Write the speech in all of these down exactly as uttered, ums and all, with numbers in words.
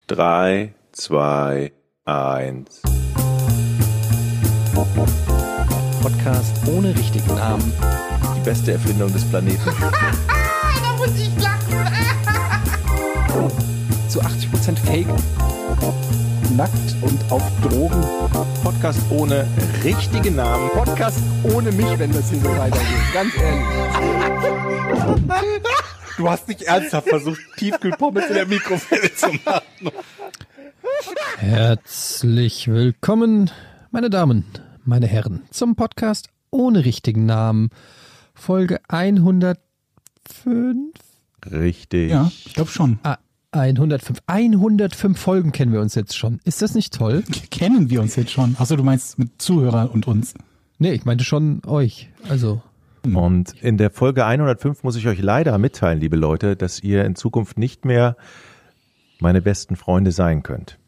drei, zwei, eins. Podcast ohne richtigen Namen. Die beste Erfindung des Planeten. Da muss ich lachen. Zu achtzig Prozent Fake. Nackt und auf Drogen. Podcast ohne richtigen Namen. Podcast ohne mich, wenn das hier so weitergeht. Ganz ehrlich. Du hast nicht ernsthaft versucht, Tiefkühlpommes in der Mikrowelle zu machen. Herzlich willkommen, meine Damen, meine Herren, zum Podcast ohne richtigen Namen. Folge hundertfünf. Richtig. Ja, ich glaube schon. Ah, hundertfünf. hundertfünf Folgen kennen wir uns jetzt schon. Ist das nicht toll? Kennen wir uns jetzt schon? Achso, du meinst mit Zuhörern und uns? Nee, ich meinte schon euch. Also. Und in der Folge hundertfünf muss ich euch leider mitteilen, liebe Leute, dass ihr in Zukunft nicht mehr meine besten Freunde sein könnt.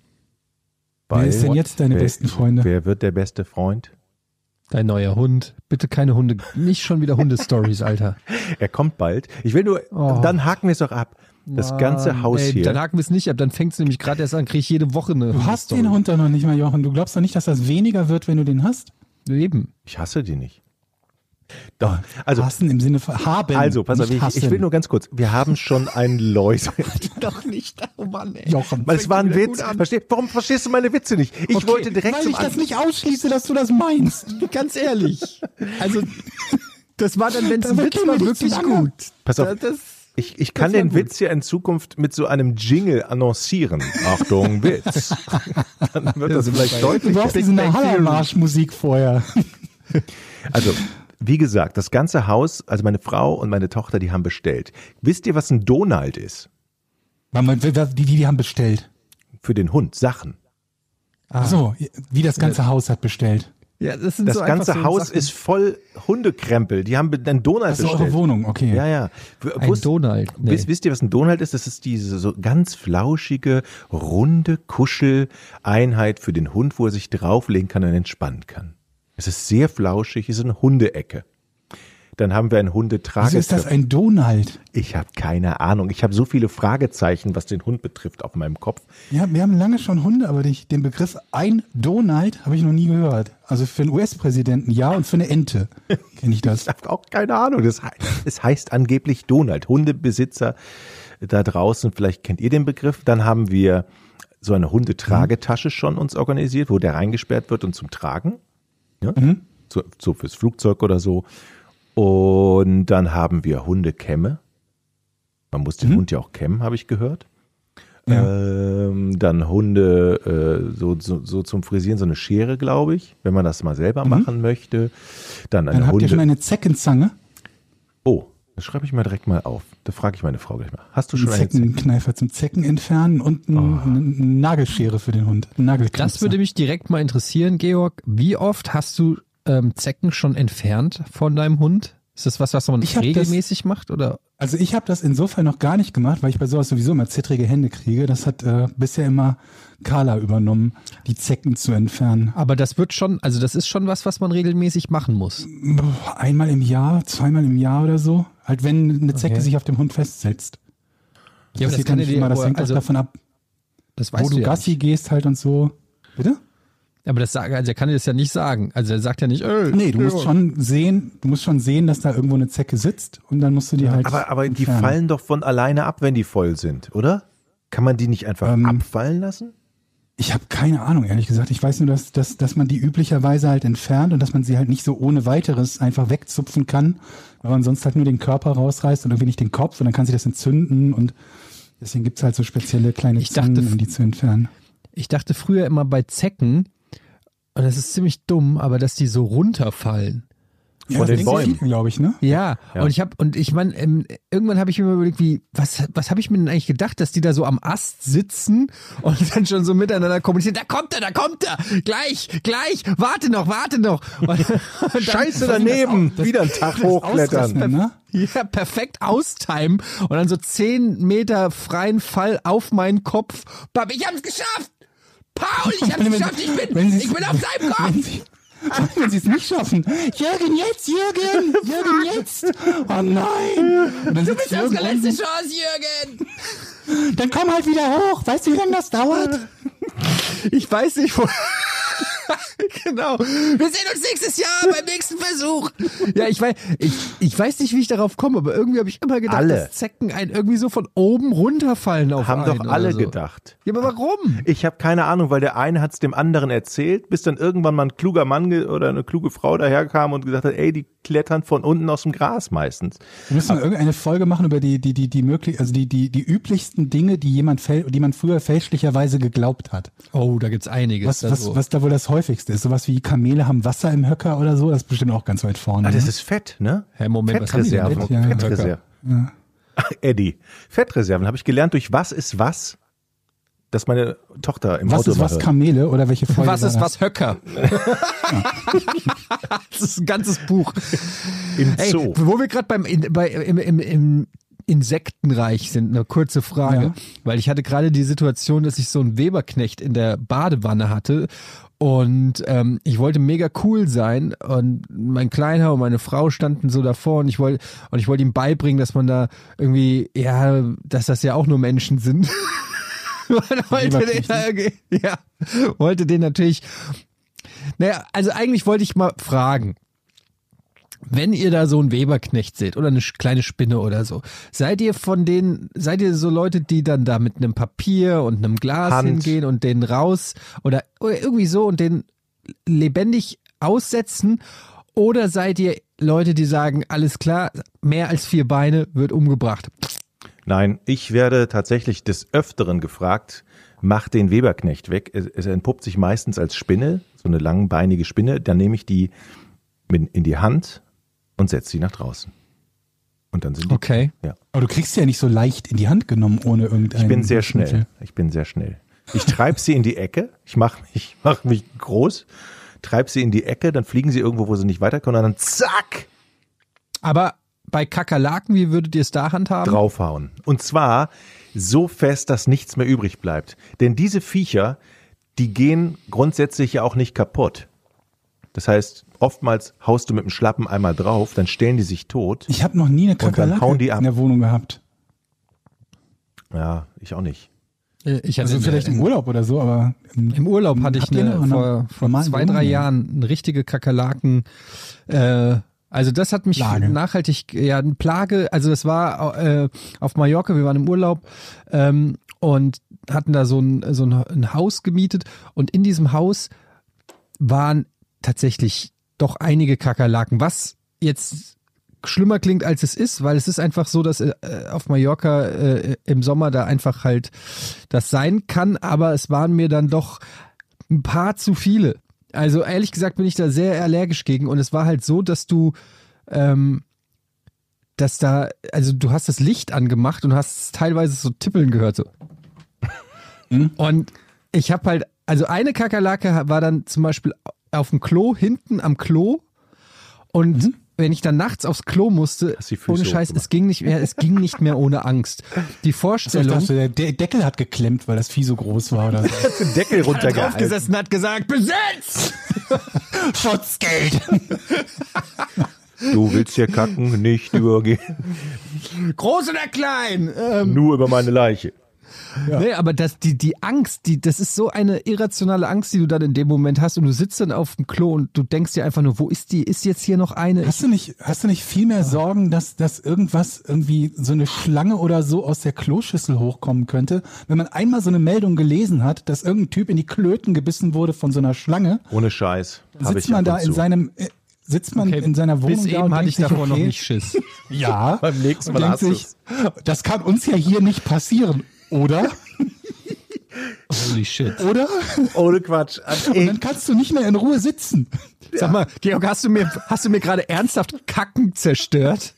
Wer ist denn jetzt deine wer, besten Freunde? Wer wird der beste Freund? Dein neuer Hund. Bitte keine Hunde, nicht schon wieder Hundestories, Alter. Er kommt bald. Ich will nur, Oh. dann haken wir es doch ab. Das ganze Haus Ey, hier. Dann haken wir es nicht ab, dann fängt es nämlich gerade erst an, kriege ich jede Woche eine Du hast Hundestory. den Hund doch noch nicht mal, Jochen. Du glaubst doch nicht, dass das weniger wird, wenn du den hast? Eben. Ich hasse die nicht. Doch, also, Hassen im Sinne von haben. also pass auf, nicht ich, ich hassen. will nur ganz kurz. Wir haben schon einen Läuse. Doch nicht, oh Mann, ey. Jochen. Weil es war ein wieder Witz. gut an. Versteh, warum verstehst du meine Witze nicht? Ich Okay, wollte direkt Weil zum ich das Anfang. nicht ausschließe, dass du das meinst. Ganz ehrlich. Also, das war dann, wenn es ein Dafür Witz kennen war, wir dich zu wirklich lange. gut. Pass auf. Das, das, Ich, ich kann Das war den gut. Witz ja in Zukunft mit so einem Jingle annoncieren. Achtung, Witz. Dann wird das vielleicht Du deutlich. brauchst diese Hallermarsch-Musik vorher. Also, wie gesagt, das ganze Haus, also meine Frau und meine Tochter, die haben bestellt. Wisst ihr, was ein Donald ist? Die, die, die haben bestellt. Für den Hund, Sachen. Ach so, wie das ganze Haus hat bestellt. ja, das sind Das so einfach ganze so Haus Sachen. ist voll Hundekrempel. Die haben einen Donald Das ist bestellt. eure Wohnung, okay. Ja, ja. W- Ein wusst- Donald. Nee. Wisst, wisst ihr, was ein Donald ist? Das ist diese so ganz flauschige, runde Kuscheleinheit für den Hund, wo er sich drauflegen kann und entspannen kann. Es ist sehr flauschig, es ist eine Hundeecke. Dann haben wir ein Hundetrage. Wieso ist das ein Donald? Ich habe keine Ahnung. Ich habe so viele Fragezeichen, was den Hund betrifft, auf meinem Kopf. Ja, wir haben lange schon Hunde, aber die, den Begriff ein Donald habe ich noch nie gehört. Also für einen U S-Präsidenten ja und für eine Ente kenne ich das. Ich habe auch keine Ahnung. Das heißt, es heißt angeblich Donald. Hundebesitzer da draußen, vielleicht kennt ihr den Begriff. Dann haben wir so eine Hundetragetasche schon uns organisiert, wo der reingesperrt wird und zum Tragen. Ja? Mhm. So, so fürs Flugzeug oder so. Und dann haben wir Hundekämme. Man muss den Mhm. Hund ja auch kämmen, habe ich gehört. Ja. Ähm, dann Hunde äh, so, so, so zum Frisieren, so eine Schere, glaube ich, wenn man das mal selber Mhm. machen möchte. Dann eine Dann habt Hunde. ihr schon eine Zeckenzange, Oh, das schreibe ich mal direkt mal auf. Da frage ich meine Frau gleich mal. Hast du einen schon eine Zecken? Zeckenkneifer zum Zecken entfernen und ein, Oh. eine Nagelschere für den Hund. Eine Nagelknipser. Das würde mich direkt mal interessieren, Georg. Wie oft hast du ähm, Zecken schon entfernt von deinem Hund? Ist das was, was man Ich hab regelmäßig macht? Oder? Also ich habe das insofern noch gar nicht gemacht, weil ich bei sowas sowieso immer zittrige Hände kriege. Das hat äh, bisher immer Carla übernommen, die Zecken zu entfernen. Aber das wird schon, also das ist schon was, was man regelmäßig machen muss. Einmal im Jahr, zweimal im Jahr oder so. Halt wenn eine Zecke Okay. sich auf dem Hund festsetzt. Das Ja, aber das passiert kann ja er nicht dir- immer, das hängt also- auch davon ab, Das wo weißt du du ja Gassi nicht. gehst halt und so. Bitte? Aber das sagt, also er kann dir das ja nicht sagen. Also er sagt ja nicht, ey, Nee, du musst Georg. schon sehen, du musst schon sehen, dass da irgendwo eine Zecke sitzt und dann musst du die halt Aber, aber die entfernen. fallen doch von alleine ab, wenn die voll sind, oder? Kann man die nicht einfach Ähm, abfallen lassen? Ich habe keine Ahnung, ehrlich gesagt. Ich weiß nur, dass, dass, dass man die üblicherweise halt entfernt und dass man sie halt nicht so ohne weiteres einfach wegzupfen kann, weil man sonst halt nur den Körper rausreißt und irgendwie nicht den Kopf und dann kann sich das entzünden und deswegen gibt's halt so spezielle kleine Ich dachte- Zangen, um die zu entfernen. Ich dachte früher immer bei Zecken, und das ist ziemlich dumm, aber dass die so runterfallen. Von den Bäumen. glaube ich, ne? Ja, Ja. und ich habe und ich meine, ähm, irgendwann habe ich mir überlegt, wie was was habe ich mir denn eigentlich gedacht, dass die da so am Ast sitzen und dann schon so miteinander kommunizieren. Da kommt er, da kommt er, gleich, gleich, warte noch, warte noch. Und, und dann- Scheiße daneben, wieder einen Tag hochklettern. Ausrechnen, ne? Ja, perfekt austimen und dann so zehn Meter freien Fall auf meinen Kopf. Papa, ich hab's geschafft! Paul, ich hab's Wenn- geschafft! Ich bin, wenn Sie's- ich bin auf seinem Kopf! Wenn sie, wenn sie es nicht schaffen. Jürgen, jetzt, Jürgen! Jürgen, jetzt! Oh nein! Und dann Du sitzt bist Jürgen unsere letzte unten. Chance, Jürgen! Dann komm halt wieder hoch. Weißt du, wie lange das dauert? Ich weiß nicht, wo... Genau. Wir sehen uns nächstes Jahr beim nächsten Versuch. Ja, ich weiß, ich, ich weiß nicht, wie ich darauf komme, aber irgendwie habe ich immer gedacht, Alle. dass Zecken einen irgendwie so von oben runterfallen auf Haben einen doch alle oder so. gedacht. Ja, aber warum? Ich habe keine Ahnung, weil der eine hat es dem anderen erzählt, bis dann irgendwann mal ein kluger Mann ge- oder eine kluge Frau daherkam und gesagt hat, ey, die klettern von unten aus dem Gras meistens. Wir müssen mal irgendeine Folge machen über die, die, die, die möglich, also die, die, die üblichsten Dinge, die jemand, fäl- die man früher fälschlicherweise geglaubt hat. Oh, da gibt's einiges. Was, da was, so. was da wohl das häufigste ist? Sowas wie Kamele haben Wasser im Höcker oder so? Das ist bestimmt auch ganz weit vorne. Ah, das ne? ist Fett, ne? Hä, Moment, was haben die denn Fettreserven. Fett? Ja, Fettreserven. Ja. Ach, Eddie, Fettreserven habe ich gelernt durch Was ist was, dass meine Tochter im Was Auto ist immer was hört. Kamele oder welche Folge Was war ist das? was Höcker? Das ist ein ganzes Buch. Im Ey, Zoo. wo wir gerade beim in, bei, im, im, im Insektenreich sind, eine kurze Frage, Ja. weil ich hatte gerade die Situation, dass ich so einen Weberknecht in der Badewanne hatte und ähm, ich wollte mega cool sein und mein Kleiner und meine Frau standen so davor und ich wollte und ich wollte ihm beibringen, dass man da irgendwie, ja, dass das ja auch nur Menschen sind. Man wollte den, da irgendwie- ja, wollte den natürlich, naja, also eigentlich wollte ich mal fragen, wenn ihr da so einen Weberknecht seht oder eine sch- kleine Spinne oder so, seid ihr von denen, seid ihr so Leute, die dann da mit einem Papier und einem Glas Hand. hingehen und den raus oder, oder irgendwie so und den lebendig aussetzen? Oder seid ihr Leute, die sagen, alles klar, mehr als vier Beine wird umgebracht? Nein, ich werde tatsächlich des Öfteren gefragt, mach den Weberknecht weg. Es, es entpuppt sich meistens als Spinne, so eine langbeinige Spinne. Dann nehme ich die mit in die Hand und setze sie nach draußen. Und dann sind die. Okay. Ja. Aber du kriegst sie ja nicht so leicht in die Hand genommen ohne irgendeinen. Ich bin sehr schnell. Schnitzel. Ich bin sehr schnell. Ich treibe sie in die Ecke. Ich mache mich, mach mich groß, treibe sie in die Ecke, dann fliegen sie irgendwo, wo sie nicht weiterkommen und dann zack, Aber bei Kakerlaken, wie würdet ihr es da handhaben? draufhauen. Und zwar so fest, dass nichts mehr übrig bleibt. Denn diese Viecher, die gehen grundsätzlich ja auch nicht kaputt. Das heißt, oftmals haust du mit dem Schlappen einmal drauf, dann stellen die sich tot. Ich habe noch nie eine dann Kakerlake hauen die ab. in der Wohnung gehabt. Ja, ich auch nicht. Äh, Ich hatte Also eine- vielleicht im Urlaub oder so, aber im, Im Urlaub hatte ich Habt ihr eine, eine vor, vor normalen zwei, drei Wohnung? Jahren eine richtige Kakerlaken. Äh, also das hat mich Plage. nachhaltig, ja, eine Plage. Also das war äh, auf Mallorca, wir waren im Urlaub ähm, und hatten da so ein, so ein, ein Haus gemietet und in diesem Haus waren tatsächlich doch einige Kakerlaken, was jetzt schlimmer klingt, als es ist, weil es ist einfach so, dass äh, auf Mallorca äh, im Sommer da einfach halt das sein kann, aber es waren mir dann doch ein paar zu viele. Also ehrlich gesagt bin ich da sehr allergisch gegen und es war halt so, dass du ähm, dass da, also du hast das Licht angemacht und hast teilweise so tippeln gehört so. Mhm. Und ich habe halt, also eine Kakerlake war dann zum Beispiel auf dem Klo, hinten am Klo und Mhm. wenn ich dann nachts aufs Klo musste, Hast die Füße ohne Scheiß, hochgemacht. es ging nicht mehr, es ging nicht mehr ohne Angst. Die ich Vorstellung, dachte, der De- Deckel hat geklemmt, weil das Vieh so groß war oder so. Den Deckel runtergehalten. draufgesessen hat gesagt, besetzt! Schutzgeld. Du willst hier kacken, nicht übergehen. Groß oder klein? Ähm, Nur über meine Leiche. Nee, aber das, die, die Angst, die, das ist so eine irrationale Angst, die du dann in dem Moment hast und du sitzt dann auf dem Klo und du denkst dir einfach nur, wo ist die, ist jetzt hier noch eine? Hast du nicht, hast du nicht viel mehr Sorgen, dass, dass irgendwas irgendwie so eine Schlange oder so aus der Kloschüssel hochkommen könnte? Wenn man einmal so eine Meldung gelesen hat, dass irgendein Typ in die Klöten gebissen wurde von so einer Schlange, Ohne Scheiß. Hab sitzt ich man ab da und in zu. seinem, äh, sitzt man Okay, in seiner Wohnung bis da eben und hatte denkt ich davor sich, noch okay, nicht Schiss. Ja. Beim nächsten und Mal denkt hast du sich, das kann uns ja hier nicht passieren, oder? Holy shit. Oder? Ohne Quatsch. Und dann kannst du nicht mehr in Ruhe sitzen. Sag mal, Georg, hast du mir, hast du mir gerade ernsthaft Kacken zerstört?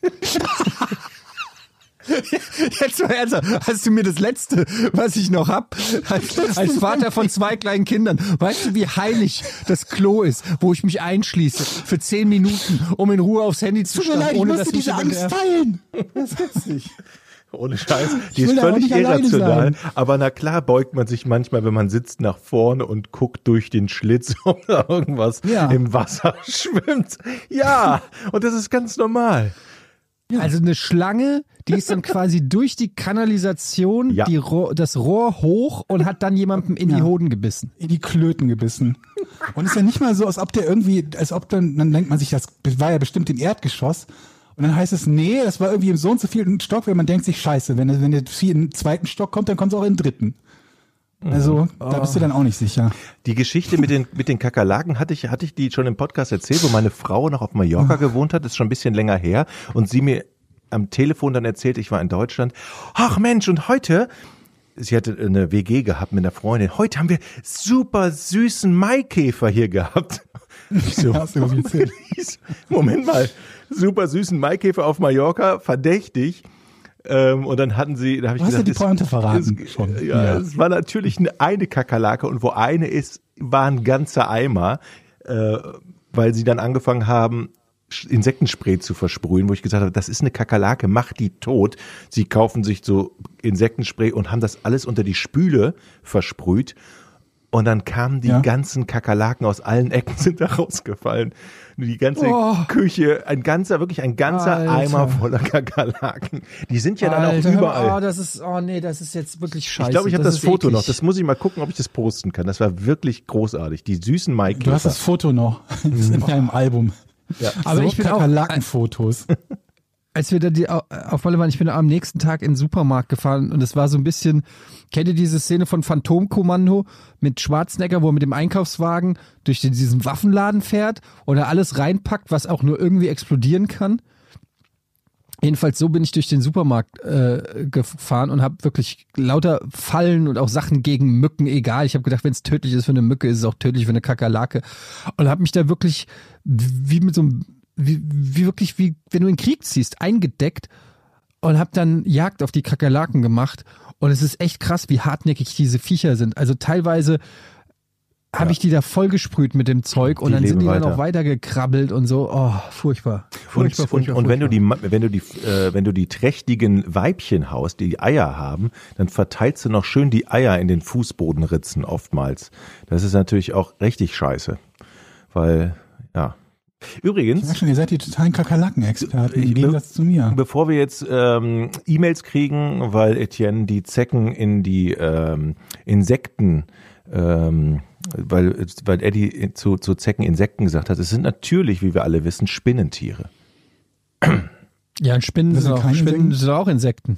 Jetzt mal ernsthaft, hast du mir das Letzte, was ich noch hab, als, als Vater von zwei kleinen Kindern, weißt du, wie heilig das Klo ist, wo ich mich einschließe für zehn Minuten, um in Ruhe aufs Handy zu Tut mir starren, leid, ich ohne musste dass mich diese jemand Angst nervt. teilen. Das gibt's nicht. Ohne Scheiß, die Ich will ist da auch völlig nicht alleine irrational. sein. Aber na klar beugt man sich manchmal, wenn man sitzt, nach vorne und guckt durch den Schlitz, ob da irgendwas Ja. im Wasser schwimmt. Ja, und das ist ganz normal. Also eine Schlange, die ist dann quasi durch die Kanalisation Ja. die Rohr, das Rohr hoch und hat dann jemandem in die Ja. Hoden gebissen. In die Klöten gebissen. Und ist ja nicht mal so, als ob der irgendwie, als ob dann, dann denkt man sich, das war ja bestimmt im Erdgeschoss. Und dann heißt es, nee, das war irgendwie im so und so vielen Stock, weil man denkt sich, scheiße, wenn, wenn der Vieh in den zweiten Stock kommt, dann kommt es auch in den dritten. Also, da bist du dann auch nicht sicher. Die Geschichte mit den, mit den Kakerlaken hatte ich, hatte ich die schon im Podcast erzählt, wo meine Frau noch auf Mallorca gewohnt hat, ist schon ein bisschen länger her, und sie mir am Telefon dann erzählt, ich war in Deutschland, ach Mensch, und heute, sie hatte eine W G gehabt mit einer Freundin, heute haben wir super süßen Maikäfer hier gehabt. Ich so, Hast du das erzählt? Moment mal, super süßen Maikäfer auf Mallorca, verdächtig. Ähm, und dann hatten sie, da habe ich Du hast ja gesagt, die es- Pointe verraten es, schon. Ja, Ja. es war natürlich eine, eine Kakerlake, und wo eine ist, war ein ganzer Eimer, äh, weil sie dann angefangen haben, Sch- Insektenspray zu versprühen, wo ich gesagt habe, das ist eine Kakerlake, mach die tot. Sie kaufen sich so Insektenspray und haben das alles unter die Spüle versprüht. Und dann kamen die Ja. ganzen Kakerlaken aus allen Ecken, sind da rausgefallen. Die ganze Oh. Küche, ein ganzer, wirklich ein ganzer Alter. Eimer voller Kakerlaken. Die sind ja dann Alter, auch hör mal, überall. Oh, das ist, oh nee, das ist jetzt wirklich scheiße. Ich glaube, ich habe das, ist Foto eklig. noch. Das muss ich mal gucken, ob ich das posten kann. Das war wirklich großartig. Die süßen Maikäfer. Du hast das Foto noch. Das ist in deinem Album. Aber so ich bin auch, Kakerlakenfotos. als wir da die, auf Malle waren, ich bin am nächsten Tag in den Supermarkt gefahren und es war so ein bisschen, kennt ihr diese Szene von Phantomkommando mit Schwarzenegger, wo er mit dem Einkaufswagen durch den, diesen Waffenladen fährt und er alles reinpackt, was auch nur irgendwie explodieren kann? Jedenfalls so bin ich durch den Supermarkt äh, gefahren und habe wirklich lauter Fallen und auch Sachen gegen Mücken, egal. Ich habe gedacht, wenn es tödlich ist für eine Mücke, ist es auch tödlich für eine Kakerlake. Und habe mich da wirklich wie mit so einem Wie, wie wirklich, wie wenn du in den Krieg ziehst, eingedeckt und hab dann Jagd auf die Kakerlaken gemacht. Und es ist echt krass, wie hartnäckig diese Viecher sind. Also teilweise habe ich die da vollgesprüht mit dem Zeug und Die dann sind leben die dann weiter. noch weitergekrabbelt und so. Oh, furchtbar. Und, Furchtbar, und, furchtbar, und wenn du furchtbar. die, wenn du die, äh, wenn du die trächtigen Weibchen haust, die Eier haben, dann verteilst du noch schön die Eier in den Fußbodenritzen oftmals. Das ist natürlich auch richtig scheiße. Weil, ja. Ich Übrigens, sag schon, ihr seid die totalen Kakerlaken-Experten im Ich- Gegensatz zu mir. bevor wir jetzt ähm, E-Mails kriegen, weil Etienne die Zecken in die ähm, Insekten, ähm, weil, weil Eddie zu, zu Zecken Insekten gesagt hat, es sind natürlich, wie wir alle wissen, Spinnentiere. Ja, und Spinnen, Das sind sind auch, keine Spinnen Insekten? sind auch Insekten.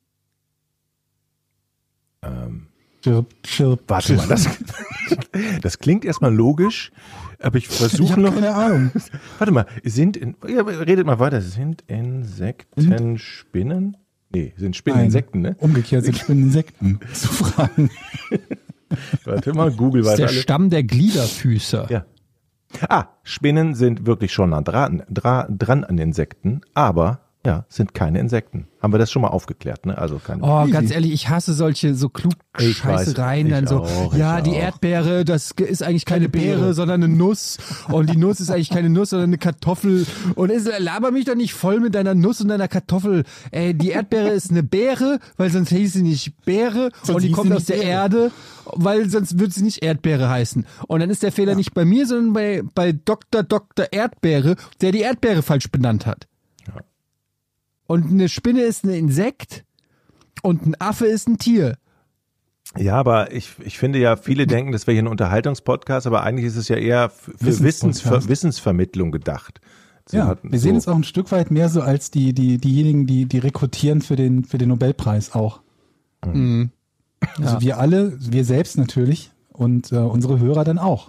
Ähm, Chirp, chirp, warte chirp. mal, das, das klingt erstmal logisch, aber ich Ich versuche habe noch. keine Ahnung. Warte mal, sind in, ja, redet mal weiter. Sind Insekten Spinnen? Nee, sind Spinnen Nein. Insekten, ne? Umgekehrt sind Spinnen Insekten zu fragen. Warte mal, Google Das ist der weiter. alle. Stamm der Gliederfüßer. Ja. Ah, Spinnen sind wirklich schon nah dran, dra, dran an Insekten, aber ja, sind keine Insekten. Haben wir das schon mal aufgeklärt, ne? Also keine. Oh, Easy. ganz ehrlich, ich hasse solche so Ich weiß, Klugscheißereien, dann ich so, auch, ich ja, die auch. Erdbeere, das ist eigentlich keine Beere, sondern eine Nuss und die Nuss ist eigentlich keine Nuss, sondern eine Kartoffel und es, laber mich doch nicht voll mit deiner Nuss und deiner Kartoffel. Ey, die Erdbeere ist eine Beere, weil sonst hieß sie nicht Beere Sonst und die hieß kommt sie aus nicht der Beere. Erde, weil sonst würde sie nicht Erdbeere heißen. Und dann ist der Fehler nicht bei mir, sondern bei, bei Doktor Doktor Erdbeere, der die Erdbeere falsch benannt hat. Und eine Spinne ist ein Insekt und ein Affe ist ein Tier. Ja, aber ich, ich finde ja, viele denken, das wäre hier ein Unterhaltungspodcast, aber eigentlich ist es ja eher f- für Wissenspodcast. Wissensver Wissensvermittlung gedacht. So Ja, hat- wir sehen so. uns auch ein Stück weit mehr so als die, die, diejenigen, die, die rekrutieren für den, für den Nobelpreis auch. Mhm. Also wir alle, wir selbst natürlich und äh, unsere Hörer dann auch.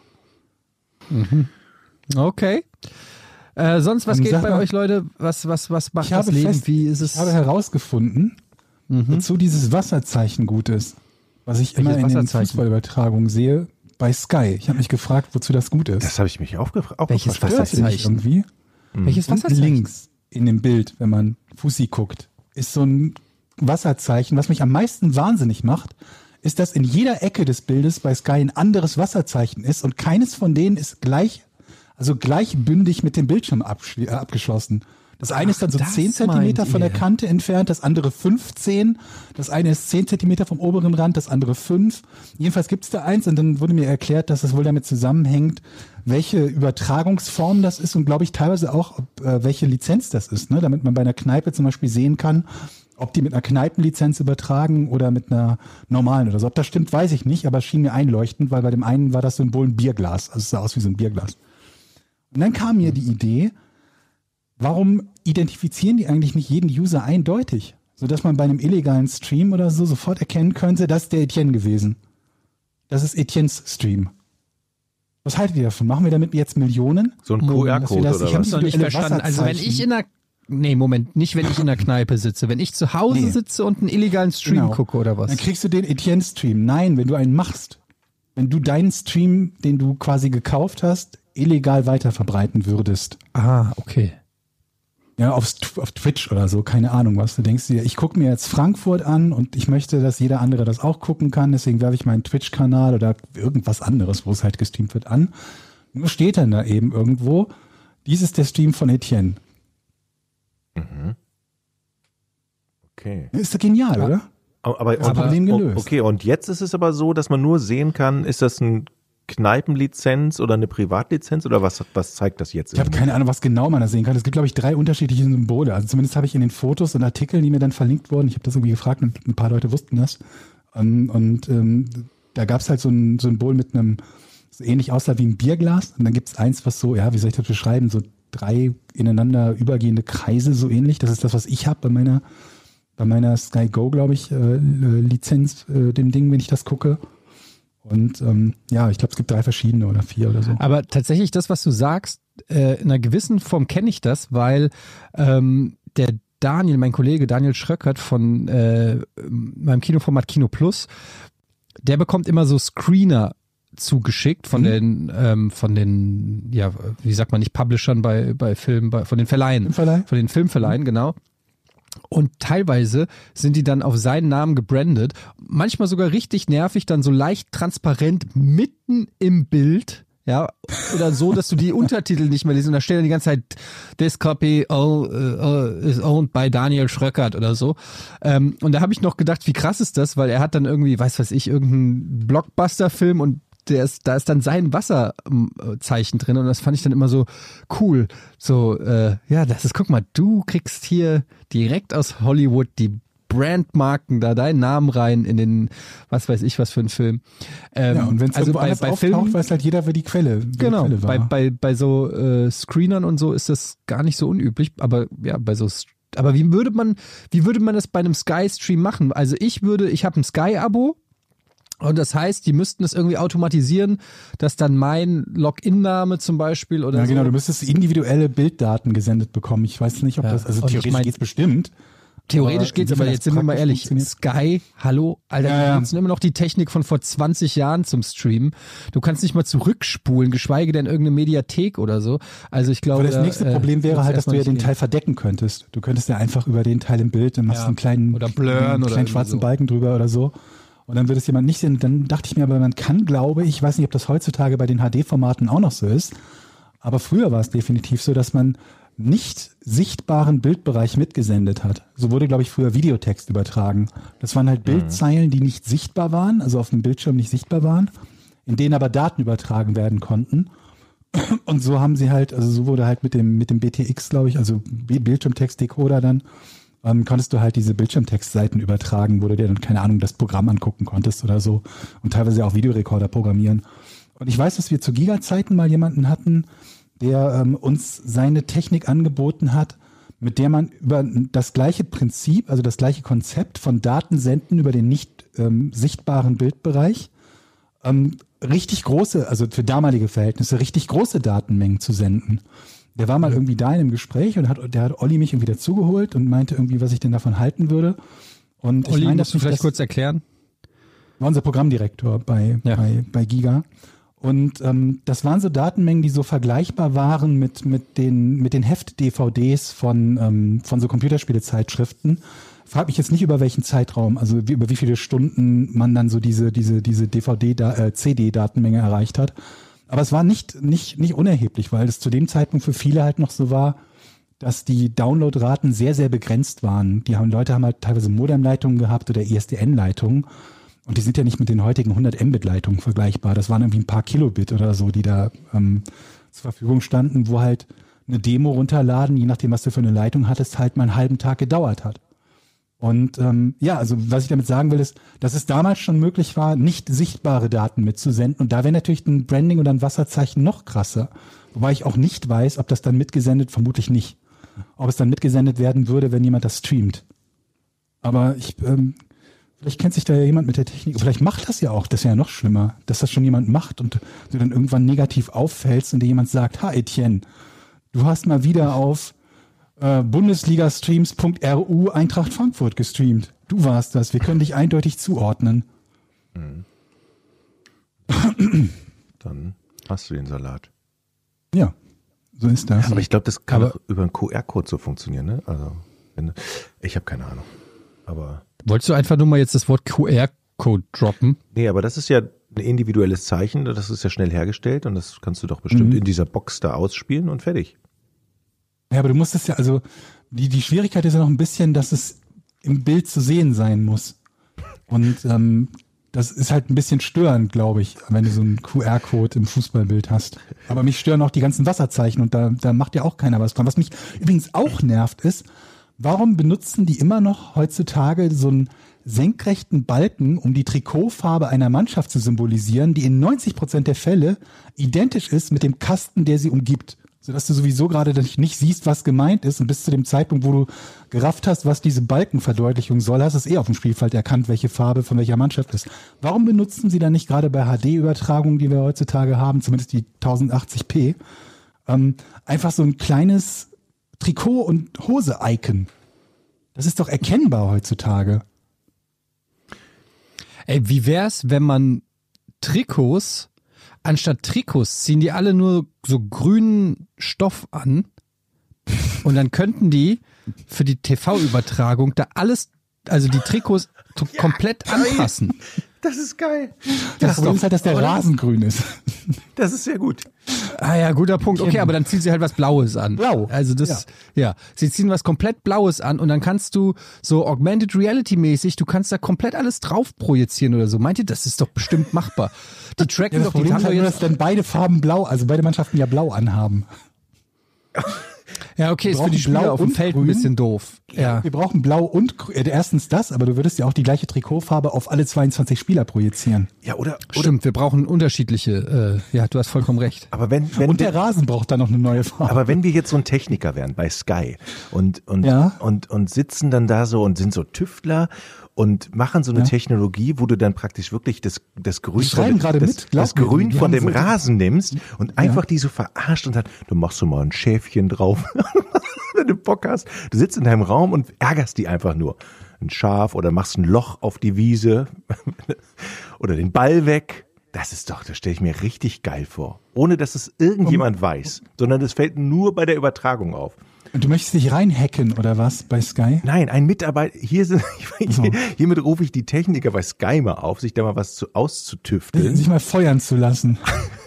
Okay. Äh, sonst, was Ähm, geht sag bei mal, euch, Leute? Was, was, was macht Ich das habe, Leben? fest, Wie ist es? ich habe herausgefunden, wozu dieses Wasserzeichen gut ist, was ich immer Welches in den Wasserzeichen? Fußballübertragungen sehe bei Sky. Ich habe mich gefragt, wozu das gut ist. Das habe ich mich auch, gef auch Welches gefragt. Stört dich Wasserzeichen? irgendwie? Welches Und Wasserzeichen? links in dem Bild, wenn man Fussi guckt, ist so ein Wasserzeichen. Was mich am meisten wahnsinnig macht, ist, dass in jeder Ecke des Bildes bei Sky ein anderes Wasserzeichen ist und keines von denen ist gleich, also gleichbündig mit dem Bildschirm abschli- äh, abgeschlossen. Das eine ist dann so das zehn Zentimeter meint von der ihr. Kante entfernt, das andere fünfzehn. Das eine ist zehn Zentimeter vom oberen Rand, das andere fünf. Jedenfalls gibt's da eins und dann wurde mir erklärt, dass das wohl damit zusammenhängt, welche Übertragungsform das ist und glaube ich teilweise auch, ob, äh, welche Lizenz das ist, ne? Damit man bei einer Kneipe zum Beispiel sehen kann, ob die mit einer Kneipenlizenz übertragen oder mit einer normalen oder so. Ob das stimmt, weiß ich nicht, aber es schien mir einleuchtend, weil bei dem einen war das Symbol ein Bierglas. Also es sah aus wie so ein Bierglas. Und dann kam mir die Idee, warum identifizieren die eigentlich nicht jeden User eindeutig? Sodass man bei einem illegalen Stream oder so sofort erkennen könnte, das ist der Etienne gewesen. Das ist Etiennes Stream. Was haltet ihr davon? Machen wir damit jetzt Millionen? So ein Moment, Q R-Code das- oder ich hab was? noch nicht individuelle verstanden. Also wenn Wasserzeichen. ich in der Nee, Moment, nicht wenn ich in der Kneipe sitze. Wenn ich zu Hause Nee. sitze und einen illegalen Stream Genau. gucke oder was? Dann kriegst du den Etienne-Stream. Nein, wenn du einen machst. Wenn du deinen Stream, den du quasi gekauft hast, illegal weiterverbreiten würdest. Ah, okay. Ja, auf, auf Twitch oder so, keine Ahnung was. Du denkst dir, ich gucke mir jetzt Frankfurt an und ich möchte, dass jeder andere das auch gucken kann, deswegen werfe ich meinen Twitch-Kanal oder irgendwas anderes, wo es halt gestreamt wird, an. Nur steht dann da eben irgendwo, dies ist der Stream von Etienne. Okay. Ist doch genial, oder? Aber, aber, Das und, Problem gelöst. Okay, und jetzt ist es aber so, dass man nur sehen kann, ist das ein Kneipenlizenz oder eine Privatlizenz oder was, was zeigt das jetzt? Ich habe keine Ahnung, was genau man da sehen kann. Es gibt, glaube ich, drei unterschiedliche Symbole. Also zumindest habe ich in den Fotos und Artikeln, die mir dann verlinkt wurden, ich habe das irgendwie gefragt und ein paar Leute wussten das. Und, und ähm, da gab es halt so ein Symbol mit einem, so ähnlich aussah wie ein Bierglas. Und dann gibt es eins, was so, ja, wie soll ich das beschreiben, so drei ineinander übergehende Kreise, so ähnlich. Das ist das, was ich habe bei meiner, bei meiner Sky Go, glaube ich, äh, Lizenz, äh, dem Ding, wenn ich das gucke. Und ähm, ja, ich glaube, es gibt drei verschiedene oder vier oder so. Aber tatsächlich das, was du sagst, äh, in einer gewissen Form kenne ich das, weil ähm, der Daniel, mein Kollege Daniel Schröckert von äh, meinem Kinoformat Kino Plus, der bekommt immer so Screener zugeschickt von Mhm. den ähm, von den ja wie sagt man nicht Publishern bei bei Filmen bei, von den Verleihen Filmverleih? von den Filmverleihen genau. Und teilweise sind die dann auf seinen Namen gebrandet. Manchmal sogar richtig nervig, dann so leicht transparent mitten im Bild. Ja, oder so, dass du die Untertitel nicht mehr liest. Und da steht dann die ganze Zeit, this copy oh, uh, is owned by Daniel Schröckert oder so. Ähm, und da habe ich noch gedacht, wie krass ist das? Weil er hat dann irgendwie, weiß was ich, irgendeinen Blockbuster-Film und der ist, da ist dann sein Wasserzeichen drin und das fand ich dann immer so cool. So, äh, ja, das ist, guck mal, du kriegst hier direkt aus Hollywood die Brandmarken da deinen Namen rein in den, was weiß ich, was für ein Film. Ähm, Ja, und wenn es also irgendwo bei, anders bei auftaucht, Filmen, weiß halt jeder, wer die Quelle, wer genau, die Quelle war. bei, bei, bei so äh, Screenern und so ist das gar nicht so unüblich, aber ja, bei so aber wie würde man, wie würde man das bei einem Sky-Stream machen? Also ich würde, ich habe ein Sky-Abo. Und das heißt, die müssten es irgendwie automatisieren, dass dann mein Login-Name zum Beispiel oder ja, so. genau, du müsstest individuelle Bilddaten gesendet bekommen. Ich weiß nicht, ob Ja, das, also und ich theoretisch mein- geht's bestimmt. Theoretisch aber geht's, aber inwiefern jetzt das sind wir mal praktisch ehrlich, funktioniert. Sky, hallo, Alter, Ja, die ja. benutzen immer noch die Technik von vor zwanzig Jahren zum Streamen. Du kannst nicht mal zurückspulen, geschweige denn irgendeine Mediathek oder so. Also ich glaube, Aber das nächste da, äh, Problem wäre wird's halt, dass du erstmal ja den nicht Teil verdecken könntest. Du könntest ja einfach über den Teil im Bild, dann machst du Ja. einen kleinen, Oder blurren einen oder kleinen irgendwie schwarzen so. Balken drüber oder so. Und dann würde es jemand nicht sehen. Dann dachte ich mir, aber man kann, glaube ich, ich weiß nicht, ob das heutzutage bei den H D-Formaten auch noch so ist, aber früher war es definitiv so, dass man nicht sichtbaren Bildbereich mitgesendet hat. So wurde, glaube ich, früher Videotext übertragen. Das waren halt Bildzeilen, die nicht sichtbar waren, also auf dem Bildschirm nicht sichtbar waren, in denen aber Daten übertragen werden konnten. Und so haben sie halt, also so wurde halt mit dem, mit dem B T X, glaube ich, also B- Bildschirmtext-Decoder dann, ähm, konntest du halt diese Bildschirmtextseiten übertragen, wo du dir dann, keine Ahnung, das Programm angucken konntest oder so und teilweise auch Videorekorder programmieren. Und ich weiß, dass wir zu Giga-Zeiten mal jemanden hatten, der ähm, uns seine Technik angeboten hat, mit der man über das gleiche Prinzip, also das gleiche Konzept von Daten senden über den nicht ähm, sichtbaren Bildbereich, ähm, richtig große, also für damalige Verhältnisse, richtig große Datenmengen zu senden. Der war mal irgendwie da in einem Gespräch und hat, der hat Olli mich irgendwie dazugeholt und meinte irgendwie, was ich denn davon halten würde. Und Olli, ich meine, musst du das, vielleicht das kurz erklären? war unser Programmdirektor bei, Ja. bei, bei Giga. Und ähm, das waren so Datenmengen, die so vergleichbar waren mit, mit den, mit den Heft-D V Ds von, ähm, von so Computerspiele-Zeitschriften. Frag mich jetzt nicht, über welchen Zeitraum, also wie, über wie viele Stunden man dann so diese, diese, diese D V D, äh, C D-Datenmenge erreicht hat. Aber es war nicht, nicht, nicht unerheblich, weil es zu dem Zeitpunkt für viele halt noch so war, dass die Downloadraten sehr, sehr begrenzt waren. Die haben, Leute haben halt teilweise Modemleitungen gehabt oder I S D N-Leitungen. Und die sind ja nicht mit den heutigen hundert Mbit-Leitungen vergleichbar. Das waren irgendwie ein paar Kilobit oder so, die da ähm, zur Verfügung standen, wo halt eine Demo runterladen, je nachdem, was du für eine Leitung hattest, halt mal einen halben Tag gedauert hat. Und ähm, ja, also was ich damit sagen will, ist, dass es damals schon möglich war, nicht sichtbare Daten mitzusenden. Und da wäre natürlich ein Branding oder ein Wasserzeichen noch krasser. Wobei ich auch nicht weiß, ob das dann mitgesendet, vermutlich nicht. Ob es dann mitgesendet werden würde, wenn jemand das streamt. Aber ich, ähm, vielleicht kennt sich da ja jemand mit der Technik, vielleicht macht das ja auch, das ist ja noch schlimmer, dass das schon jemand macht und du dann irgendwann negativ auffällst und dir jemand sagt, ha Etienne, du hast mal wieder auf äh, Bundesliga-Streams Punkt R U Eintracht Frankfurt gestreamt. Du warst das, wir können dich eindeutig zuordnen. Mhm. Dann hast du den Salat. Ja, so ist das. Aber ich glaube, das kann Aber- auch über einen Q R-Code so funktionieren, ne? Also, wenn, ich habe keine Ahnung. Aber Wolltest du einfach nur mal jetzt das Wort Q R-Code droppen? nee, aber das ist ja ein individuelles Zeichen, das ist ja schnell hergestellt und das kannst du doch bestimmt Mhm. in dieser Box da ausspielen und fertig. Ja, aber du musst es ja, also die, die Schwierigkeit ist ja noch ein bisschen, dass es im Bild zu sehen sein muss. Und ähm, das ist halt ein bisschen störend, glaube ich, wenn du so einen Q R-Code im Fußballbild hast. Aber mich stören auch die ganzen Wasserzeichen und da, da macht ja auch keiner was dran. Was mich übrigens auch nervt ist, warum benutzen die immer noch heutzutage so einen senkrechten Balken, um die Trikotfarbe einer Mannschaft zu symbolisieren, die in neunzig Prozent der Fälle identisch ist mit dem Kasten, der sie umgibt. Sodass du sowieso gerade nicht siehst, was gemeint ist und bis zu dem Zeitpunkt, wo du gerafft hast, was diese Balkenverdeutlichung soll, hast du es eh auf dem Spielfeld erkannt, welche Farbe von welcher Mannschaft ist. Warum benutzen sie dann nicht gerade bei H D-Übertragungen, die wir heutzutage haben, zumindest die tausendachtzig p, ähm, einfach so ein kleines Trikot- und Hose-Icon? Das ist doch erkennbar heutzutage. Ey, wie wär's, wenn man Trikots, anstatt Trikots ziehen die alle nur so grünen Stoff an und dann könnten die für die T V-Übertragung da alles, also die Trikots to- komplett anpassen. Das ist geil. Das Problem ist halt, dass der oder? Rasen grün ist. Das ist sehr gut. Ah ja, guter Punkt. Okay, aber dann ziehen sie halt was Blaues an. Blau. Also das, ja. Sie ziehen was komplett Blaues an und dann kannst du so Augmented Reality mäßig, du kannst da komplett alles drauf projizieren oder so. Meint ihr, das ist doch bestimmt machbar? Die tracken Ja, das doch, die Problem haben ist doch halt nur, jetzt... dass dann beide Farben blau, also beide Mannschaften ja blau anhaben. Ja, okay, ist für brauchen die Spieler Blau auf dem und Feld ein Grün. bisschen doof. Ja. Wir brauchen blau und grün. Äh, erstens das, aber du würdest ja auch die gleiche Trikotfarbe auf alle zweiundzwanzig Spieler projizieren. Ja, oder, oder Stimmt, wir brauchen unterschiedliche, äh, ja, du hast vollkommen recht. aber wenn, wenn Und der Rasen braucht dann noch eine neue Farbe. aber wenn wir jetzt so ein Techniker wären bei Sky und und Ja. und und sitzen dann da so und sind so Tüftler und machen so eine Ja. Technologie, wo du dann praktisch wirklich das das Grün Die schreiben von, gerade das, mit, glaub das mir, Grün die von haben dem so- Rasen nimmst und einfach die so verarscht und sagst, du machst so mal ein Schäfchen drauf, wenn du Bock hast. Du sitzt in deinem Raum und ärgerst die einfach nur. Ein Schaf oder machst ein Loch auf die Wiese oder den Ball weg. Das ist doch, das stelle ich mir richtig geil vor. Ohne dass es irgendjemand weiß, sondern es fällt nur bei der Übertragung auf. Und du möchtest dich reinhacken oder was bei Sky? Nein, ein Mitarbeiter, hier sind, hiermit rufe ich die Techniker bei Sky mal auf, sich da mal was zu auszutüfteln. Sich mal feuern zu lassen.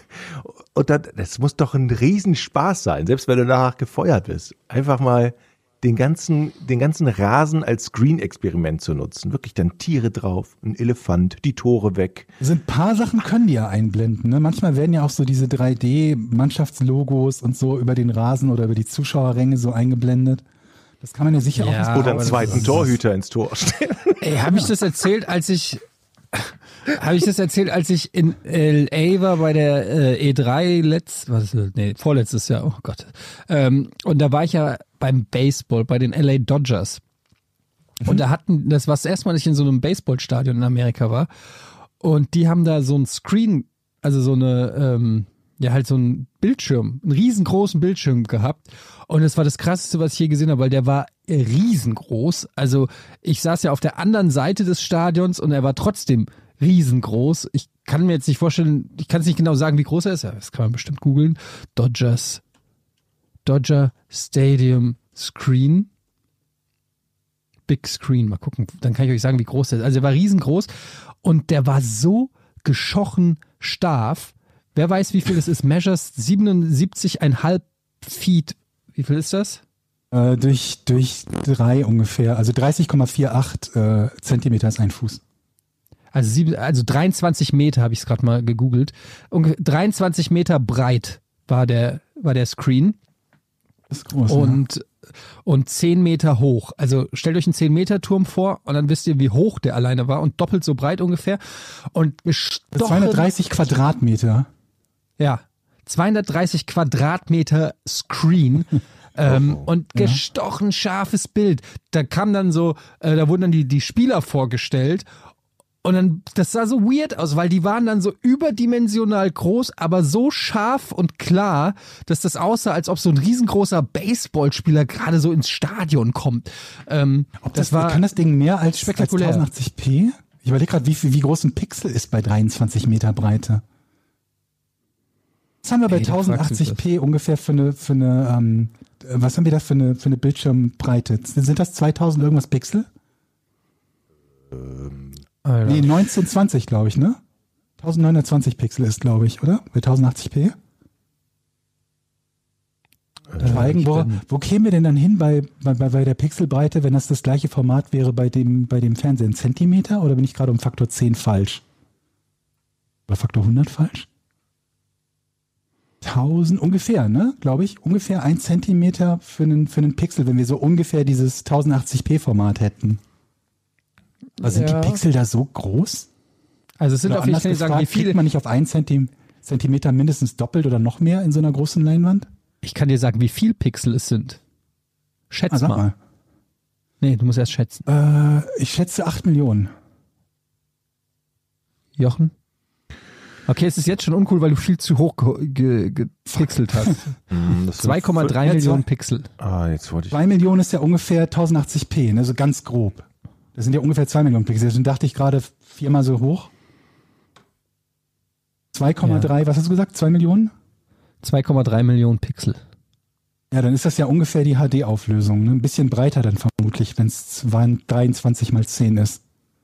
Und das, das muss doch ein Riesenspaß sein, selbst wenn du danach gefeuert bist. Einfach mal den ganzen, den ganzen Rasen als Screen-Experiment zu nutzen. Wirklich dann Tiere drauf, ein Elefant, die Tore weg. Also ein paar Sachen können die ja einblenden. Ne? Manchmal werden ja auch so diese drei D-Mannschaftslogos und so über den Rasen oder über die Zuschauerränge so eingeblendet. Das kann man ja sicher Ja, auch. Oder einen aber das zweiten ist- Torhüter ins Tor stellen. Ey, habe ich das erzählt, als ich habe ich das erzählt, als ich in L A war bei der äh, E drei letzt, was ist das? Nee, vorletztes Jahr, oh Gott. Ähm, und da war ich ja beim Baseball bei den L A Dodgers. Und da hatten, das war das erste Mal, dass ich in so einem Baseballstadion in Amerika war. Und die haben da so ein Screen, also so eine, ähm, ja halt so ein Bildschirm, einen riesengroßen Bildschirm gehabt. Und das war das Krasseste, was ich je gesehen habe, weil der war riesengroß. Also ich saß ja auf der anderen Seite des Stadions und er war trotzdem riesengroß. Ich kann mir jetzt nicht vorstellen, ich kann es nicht genau sagen, wie groß er ist. Ja, das kann man bestimmt googeln. Dodgers, Dodger Stadium Screen. Big Screen, mal gucken, dann kann ich euch sagen, wie groß der ist. Also er war riesengroß und der war so geschochen starf. Wer weiß, wie viel das ist? Measures siebenundsiebzig Komma fünf Feet. Wie viel ist das? Äh, durch, durch drei ungefähr, also dreißig Komma achtzig äh, Zentimeter ist ein Fuß. Also, sieben, also dreiundzwanzig Meter habe ich es gerade mal gegoogelt. Unge- dreiundzwanzig Meter breit war der, war der Screen. Das ist groß. Und, ja. und zehn Meter hoch. Also stellt euch einen zehn Meter Turm vor und dann wisst ihr, wie hoch der alleine war und doppelt so breit ungefähr. Und gestochen, zweihundertdreißig Quadratmeter. Ja, zweihundertdreißig Quadratmeter Screen. Ähm, Oh, oh. und gestochen scharfes Bild. Da kam dann so, äh, da wurden dann die, die Spieler vorgestellt und dann, das sah so weird aus, weil die waren dann so überdimensional groß, aber so scharf und klar, dass das aussah, als ob so ein riesengroßer Baseballspieler gerade so ins Stadion kommt. Ähm, Ob das, das, war kann das Ding mehr als, als spektakulär. tausendachtzig p? Ich überlege gerade, wie, viel- wie groß ein Pixel ist bei dreiundzwanzig Meter Breite. Was haben wir bei Ey, da fragst du tausendachtzig p ungefähr für eine, für eine ähm, was haben wir da für eine, für eine Bildschirmbreite? Sind das zweitausend irgendwas Pixel? Alter. Nee, neunzehnhundertzwanzig, glaube ich, ne? neunzehnhundertzwanzig Pixel ist, glaube ich, oder? Bei tausendachtzig p? Schweigen, wo, wo kämen wir denn dann hin bei, bei, bei der Pixelbreite, wenn das das gleiche Format wäre bei dem, bei dem Fernsehen? Zentimeter oder bin ich gerade um Faktor zehn falsch? Oder Faktor hundert falsch? tausend ungefähr, ne? Glaube ich. Ungefähr ein Zentimeter für einen, für einen Pixel, wenn wir so ungefähr dieses tausendachtzig p Format hätten. Aber sind Ja. die Pixel da so groß? Also es sind Oder auf jeden anders Fall sagen, wie gefragt, kriegt viele. man nicht auf einen Zenti- Zentimeter mindestens doppelt oder noch mehr in so einer großen Leinwand? Ich kann dir sagen, wie viel Pixel es sind. Schätz Ah, sag mal. mal. Nee, du musst erst schätzen. Äh, ich schätze acht Millionen. Jochen? Okay, es ist jetzt schon uncool, weil du viel zu hoch ge- ge- gepixelt hast. Hm, das sind zwei Komma drei Ja, Millionen zwei- Pixel. Ah, jetzt wollte ich. zwei Millionen ist ja ungefähr tausendachtzig p, ne? So ganz grob. Das sind ja ungefähr zwei Millionen Pixel. Deswegen dachte ich gerade viermal so hoch. zwei Komma drei, was hast du gesagt? zwei Millionen? zwei Komma drei Millionen Pixel. Ja, dann ist das ja ungefähr die H D-Auflösung. Ne? Ein bisschen breiter dann vermutlich, wenn es dreiundzwanzig mal zehn ist.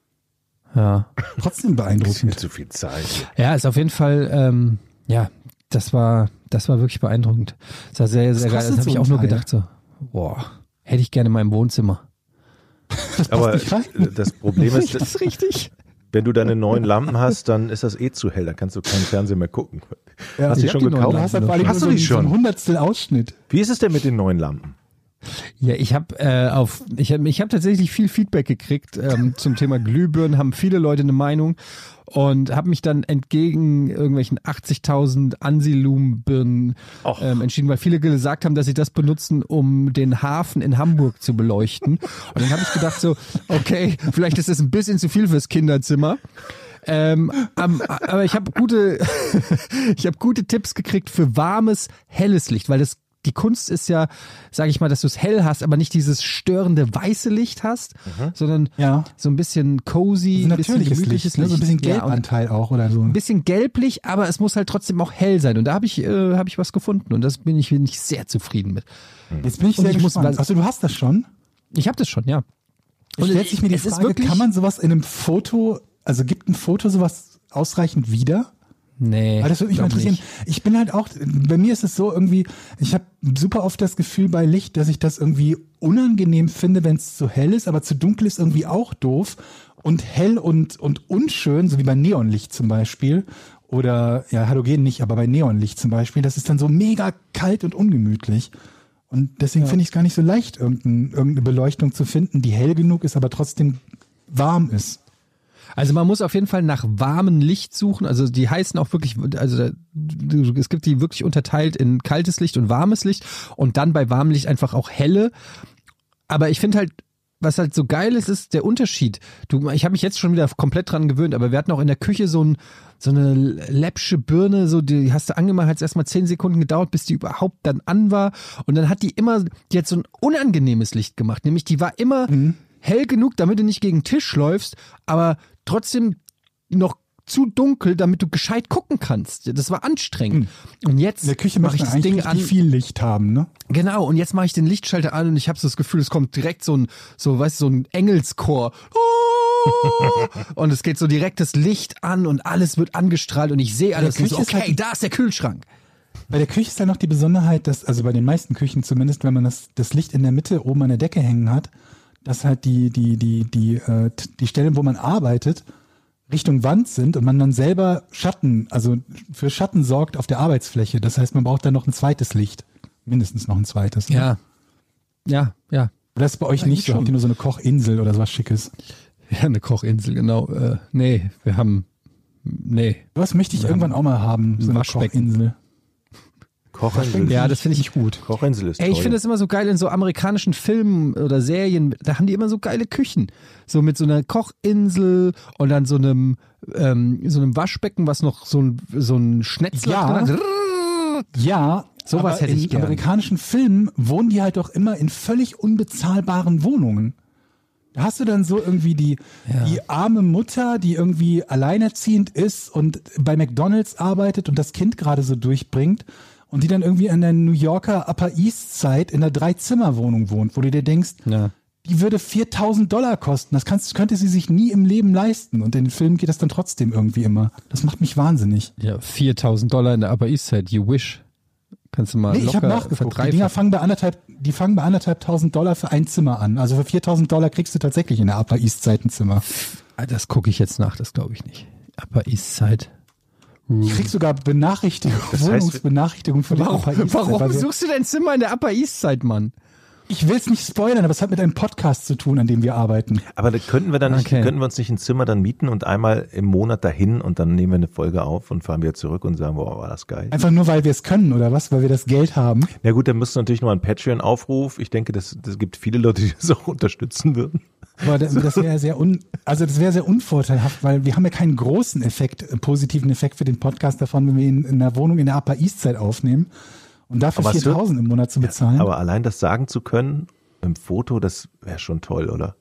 Ja. Trotzdem Bisschen beeindruckend. zu viel Zeit. Ja, ist auf jeden Fall, ähm, ja, das war, das war wirklich beeindruckend. Das war sehr, sehr Was geil. Das kostet habe so ich ein auch nur Teil? gedacht so, boah, hätte ich gerne in meinem Wohnzimmer. Aber nicht rein. das Problem ist, ist richtig. wenn du deine neuen Lampen hast, dann ist das eh zu hell. Da kannst du keinen Fernseher mehr gucken. Ja, Hast du die ich schon hab die neuen gekauft? Du hast, halt vor allem Hast nur du die so einen schon? Hundertstel Ausschnitt. Wie ist es denn mit den neuen Lampen? Ja, ich habe äh, auf, ich habe, ich habe tatsächlich viel Feedback gekriegt ähm, zum Thema Glühbirnen. Haben viele Leute eine Meinung und habe mich dann entgegen irgendwelchen achtzigtausend Ansilum-Birnen Och. ähm, entschieden, weil viele gesagt haben, dass sie das benutzen, um den Hafen in Hamburg zu beleuchten. Und dann habe ich gedacht so, okay, vielleicht ist das ein bisschen zu viel fürs Kinderzimmer. Ähm, am, aber ich habe gute, ich habe gute Tipps gekriegt für warmes, helles Licht, weil das die Kunst ist ja, sage ich mal, dass du es hell hast, aber nicht dieses störende weiße Licht hast, sondern Ja. so ein bisschen cozy, Ein ein bisschen natürliches gemütliches Licht, ne? So ein bisschen Ja, und Gelbanteil auch oder so. ein bisschen gelblich, aber es muss halt trotzdem auch hell sein. Und da habe ich, äh, habe ich was gefunden und das bin ich, bin ich sehr zufrieden mit. Jetzt bin ich Und sehr ich muss- gespannt. Achso, du hast das schon? Ich habe das schon, ja. Und stellt sich mir die es ist Frage, wirklich- kann man sowas in einem Foto, also gibt ein Foto sowas ausreichend wieder? Nee. Aber das würde mich mal glaub interessieren. nicht. Ich bin halt auch, bei mir ist es so irgendwie, ich habe super oft das Gefühl bei Licht, dass ich das irgendwie unangenehm finde, wenn es zu hell ist, aber zu dunkel ist irgendwie auch doof. Und hell und, und unschön, so wie bei Neonlicht zum Beispiel, oder ja, Halogen nicht, aber bei Neonlicht zum Beispiel, das ist dann so mega kalt und ungemütlich. Und deswegen finde ich es gar nicht so leicht, irgendein, irgendeine Beleuchtung zu finden, die hell genug ist, aber trotzdem warm ist. Also man muss auf jeden Fall nach warmem Licht suchen. Also die heißen auch wirklich, also da- du- es gibt die wirklich unterteilt in kaltes Licht und warmes Licht und dann bei warmem Licht einfach auch helle. Aber ich finde halt, was halt so geil ist, ist der Unterschied. Du, ich habe mich jetzt schon wieder komplett dran gewöhnt, aber wir hatten auch in der Küche so, ein, so eine läppsche Birne, so die hast du angemacht, hat es erstmal zehn Sekunden gedauert, bis die überhaupt dann an war. Und dann hat die immer, die hat so ein unangenehmes Licht gemacht. Nämlich die war immer hell genug, damit du nicht gegen den Tisch läufst, aber trotzdem noch zu dunkel, damit du gescheit gucken kannst. Das war anstrengend. Und jetzt In der Küche mache möchte ich man das eigentlich Ding richtig an. viel Licht haben, ne? Genau, und jetzt mache ich den Lichtschalter an und ich habe so das Gefühl, es kommt direkt so ein, so, weißt du, so ein Engelschor. Und es geht so direkt das Licht an und alles wird angestrahlt und ich sehe alles. Und Küche so, ist okay, halt- da ist der Kühlschrank. Bei der Küche ist ja noch die Besonderheit, dass, also bei den meisten Küchen zumindest, wenn man das, das Licht in der Mitte oben an der Decke hängen hat, dass halt die, die, die, die, äh, die Stellen, wo man arbeitet, Richtung Wand sind und man dann selber Schatten, also für Schatten sorgt auf der Arbeitsfläche. Das heißt, man braucht dann noch ein zweites Licht. Mindestens noch ein zweites. Ne? Ja. Ja, ja. Das ist bei euch nicht so. Habt ihr nur so eine Kochinsel oder sowas Schickes? Ja, eine Kochinsel, genau. Äh, nee, wir haben, nee. Was möchte ich Wir irgendwann auch mal haben? So eine Waschbecken. Kochinsel. Kochinsel. Ja, das finde ich gut. Kochinsel ist Ey, ich toll. finde das immer so geil in so amerikanischen Filmen oder Serien, da haben die immer so geile Küchen. So mit so einer Kochinsel und dann so einem, ähm, so einem Waschbecken, was noch so ein, so ein Schnetzler Ja. drin hat. Ja, Sowas aber hätte ich in gern. amerikanischen Filmen wohnen die halt doch immer in völlig unbezahlbaren Wohnungen. Da hast du dann so irgendwie die, Ja. die arme Mutter, die irgendwie alleinerziehend ist und bei McDonald's arbeitet und das Kind gerade so durchbringt und die dann irgendwie in der New Yorker Upper East Side in einer Drei-Zimmer-Wohnung wohnt, wo du dir denkst, Ja. die würde viertausend Dollar kosten. Das kannst, könnte sie sich nie im Leben leisten. Und in den Filmen geht das dann trotzdem irgendwie immer. Das macht mich wahnsinnig. Ja, viertausend Dollar in der Upper East Side, you wish. Kannst du mal Nee, ich locker habe nachgeguckt. Die Dinger verdreifachen. fangen bei anderthalb, die fangen bei anderthalb tausend Dollar für ein Zimmer an. Also für viertausend Dollar kriegst du tatsächlich in der Upper East Side ein Zimmer. Ah, das gucke ich jetzt nach, das glaube ich nicht. Upper East Side. Ich krieg sogar Benachrichtigung, Das heißt, Wohnungsbenachrichtigung für die Upper East Side. Warum weil wir- suchst du dein Zimmer in der Upper East Side, Mann? Ich will es nicht spoilern, aber es hat mit einem Podcast zu tun, an dem wir arbeiten. Aber da könnten wir dann nicht, Okay. könnten wir uns nicht ein Zimmer dann mieten und einmal im Monat dahin und dann nehmen wir eine Folge auf und fahren wieder zurück und sagen, boah, war das geil. Einfach nur, weil wir es können, oder was? Weil wir das Geld haben. Na gut, dann müsste natürlich noch ein Patreon-Aufruf. Ich denke, das, das gibt viele Leute, die das auch unterstützen würden. Aber das, das wäre sehr un, also das wäre sehr unvorteilhaft, weil wir haben ja keinen großen Effekt, äh, positiven Effekt für den Podcast davon, wenn wir ihn in einer Wohnung in der Upper East Side aufnehmen und dafür Aber es viertausend im Monat zu bezahlen. Aber allein das sagen zu können im Foto, das wäre schon toll, oder?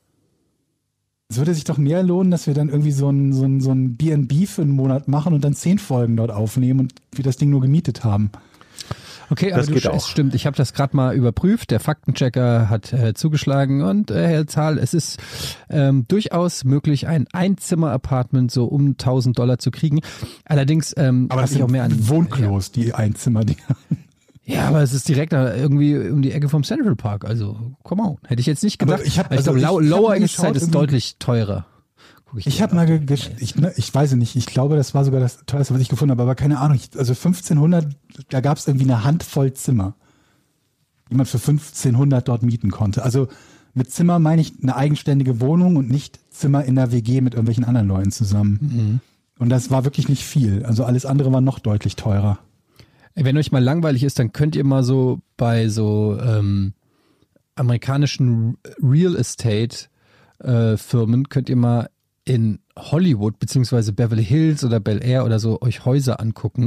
Es würde sich doch mehr lohnen, dass wir dann irgendwie so ein, so ein, so ein B and B für einen Monat machen und dann zehn Folgen dort aufnehmen und wir das Ding nur gemietet haben. Okay, aber Das du, geht es auch. stimmt, ich habe das gerade mal überprüft. Der Faktenchecker hat äh, zugeschlagen und äh, Herr Zahl, es ist ähm, durchaus möglich, ein Einzimmer-Apartment so um tausend Dollar zu kriegen. Allerdings ähm, Aber das hab ich sind auch mehr an Wohnklos, die Einzimmer-Dinger. Ja, aber es ist direkt da irgendwie um die Ecke vom Central Park. Also, come on. Hätte ich jetzt nicht gedacht. Aber ich hab- ich also glaube, ich- Low- ich hab Lower mal East Side geschaut, ist irgendwie- deutlich teurer. Guck Ich dir habe mal, ge ge- ich, ne, ich weiß nicht, ich glaube, das war sogar das teuerste, was ich gefunden habe, aber keine Ahnung. Ich, also fünfzehnhundert, da gab es irgendwie eine Handvoll Zimmer, die man für fünfzehnhundert dort mieten konnte. Also mit Zimmer meine ich eine eigenständige Wohnung und nicht Zimmer in der W G mit irgendwelchen anderen Leuten zusammen. Mhm. Und das war wirklich nicht viel. Also alles andere war noch deutlich teurer. Ey, wenn euch mal langweilig ist, dann könnt ihr mal so bei so ähm, amerikanischen Real Estate äh, Firmen, könnt ihr mal in Hollywood beziehungsweise Beverly Hills oder Bel Air oder so euch Häuser angucken.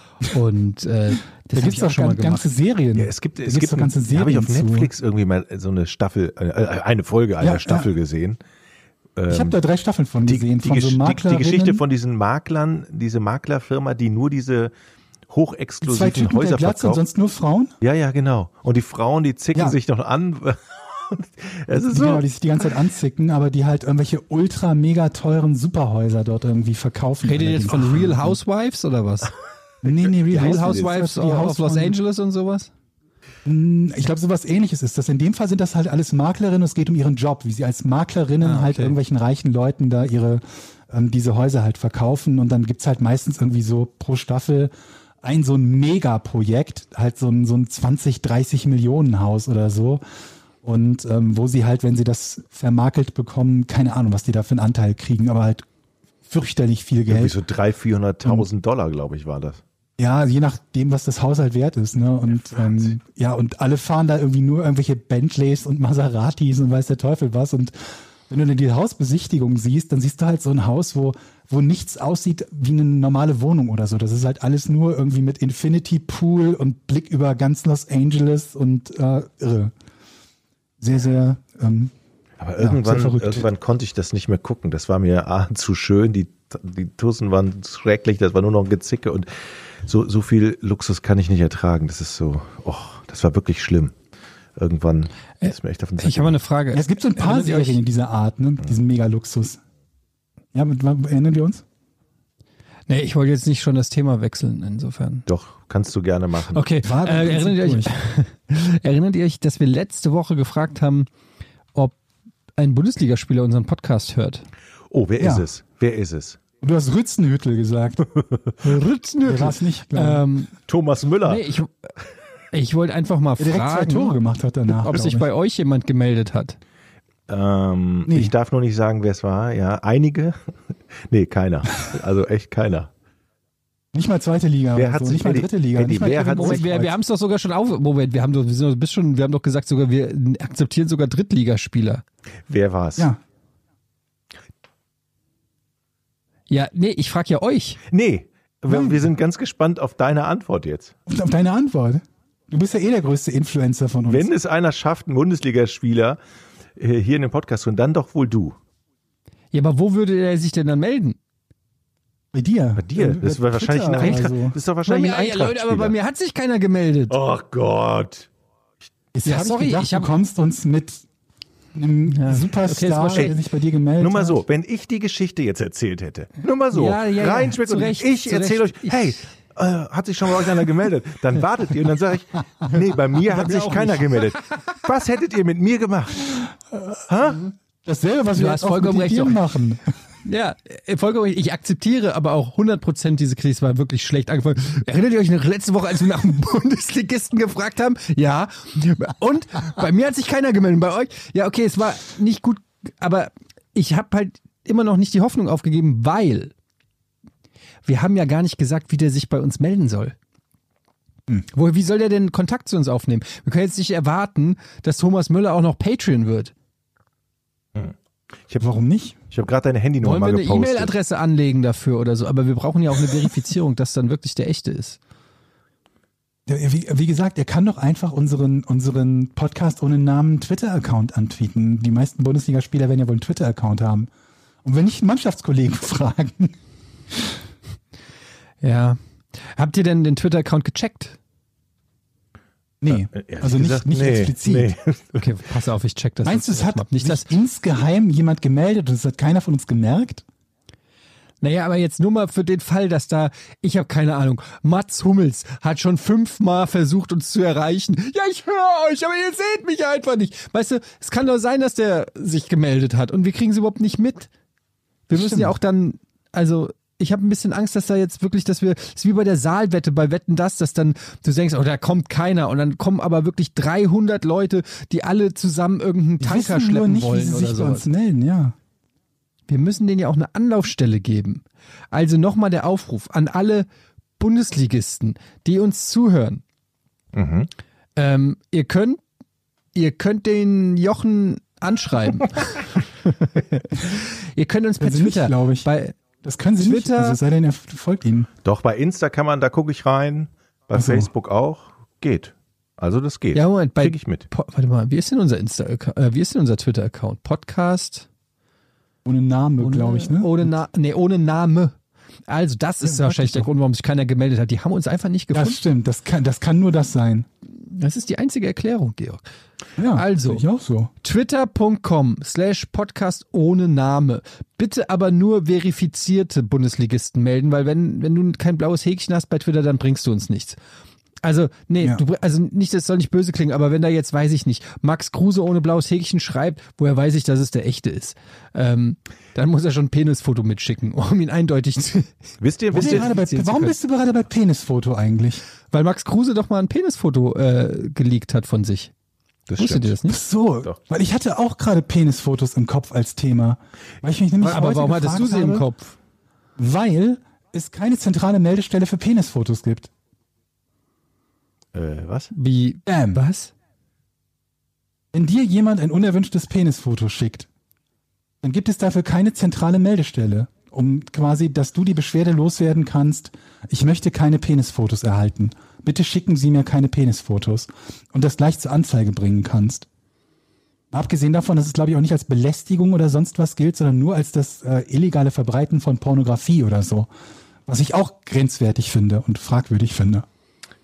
Und äh, das Da hab gibt's ich auch doch schon mal gan- ganze gemacht. Serien. Ja, es gibt, Da es gibt's gibt, doch ganze da habe ich auf Serien zu. Netflix irgendwie mal so eine Staffel, äh, eine Folge einer Ja, Staffel ja. gesehen. Ich habe da drei Staffeln von Die, gesehen, die, von Gesch- so die, die Maklerinnen. Geschichte von diesen Maklern, diese Maklerfirma, die nur diese Zwei hochexklusiven Typen mit Häuser der Glatze und verkauft. sonst nur Frauen? Ja, ja, genau. Und die Frauen, die zicken Ja. sich noch an. Es ist Die, genau, so. die sich die ganze Zeit anzicken, aber die halt irgendwelche ultra mega teuren Superhäuser dort irgendwie verkaufen. Redet ihr jetzt von Real Housewives oder was? Nee, nee, Real, Real Housewives, Housewives die of Haus Los von- Angeles und sowas? Ich glaube, sowas ähnliches ist das. In dem Fall sind das halt alles Maklerinnen, es geht um ihren Job, wie sie als Maklerinnen Ah, okay. halt irgendwelchen reichen Leuten da ihre ähm, diese Häuser halt verkaufen und dann gibt's halt meistens irgendwie so pro Staffel ein so ein Megaprojekt, halt so ein, so ein zwanzig, dreißig Millionen Haus oder so. Und ähm, wo sie halt, wenn sie das vermakelt bekommen, keine Ahnung, was die da für einen Anteil kriegen, aber halt fürchterlich viel Irgendwie Geld. so dreihunderttausend, vierhunderttausend Dollar, glaube ich, war das. Ja, je nachdem, was das Haus halt wert ist, ne? Und ähm, ja, und alle fahren da irgendwie nur irgendwelche Bentleys und Maseratis und weiß der Teufel was. Und wenn du dann die Hausbesichtigung siehst, dann siehst du halt so ein Haus, wo wo nichts aussieht wie eine normale Wohnung oder so. Das ist halt alles nur irgendwie mit Infinity Pool und Blick über ganz Los Angeles und äh, irre. Sehr, sehr ähm, Aber Ja, irgendwann, sehr verrückt. irgendwann konnte ich das nicht mehr gucken. Das war mir A, zu schön, die, die Tussen waren schrecklich, das war nur noch ein Gezicke und so, so viel Luxus kann ich nicht ertragen. Das ist so, oh, das war wirklich schlimm. Irgendwann ist mir echt auf den Sack Ich habe eine Frage. ja, es gibt so ein paar Erinnert ihr Serien euch- in dieser Art, ne? Diesen Megaluxus. Ja, mit, erinnern wir uns? Nee, ich wollte jetzt nicht schon das Thema wechseln, insofern. Doch, kannst du gerne machen. Okay, War aber äh, erinnert, ihr euch, erinnert ihr euch, dass wir letzte Woche gefragt haben, ob ein Bundesligaspieler unseren Podcast hört? Oh, wer Ja. ist es? Wer ist es? Du hast Rützenhüttel gesagt. Rützenhüttel. War es nicht, glaube Ähm, Thomas Müller. nee, ich, ich wollte einfach mal ich. Der direkt zwei fragen, Tore gemacht hat danach. ob sich glaub bei euch jemand gemeldet hat. Ähm, Nee. Ich darf nur nicht sagen, wer es war. Ja, einige. Nee, keiner. Also echt keiner. ich. Nicht mal zweite Liga. Wer oder hat so. sich Nicht mal Eddie- dritte Liga. Eddie, nicht mal wer Kevin hat sich- Moment, wir, wir haben es doch sogar schon auf. Moment, wir haben doch, wir sind doch bis schon, wir haben doch gesagt, sogar wir akzeptieren sogar Drittligaspieler. Wer war's? Ja. Ja, nee, ich frage ja euch. Nee, wir, Nein. wir sind ganz gespannt auf deine Antwort jetzt. Und auf deine Antwort. Du bist ja eh der größte Influencer von uns. Wenn es einer schafft, einen Bundesligaspieler äh, hier in den Podcast zu hören, dann doch wohl du. Ja, aber wo würde er sich denn dann melden? Bei dir. Bei dir. Über Das war wahrscheinlich ein Twitter Eintracht. oder so. Das ist doch Bei wahrscheinlich mir, ein ja, Leute, aber bei Eintracht-Spieler. mir hat sich keiner gemeldet. Oh Gott. Jetzt Ja, hab sorry, ich gedacht, ich hab- du kommst uns mit einem Ja, okay, das Superstar, war schön. der sich bei dir gemeldet Nur mal hat. so, wenn ich die Geschichte jetzt erzählt hätte, nur mal so, Ja, ja, ja, rein zu spekuliert, Recht, ich zu erzähle euch, Recht. Ich- hey, äh, hat sich schon bei euch einer gemeldet? Dann wartet ihr und dann sage ich, nee, bei mir hat mir sich auch keiner nicht. gemeldet. Was hättet ihr mit mir gemacht? Dasselbe, was Du wir hast jetzt auch mit vollkommen recht, dir doch. machen. Ja, äh, vollkommen richtig. Ich akzeptiere aber auch hundert Prozent diese Krise war wirklich schlecht angefangen. Erinnert ihr euch noch letzte Woche, als wir nach einem Bundesligisten gefragt haben? Ja. Und bei mir hat sich keiner gemeldet. Bei euch? Ja, okay, es war nicht gut, aber ich habe halt immer noch nicht die Hoffnung aufgegeben, weil wir haben ja gar nicht gesagt, wie der sich bei uns melden soll. Wo, wie soll der denn Kontakt zu uns aufnehmen? Wir können jetzt nicht erwarten, dass Thomas Müller auch noch Patreon wird. Ich habe Warum nicht? ich hab gerade deine Handynummer Wollen wir mal eine gepostet. E-Mail-Adresse anlegen dafür oder so? Aber wir brauchen ja auch eine Verifizierung, dass dann wirklich der echte ist. Ja, Wie, wie gesagt, er kann doch einfach unseren, unseren Podcast ohne Namen Twitter-Account antweeten. Die meisten Bundesligaspieler werden ja wohl einen Twitter-Account haben. Und wenn nicht Mannschaftskollegen fragen. Ja. Habt ihr denn den Twitter-Account gecheckt? Nee, Äh, ehrlich also nicht, gesagt, nicht nee, explizit. nee. Okay, pass auf, ich check das. Meinst du, jetzt es hat erstmal. nicht sich das? insgeheim jemand gemeldet und es hat keiner von uns gemerkt? Naja, aber jetzt nur mal für den Fall, dass da, ich habe keine Ahnung, Mats Hummels hat schon fünfmal versucht, uns zu erreichen. Ja, ich höre euch, aber ihr seht mich einfach nicht. Weißt du, es kann doch sein, dass der sich gemeldet hat und wir kriegen es überhaupt nicht mit. Wir müssen Stimmt. ja auch dann, also ich habe ein bisschen Angst, dass da jetzt wirklich, dass wir, es ist wie bei der Saalwette, bei Wetten das, dass dann du denkst, oh, da kommt keiner und dann kommen aber wirklich dreihundert Leute, die alle zusammen irgendeinen Die Tanker wissen nur schleppen nicht, wie wollen sie oder sich bei so. uns melden, ja. Wir müssen denen ja auch eine Anlaufstelle geben. Also nochmal der Aufruf an alle Bundesligisten, die uns zuhören. Mhm. Ähm, ihr könnt, ihr könnt den Jochen anschreiben. Ihr könnt uns per Können sie nicht, Twitter, glaub ich. bei Das können sie nicht. Twitter- Also es sei denn, er folgt ihnen. Doch, bei Insta kann man, da gucke ich rein, bei Ach so. Facebook auch, geht. Also das geht. ja Moment, bei Krieg ich mit. Po, warte mal, wie ist denn unser Insta, äh, wie ist denn unser Twitter-Account? Podcast Ohne Name, ohne, glaube ich, ne? ohne, Na, nee, ohne Name. Also das ist Ja, wahrscheinlich sag der ich doch. Grund, warum sich keiner gemeldet hat. Die haben uns einfach nicht gefunden. Das stimmt, das kann, das kann nur das sein. Das ist die einzige Erklärung, Georg. Ja, Also. sehe ich auch so. Twitter.com slash Podcast ohne Name. Bitte aber nur verifizierte Bundesligisten melden, weil wenn, wenn du kein blaues Häkchen hast bei Twitter, dann bringst du uns nichts. Also, nee, Ja. du, br- also nicht, das soll nicht böse klingen, aber wenn da jetzt, weiß ich nicht, Max Kruse ohne blaues Häkchen schreibt, woher weiß ich, dass es der echte ist? Ähm, dann muss er schon ein Penisfoto mitschicken, um ihn eindeutig zu, Wisst ihr, Warum, wisst ihr, gerade bei, identifizieren zu warum können. bist du gerade bei Penisfoto eigentlich? Weil Max Kruse doch mal ein Penisfoto äh, geleakt hat von sich. das Wusstet ihr das Ach nicht? so, Doch. weil ich hatte auch gerade Penisfotos im Kopf als Thema. Weil ich mich nämlich Aber heute warum hattest du gefragt sie im habe, Kopf? Weil es keine zentrale Meldestelle für Penisfotos gibt. Äh, was? Wie, Ähm, was? Wenn dir jemand ein unerwünschtes Penisfoto schickt, dann gibt es dafür keine zentrale Meldestelle, um quasi, dass du die Beschwerde loswerden kannst, ich möchte keine Penisfotos erhalten. Bitte schicken Sie mir keine Penisfotos. Und das gleich zur Anzeige bringen kannst. Abgesehen davon, dass es, glaube ich, auch nicht als Belästigung oder sonst was gilt, sondern nur als das äh, illegale Verbreiten von Pornografie oder so. Was ich auch grenzwertig finde und fragwürdig finde.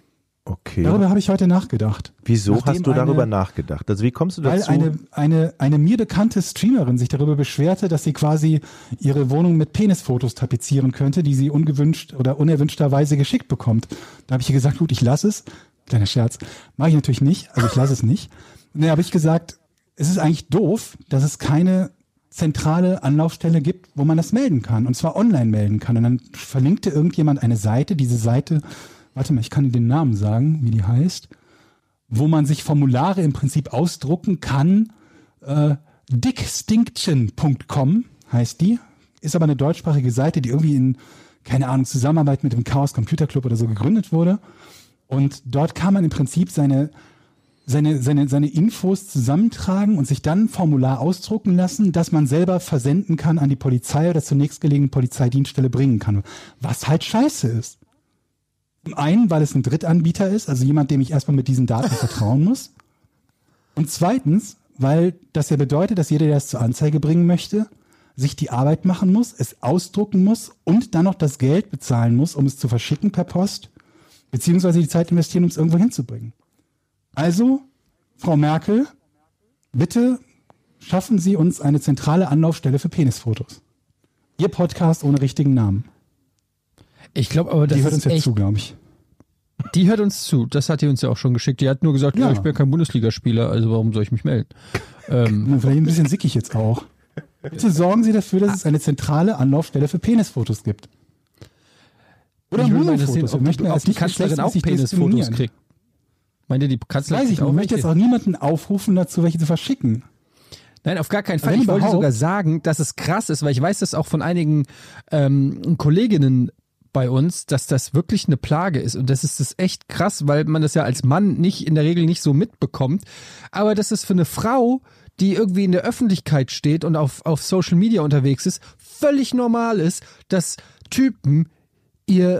Okay. Darüber habe ich heute nachgedacht. Wieso Nachdem hast du darüber eine, nachgedacht? Also wie kommst du Weil dazu? eine, eine, eine mir bekannte Streamerin sich darüber beschwerte, dass sie quasi ihre Wohnung mit Penisfotos tapezieren könnte, die sie ungewünscht oder unerwünschterweise geschickt bekommt. Da habe ich ihr gesagt, gut, ich lasse es. Kleiner Scherz. Mache ich natürlich nicht, also ich lasse es nicht. Ne, habe ich gesagt, es ist eigentlich doof, dass es keine zentrale Anlaufstelle gibt, wo man das melden kann. Und zwar online melden kann. Und dann verlinkte irgendjemand eine Seite, diese Seite, warte mal, ich kann dir den Namen sagen, wie die heißt, wo man sich Formulare im Prinzip ausdrucken kann. Äh, dickstinction punkt com heißt die. Ist aber eine deutschsprachige Seite, die irgendwie in, keine Ahnung, Zusammenarbeit mit dem Chaos Computer Club oder so gegründet wurde. Und dort kann man im Prinzip seine seine, seine, seine Infos zusammentragen und sich dann ein Formular ausdrucken lassen, das man selber versenden kann an die Polizei oder zur nächstgelegenen Polizeidienststelle bringen kann. Was halt scheiße ist. Zum einen, weil es ein Drittanbieter ist, also jemand, dem ich erstmal mit diesen Daten vertrauen muss. Und zweitens, weil das ja bedeutet, dass jeder, der es zur Anzeige bringen möchte, sich die Arbeit machen muss, es ausdrucken muss und dann noch das Geld bezahlen muss, um es zu verschicken per Post, beziehungsweise die Zeit investieren, um es irgendwo hinzubringen. Also, Frau Merkel, bitte schaffen Sie uns eine zentrale Anlaufstelle für Penisfotos. Ihr Podcast ohne richtigen Namen. Ich glaube aber, das Die hört ist uns jetzt echt, zu, glaube ich. Die hört uns zu. Das hat die uns ja auch schon geschickt. Die hat nur gesagt, ja, Ja. ich bin kein Bundesligaspieler, also warum soll ich mich melden? Ähm, Vielleicht ein bisschen sickig jetzt auch. Bitte sorgen Sie dafür, dass es eine zentrale Anlaufstelle für Penisfotos gibt. Oder mich würde mal Monofotos. interessieren, Wir ob möchten die, ja ob als die nicht Kanzlerin auch geschlechtsmäßig Penisfotos diskriminieren. kriegt. Meint ihr, die Kanzlerin Weiß ich kriegt nicht. auch Ich möchte welche? jetzt auch niemanden aufrufen dazu, welche zu verschicken. Nein, auf gar keinen Fall. Wenn Ich wollte überhaupt. sogar sagen, dass es krass ist, weil ich weiß das auch von einigen ähm, Kolleginnen bei uns, dass das wirklich eine Plage ist. Und das ist das echt krass, weil man das ja als Mann nicht in der Regel nicht so mitbekommt. Aber das ist für eine Frau, die irgendwie in der Öffentlichkeit steht und auf, auf Social Media unterwegs ist, völlig normal ist, dass Typen ihr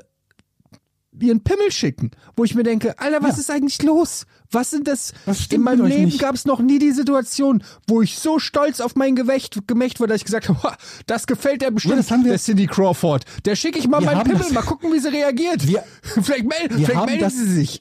ihren Pimmel schicken, wo ich mir denke, Alter, was Ja. ist eigentlich los? Was sind das? Was In stimmt meinem mit euch Leben nicht? gab es noch nie die Situation, wo ich so stolz auf mein Gemächt, Gemächt war, dass ich gesagt habe, "Hoa, das gefällt der bestimmt, Ja, das haben wir- der Cindy Crawford. Der schicke ich mal Wir meinen haben Pimmel, das- mal gucken, wie sie reagiert. Wir- vielleicht mel wir vielleicht haben meldet das- sie sich.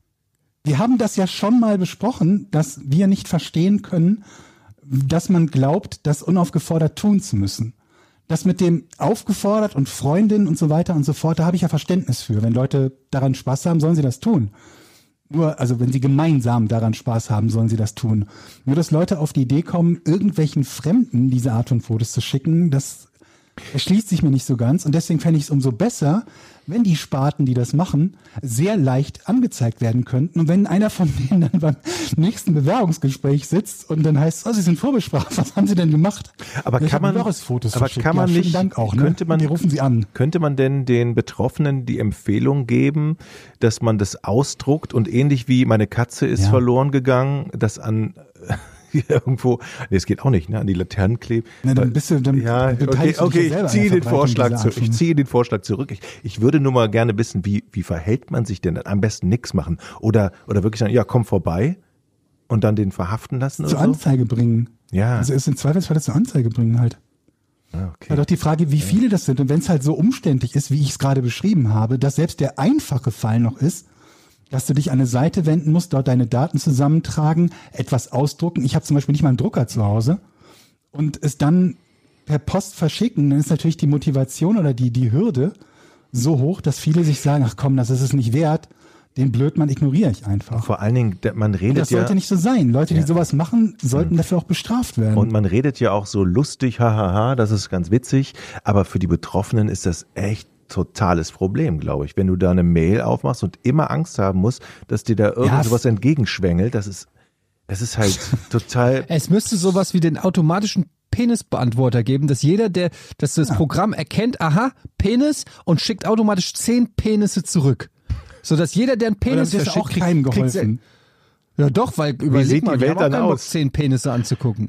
Wir haben das ja schon mal besprochen, dass wir nicht verstehen können, dass man glaubt, das unaufgefordert tun zu müssen. Das mit dem aufgefordert und Freundin und so weiter und so fort, da habe ich ja Verständnis für. Wenn Leute daran Spaß haben, sollen sie das tun. Nur, also wenn sie gemeinsam daran Spaß haben, sollen sie das tun. Nur, dass Leute auf die Idee kommen, irgendwelchen Fremden diese Art von Fotos zu schicken, das erschließt sich mir nicht so ganz. Und deswegen fände ich es umso besser, wenn die Sparten, die das machen, sehr leicht angezeigt werden könnten. Und wenn einer von denen dann beim nächsten Bewerbungsgespräch sitzt und dann heißt, oh, Sie sind vorbestraft, was haben Sie denn gemacht? Aber Ich kann hab man- Fotos aber kann man ja, nicht- vielen Dank auch, ne? könnte man- Wir rufen Sie an. Könnte man denn den Betroffenen die Empfehlung geben, dass man das ausdruckt und ähnlich wie meine Katze ist Ja. verloren gegangen, das an irgendwo, nee, es geht auch nicht, ne, an die Laternen kleben. Na, dann bist du- dann ja, okay, beteiligst du dich okay, ja selber ich ziehe an der den Verbreitung Vorschlag dieser zurück. Art Ich von- ziehe den Vorschlag zurück. Ich, ich würde nur mal gerne wissen, wie, wie verhält man sich denn? Am besten nichts machen oder, oder wirklich sagen, ja, komm vorbei und dann den verhaften lassen Zur oder so? Anzeige bringen. Ja. Also ist im Zweifelsfall zur Anzeige bringen halt. Ah, okay. Ja, doch die Frage, wie viele das sind und wenn es halt so umständlich ist, wie ich es gerade beschrieben habe, dass selbst der einfache Fall noch ist, dass du dich an eine Seite wenden musst, dort deine Daten zusammentragen, etwas ausdrucken. Ich habe zum Beispiel nicht mal einen Drucker zu Hause und es dann per Post verschicken, dann ist natürlich die Motivation oder die, die Hürde so hoch, dass viele sich sagen, ach komm, das ist es nicht wert, den Blödmann ignoriere ich einfach. Vor allen Dingen, der- man Und redet das ja. sollte nicht so sein. Leute, die Ja. sowas machen, sollten dafür auch bestraft werden. Und man redet ja auch so lustig, hahaha, das ist ganz witzig, aber für die Betroffenen ist das echt totales Problem, glaube ich. Wenn du da eine Mail aufmachst und immer Angst haben musst, dass dir da irgend Ja, sowas entgegenschwängelt, das ist, das ist halt total, Es müsste sowas wie den automatischen Penisbeantworter geben, dass jeder, der, dass das Programm erkennt, aha, Penis und schickt automatisch zehn Penisse zurück. So dass jeder, der einen Aber Penis das ist ja verschickt, auch keinem kriegt, kriegt geholfen. Ja doch, weil überleg sieht mal, die wir Welt haben auch dann keinen Bock, aus? zehn Penisse anzugucken.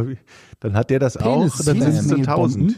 dann hat der das Penis- auch, dann sind es so Penismailbomben. tausend.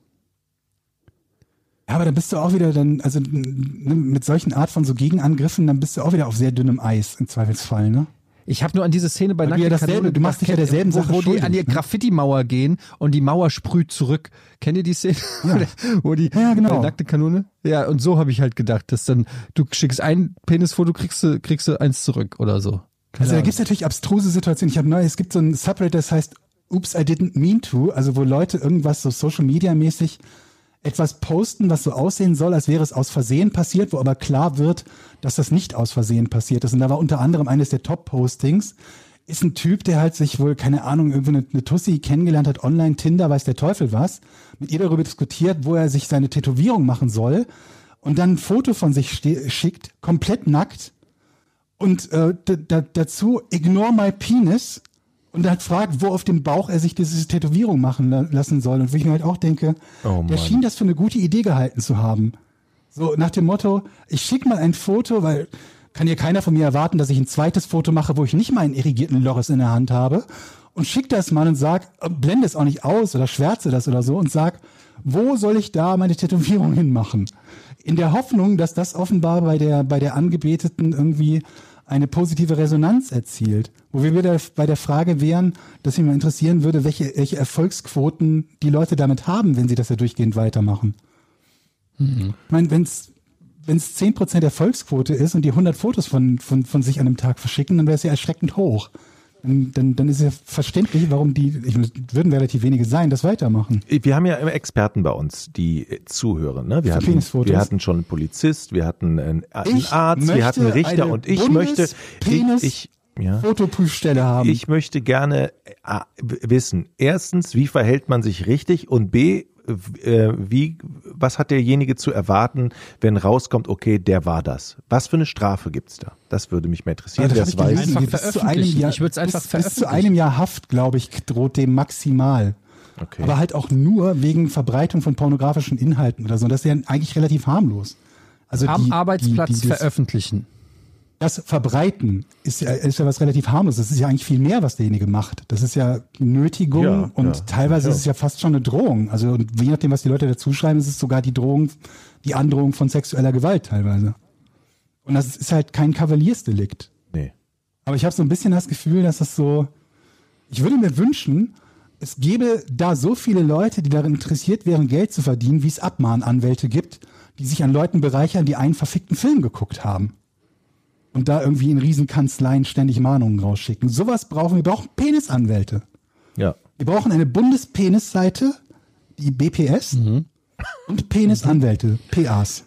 Ja, aber dann bist du auch wieder dann, also ne, mit solchen Art von so Gegenangriffen, dann bist du auch wieder auf sehr dünnem Eis im Zweifelsfall, ne? Ich habe nur an diese Szene bei Weil du ja Nackte dasselbe- Kanone du machst dich ja gedacht, derselben wo, Sache wo die schuldig, an die ne? Graffiti-Mauer gehen und die Mauer sprüht zurück. Kennt ihr die Szene? Ja. wo die Ja, genau. bei Nackte Kanone? Ja, und so habe ich halt gedacht, dass dann du schickst ein Penisfoto, kriegst du, kriegst du eins zurück oder so. Keine Also da Ahnung. gibt es natürlich abstruse Situationen. Ich habe neu, es gibt so ein Subreddit, das heißt Oops, I didn't mean to, also wo Leute irgendwas so Social Media mäßig etwas posten, was so aussehen soll, als wäre es aus Versehen passiert, wo aber klar wird, dass das nicht aus Versehen passiert ist. Und da war unter anderem eines der Top-Postings, ist ein Typ, der halt sich wohl, keine Ahnung, irgendwie eine, eine Tussi kennengelernt hat, online, Tinder, weiß der Teufel was, mit ihr darüber diskutiert, wo er sich seine Tätowierung machen soll und dann ein Foto von sich ste- schickt, komplett nackt und äh, d- d- dazu ignore my penis und halt fragt, wo auf dem Bauch er sich diese Tätowierung machen la- lassen soll. Und wo ich mir halt auch denke, Oh der Mann. schien das für eine gute Idee gehalten zu haben. So nach dem Motto, ich schicke mal ein Foto, weil kann hier keiner von mir erwarten, dass ich ein zweites Foto mache, wo ich nicht mal einen irrigierten Loris in der Hand habe und schick das mal und sag, äh, blende es auch nicht aus oder schwärze das oder so und sag, wo soll ich da meine Tätowierung hinmachen? In der Hoffnung, dass das offenbar bei der, bei der Angebeteten irgendwie eine positive Resonanz erzielt. Wo wir wieder bei der Frage wären, dass mich mal interessieren würde, welche, welche Erfolgsquoten die Leute damit haben, wenn sie das ja durchgehend weitermachen. Ich meine, wenn es wenn es zehn Prozent Erfolgsquote ist und die hundert Fotos von, von, von sich an einem Tag verschicken, dann wäre es ja erschreckend hoch. Dann, dann, dann ist ja verständlich, warum die, ich, würden relativ wenige sein, das weitermachen. Wir haben ja immer Experten bei uns, die äh, zuhören. Ne? Wir, Für hatten, Penisfotos? wir hatten schon einen Polizist, wir hatten einen, einen Ich Arzt, wir möchte hatten einen Richter eine und ich möchte, ich, Bundes-Penis- ich, ja, Fotoprüfstelle haben. ich möchte gerne äh, wissen, erstens, wie verhält man sich richtig und b, äh, wie, was hat derjenige zu erwarten, wenn rauskommt, okay, der war das. Was für eine Strafe gibt's da? Das würde mich mal interessieren, Ja, wer das es hab ich weiß. gelesen. Einfach Bis zu einem veröffentlichen. Jahr- Ich würde es einfach bis, bis zu veröffentlichen. einem Jahr Haft, glaube ich, droht dem maximal. Okay. Aber halt auch nur wegen Verbreitung von pornografischen Inhalten oder so. Das ist ja eigentlich relativ harmlos. Also Am die, Arbeitsplatz die, die, das, veröffentlichen. das Verbreiten ist ja, ist ja was relativ harmlos. Das ist ja eigentlich viel mehr, was derjenige macht. Das ist ja Nötigung Ja, und ja, teilweise ja. ist es ja fast schon eine Drohung. Also und je nachdem, was die Leute dazu schreiben, ist es sogar die Drohung, die Androhung von sexueller Gewalt teilweise. Und das ist halt kein Kavaliersdelikt. Nee. Aber ich habe so ein bisschen das Gefühl, dass das so, ich würde mir wünschen, es gäbe da so viele Leute, die daran interessiert wären, Geld zu verdienen, wie es Abmahnanwälte gibt, die sich an Leuten bereichern, die einen verfickten Film geguckt haben. Und da irgendwie in Riesenkanzleien ständig Mahnungen rausschicken. Sowas brauchen wir. Wir brauchen Penisanwälte. Ja. Wir brauchen eine Bundespenisseite, die B P S, und Penisanwälte, P As.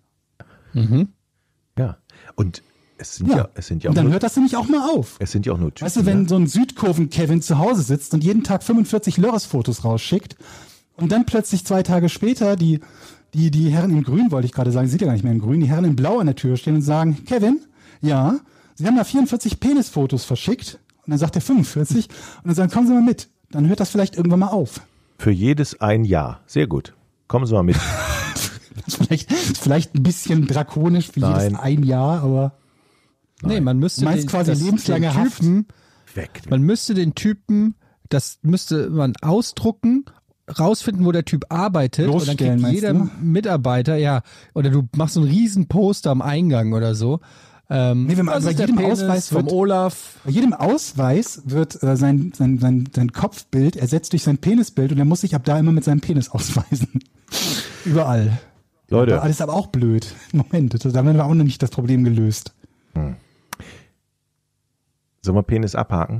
Ja. Und es sind Ja. ja, es sind ja auch und dann nur, hört das nämlich auch mal auf. es sind ja auch nur Typen. Weißt du, wenn ne? so ein Südkurven-Kevin zu Hause sitzt und jeden Tag fünfundvierzig Lörres-Fotos rausschickt und dann plötzlich zwei Tage später die, die, die Herren in Grün, wollte ich gerade sagen, sieht ja gar nicht mehr in Grün, die Herren in Blau an der Tür stehen und sagen, Kevin, ja, Sie haben da vierundvierzig Penisfotos verschickt. Und dann sagt er fünfundvierzig und dann sagen, kommen Sie mal mit. Dann hört das vielleicht irgendwann mal auf. Für jedes ein Jahr. Sehr gut. Kommen Sie mal mit. Das ist vielleicht, ist vielleicht ein bisschen drakonisch für Nein. jedes ein Jahr, aber Nee, man müsste Du meinst den, quasi das, lebenslange den Haft? Typen, Weg. man müsste den Typen, das müsste man ausdrucken, rausfinden, wo der Typ arbeitet und dann Losstellen, kriegt meinst jeder du? Mitarbeiter, ja, oder du machst so einen riesen Poster am Eingang oder so. Ähm, Nee, wenn man- das bei ist der jedem Penis Ausweis vom wird- Olaf. bei jedem Ausweis wird äh, sein, sein, sein, sein Kopfbild ersetzt durch sein Penisbild und er muss sich ab da immer mit seinem Penis ausweisen. Überall. Leute, Das ist aber auch blöd. Moment, das, damit haben wir auch noch nicht das Problem gelöst. sollen wir Penis abhaken?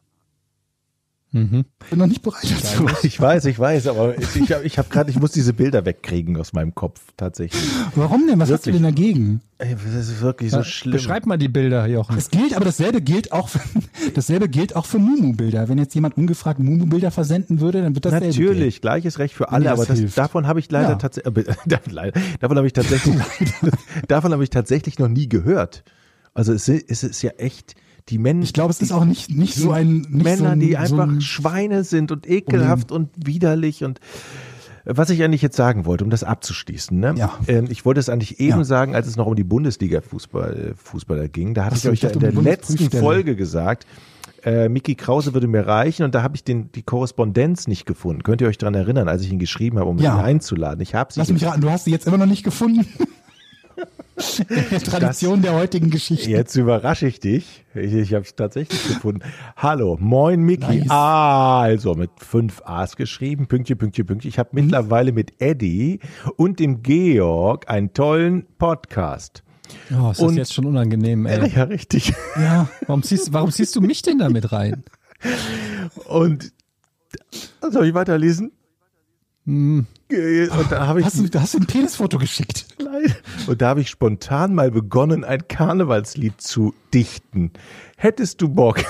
Mhm. Bin noch nicht bereit dazu. Ich weiß, ich weiß, aber ich, ich habe ich hab gerade, ich muss diese Bilder wegkriegen aus meinem Kopf, tatsächlich. Warum denn? Was hast du Wirklich? denn dagegen? Ey, das ist wirklich so schlimm. Beschreib mal die Bilder, Jochen. Das gilt, aber dasselbe gilt auch für, dasselbe gilt auch für Mumu-Bilder. Wenn jetzt jemand ungefragt Mumu-Bilder versenden würde, dann wird das Natürlich, gleiches Recht für alle, dir das aber das, hilft. davon habe ich leider Ja. tatsächlich, äh, davon habe ich tatsächlich, davon habe ich tatsächlich noch nie gehört. Also es, ist- es ist ja echt die Männer. Ich glaube, es ist auch nicht, nicht so ein, nicht Männer, so ein, die so einfach ein, Schweine sind und ekelhaft und widerlich und äh, was ich eigentlich jetzt sagen wollte, um das abzuschließen, ne? Ja. Ähm, ich wollte es eigentlich eben Ja. sagen, als es noch um die Bundesliga-Fußball, Fußballer ging. Da hatte Ach ich so, euch ich ja dachte, in der um die letzten Bundesprüfstelle. Folge gesagt, äh, Micky Krause würde mir reichen und da habe ich den, die Korrespondenz nicht gefunden. Könnt ihr euch daran erinnern, als ich ihn geschrieben habe, um Ja. ihn einzuladen? Ich habe sie lass mich raten, du hast sie jetzt immer noch nicht gefunden? Der Tradition das, der heutigen Geschichte. Jetzt überrasche ich dich. Ich, ich habe es tatsächlich gefunden. Hallo, moin Micky. Nice. Ah, also mit fünf A's geschrieben. Pünktchen, Pünktchen, Pünktchen. Ich habe mhm. mittlerweile mit Eddie und dem Georg einen tollen Podcast. Oh, ist das und, jetzt schon unangenehm, ey. Ja, richtig. Ja, warum ziehst, warum ziehst du mich denn da mit rein? Und soll ich weiterlesen? Hm. Und da habe ich hast, du, hast du ein Penisfoto geschickt? Nein. Und da habe ich spontan mal begonnen, ein Karnevalslied zu dichten. Hättest du Bock?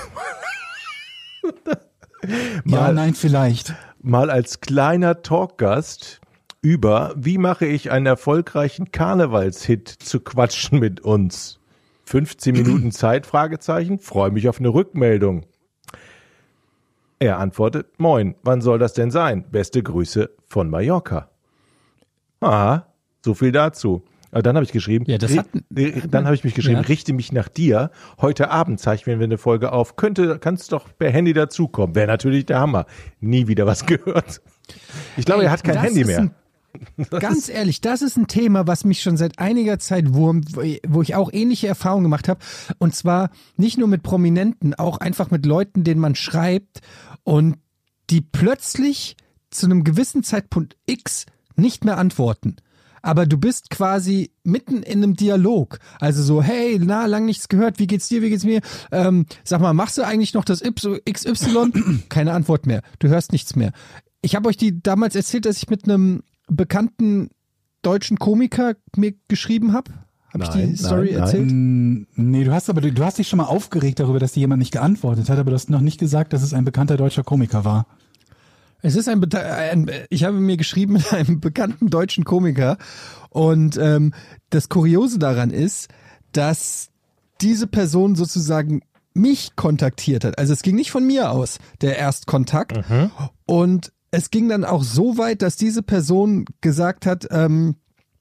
mal, ja, nein, vielleicht. Mal als kleiner Talkgast über, wie mache ich einen erfolgreichen Karnevalshit zu quatschen mit uns? fünfzehn Minuten Zeit, Fragezeichen, freue mich auf eine Rückmeldung. Er antwortet, moin, wann soll das denn sein? Beste Grüße von Mallorca. Aha, so viel dazu. Aber dann habe ich geschrieben, ja, das hat, dann habe ich mich geschrieben, ja. richte mich nach dir. Heute Abend zeichnen wir eine Folge auf. Könnte, kannst doch per Handy dazukommen. Wäre natürlich der Hammer. Nie wieder was gehört. Ich glaube, Ey, er hat kein Handy mehr. Ein, ganz ehrlich, das ist ein Thema, was mich schon seit einiger Zeit wurmt, wo ich auch ähnliche Erfahrungen gemacht habe. Und zwar nicht nur mit Prominenten, auch einfach mit Leuten, denen man schreibt und die plötzlich zu einem gewissen Zeitpunkt X nicht mehr antworten. Aber du bist quasi mitten in einem Dialog. Also so, hey, na, lang nichts gehört, wie geht's dir, wie geht's mir? Ähm, sag mal, machst du eigentlich noch das X Y? Keine Antwort mehr. Du hörst nichts mehr. Ich habe euch die damals erzählt, dass ich mit einem bekannten deutschen Komiker mir geschrieben habe. Habe ich die Story nein, erzählt? Nein. Nee, du hast aber du hast dich schon mal aufgeregt darüber, dass dir jemand nicht geantwortet hat, aber du hast noch nicht gesagt, dass es ein bekannter deutscher Komiker war. Es ist ein, ein ich habe mir geschrieben mit einem bekannten deutschen Komiker und ähm, das Kuriose daran ist, dass diese Person sozusagen mich kontaktiert hat. Also es ging nicht von mir aus, der Erstkontakt. Mhm. Und es ging dann auch so weit, dass diese Person gesagt hat, ähm,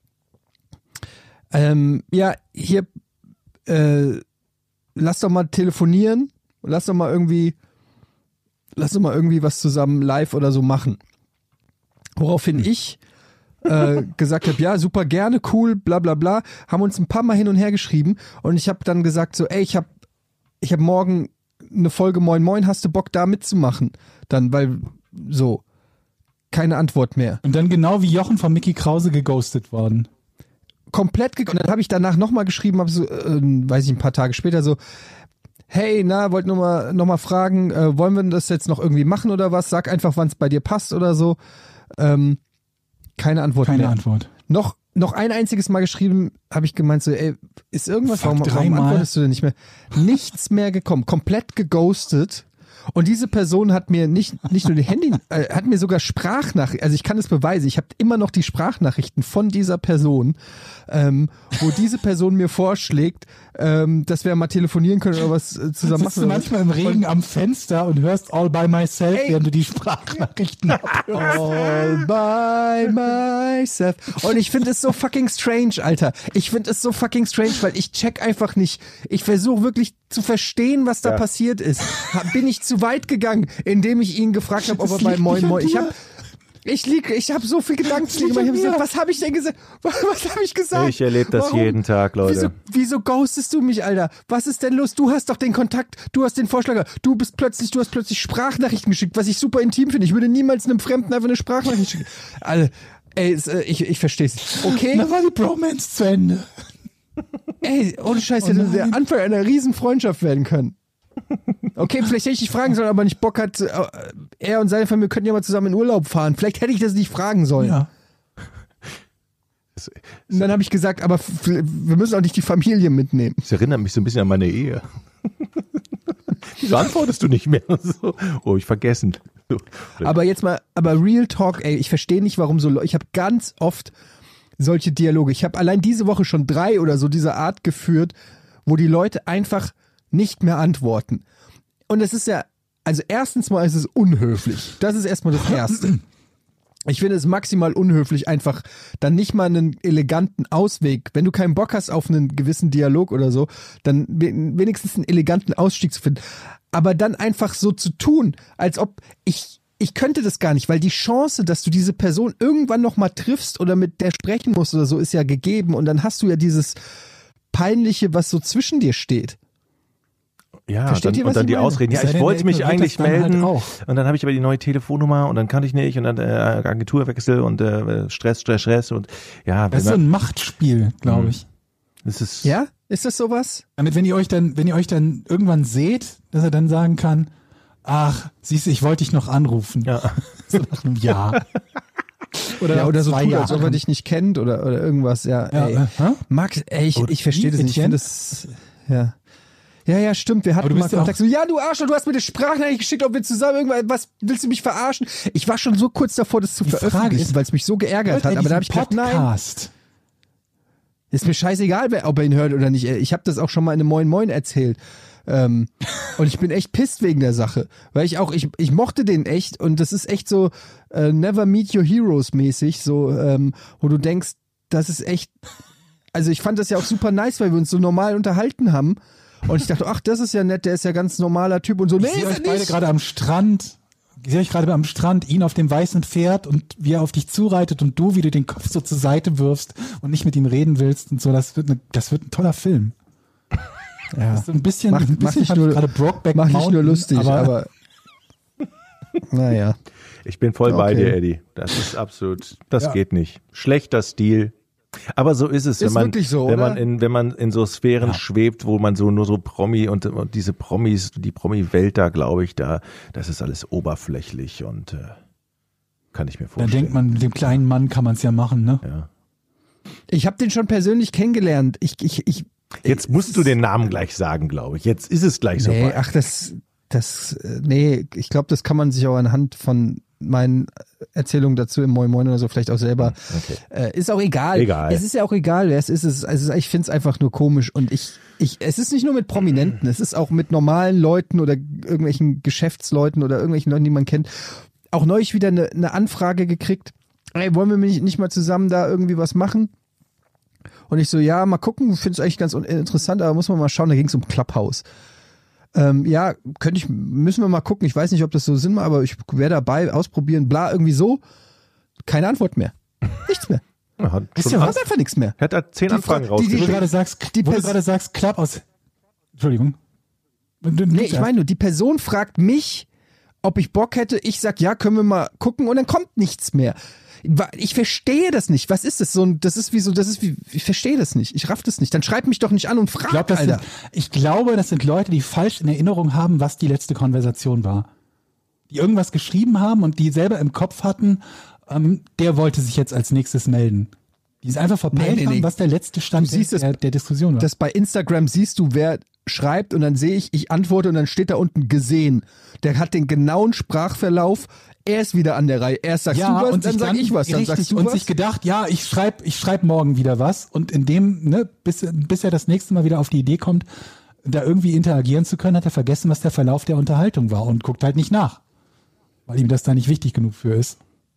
ähm, ja, hier, äh, lass doch mal telefonieren, lass doch mal irgendwie, lass doch mal irgendwie was zusammen live oder so machen. Woraufhin ich äh, gesagt habe, ja, super gerne, cool, bla bla bla, haben uns ein paar Mal hin und her geschrieben und ich habe dann gesagt so, ey, ich habe ich hab morgen eine Folge Moin Moin, hast du Bock da mitzumachen? Dann, weil so, keine Antwort mehr. Und dann genau wie Jochen von Micky Krause geghostet worden. Komplett ge- und dann habe ich danach nochmal geschrieben, hab so, äh, weiß ich, ein paar Tage später so, hey, na, wollt nur mal, noch mal fragen, äh, wollen wir das jetzt noch irgendwie machen oder was? Sag einfach, wann es bei dir passt oder so. Ähm, keine Antwort keine mehr. Keine Antwort. Noch, noch ein einziges Mal geschrieben, habe ich gemeint so, ey, ist irgendwas, warum, warum antwortest du denn nicht mehr? Nichts mehr gekommen, komplett geghostet. Und diese Person hat mir nicht nicht nur die Handy, äh, hat mir sogar Sprachnachrichten, also ich kann es beweisen, ich habe immer noch die Sprachnachrichten von dieser Person, ähm, wo diese Person mir vorschlägt, ähm, dass wir mal telefonieren können oder was äh, zusammen machen. Sitzt du manchmal im Regen am Fenster und hörst All by Myself, ey, während du die Sprachnachrichten abhörst. All by myself. Und ich finde es so fucking strange, Alter. Ich finde es so fucking strange, weil ich check einfach nicht. Ich versuche wirklich zu verstehen, was da ja. passiert ist. Bin ich zu weit gegangen, indem ich ihn gefragt habe, ob er bei Moin Moin. Ich habe ich lieg, ich habe so viel Gedanken gemacht. Ich hab gesagt, was habe ich denn gesagt? Was, was habe ich gesagt? Ich erlebe das Warum? jeden Tag, Leute. Wieso, wieso ghostest du mich, Alter? Was ist denn los? Du hast doch den Kontakt, du hast den Vorschlag, du bist plötzlich, du hast plötzlich Sprachnachrichten geschickt, was ich super intim finde. Ich würde niemals einem Fremden einfach eine Sprachnachricht schicken. Alter, ey, ich, ich verstehe es. Okay. Da war die Bromance zu Ende. Ey, ohne Scheiß, hätte oh der Anfang einer riesen Freundschaft werden können. Okay, vielleicht hätte ich dich fragen sollen, aber nicht Bock hat, er und seine Familie könnten ja mal zusammen in Urlaub fahren. Vielleicht hätte ich das nicht fragen sollen. Ja. Und dann habe ich gesagt, aber wir müssen auch nicht die Familie mitnehmen. Das erinnert mich so ein bisschen an meine Ehe. Wieso antwortest du nicht mehr? So, oh, ich vergessen. So. Aber jetzt mal, aber Real Talk, ey, ich verstehe nicht, warum so Leute, ich habe ganz oft solche Dialoge. Ich habe allein diese Woche schon drei oder so dieser Art geführt, wo die Leute einfach nicht mehr antworten. Und es ist ja, also erstens mal ist es unhöflich. Das ist erstmal das Erste. Ich finde es maximal unhöflich, einfach dann nicht mal einen eleganten Ausweg, wenn du keinen Bock hast auf einen gewissen Dialog oder so, dann wenigstens einen eleganten Ausstieg zu finden. Aber dann einfach so zu tun, als ob ich ich könnte das gar nicht, weil die Chance, dass du diese Person irgendwann noch mal triffst oder mit der sprechen musst oder so, ist ja gegeben. Und dann hast du ja dieses Peinliche, was so zwischen dir steht. Ja, Versteht dann, ihr, was und dann ich die meine? Ausreden. Ja, Es sei ich denn, wollte der mich ignoriert eigentlich das dann halt melden auch. und dann habe ich aber die neue Telefonnummer und dann kann ich nicht und dann äh, Agenturwechsel und äh, Stress, Stress, Stress und ja. Das ist so ein Machtspiel, glaube ich. Das ist, Ja? Ist das sowas? Damit, wenn ihr euch dann, wenn ihr euch dann irgendwann seht, dass er dann sagen kann, ach, siehst du, ich wollte dich noch anrufen. Ja. So nach einem Jahr. Oder, Ja, oder so zwei tut, als ob er Jahren. dich nicht kennt oder, oder irgendwas. Ja, Ja, ey. äh, hä? Max, ey, ich, ich verstehe das nicht. Ich Etienne? finde das, ja. Ja, ja, stimmt. Wir Aber hatten du mal bist ja Kontakt. So, ja, du Arschloch, du hast mir eine Sprachnachricht geschickt, ob wir zusammen irgendwas, was, willst du mich verarschen? Ich war schon so kurz davor, das zu Die Frage veröffentlichen, ist, weil es mich so geärgert Hört hat. er Aber da habe diesen ich gedacht, nein, Podcast? ist mir scheißegal, wer, ob er ihn hört oder nicht. Ich habe das auch schon mal in einem Moin Moin erzählt. Ähm, und ich bin echt pisst wegen der Sache. Weil ich auch, ich, ich mochte den echt und das ist echt so äh, Never Meet Your Heroes mäßig, so, ähm, wo du denkst, das ist echt, also ich fand das ja auch super nice, weil wir uns so normal unterhalten haben. Und ich dachte, ach, das ist ja nett, der ist ja ganz normaler Typ und so. Nee, Ich sehe ist euch er beide nicht. gerade am Strand. Ich sehe euch gerade am Strand, ihn auf dem weißen Pferd und wie er auf dich zureitet und du, wie du den Kopf so zur Seite wirfst und nicht mit ihm reden willst und so. Das wird, eine, das wird ein toller Film. Ja. Das ist so ein bisschen, Macht- ein macht bisschen nicht hab ich nur- gerade Brokeback Mach Mountain, nicht nur lustig, aber, aber, naja. Ich bin voll bei Okay. dir, Eddie. Das ist absolut, das Ja. geht nicht. Schlechter Stil. Aber so ist es, wenn Ist man, wirklich so, wenn oder? man in, wenn man in so Sphären Ja. schwebt, wo man so nur so Promi und, und diese Promis, die Promi-Welt da, glaube ich, da, das ist alles oberflächlich und äh, kann ich mir da vorstellen. denkt man, mit dem kleinen Mann kann man es ja machen, ne? Ja. Ich habe den schon persönlich kennengelernt. Ich, ich, ich, Jetzt musst du den Namen gleich sagen, glaube ich. Jetzt ist es gleich so Nee, weit. ach, das, das, äh, nee, ich glaube, das kann man sich auch anhand von meinen Erzählungen dazu im Moin Moin oder so vielleicht auch selber. Okay. Äh, ist auch egal. Egal. Es ist ja auch egal, wer es ist. Es ist also ich finde es einfach nur komisch und ich, ich, es ist nicht nur mit Prominenten, es ist auch mit normalen Leuten oder irgendwelchen Geschäftsleuten oder irgendwelchen Leuten, die man kennt. Auch neulich wieder eine, eine Anfrage gekriegt. Ey, wollen wir nicht, nicht mal zusammen da irgendwie was machen? Und ich so, ja, mal gucken, finde es eigentlich ganz un- interessant, aber muss man mal schauen, da ging es um Clubhouse. Ähm, ja, könnte ich, müssen wir mal gucken. Ich weiß nicht, ob das so Sinn macht, aber ich wäre dabei, ausprobieren, bla, irgendwie so. Keine Antwort mehr. Nichts mehr. Ja, hat Wisst schon ihr Hat einfach nichts mehr. hat er zehn Die Anfragen Frau- die- die- Wo du rausgeschickt. gerade sagst, Die wo du Pers- gerade sagst, Klapp aus. Entschuldigung. Du- du- Nee, ich du- meine nur, die Person fragt mich, ob ich Bock hätte. Ich sag, ja, können wir mal gucken und dann kommt nichts mehr. Ich verstehe das nicht. Was ist das? So ein, das ist wie so, das ist wie, ich verstehe das nicht. Ich raff das nicht. Dann schreib mich doch nicht an und frag, Ich, glaub, das Alter. sind, ich glaube, das sind Leute, die falsch in Erinnerung haben, was die letzte Konversation war. Die irgendwas geschrieben haben und die selber im Kopf hatten, ähm, der wollte sich jetzt als nächstes melden. Die es einfach verpeilt Nee, nee, nee. haben, was der letzte Stand Du siehst der, der, der Diskussion war. Das bei Instagram siehst du, wer schreibt und dann sehe ich, ich antworte und dann steht da unten gesehen. Der hat den genauen Sprachverlauf. Er ist wieder an der Reihe. Erst sagst ja, du was, und dann sich sag ich was, dann richtig, sagst du und was. sich gedacht, ja, ich schreib, ich schreib morgen wieder was und in dem, ne, bis, bis er das nächste Mal wieder auf die Idee kommt, da irgendwie interagieren zu können, hat er vergessen, was der Verlauf der Unterhaltung war und guckt halt nicht nach, weil ihm das da nicht wichtig genug für ist.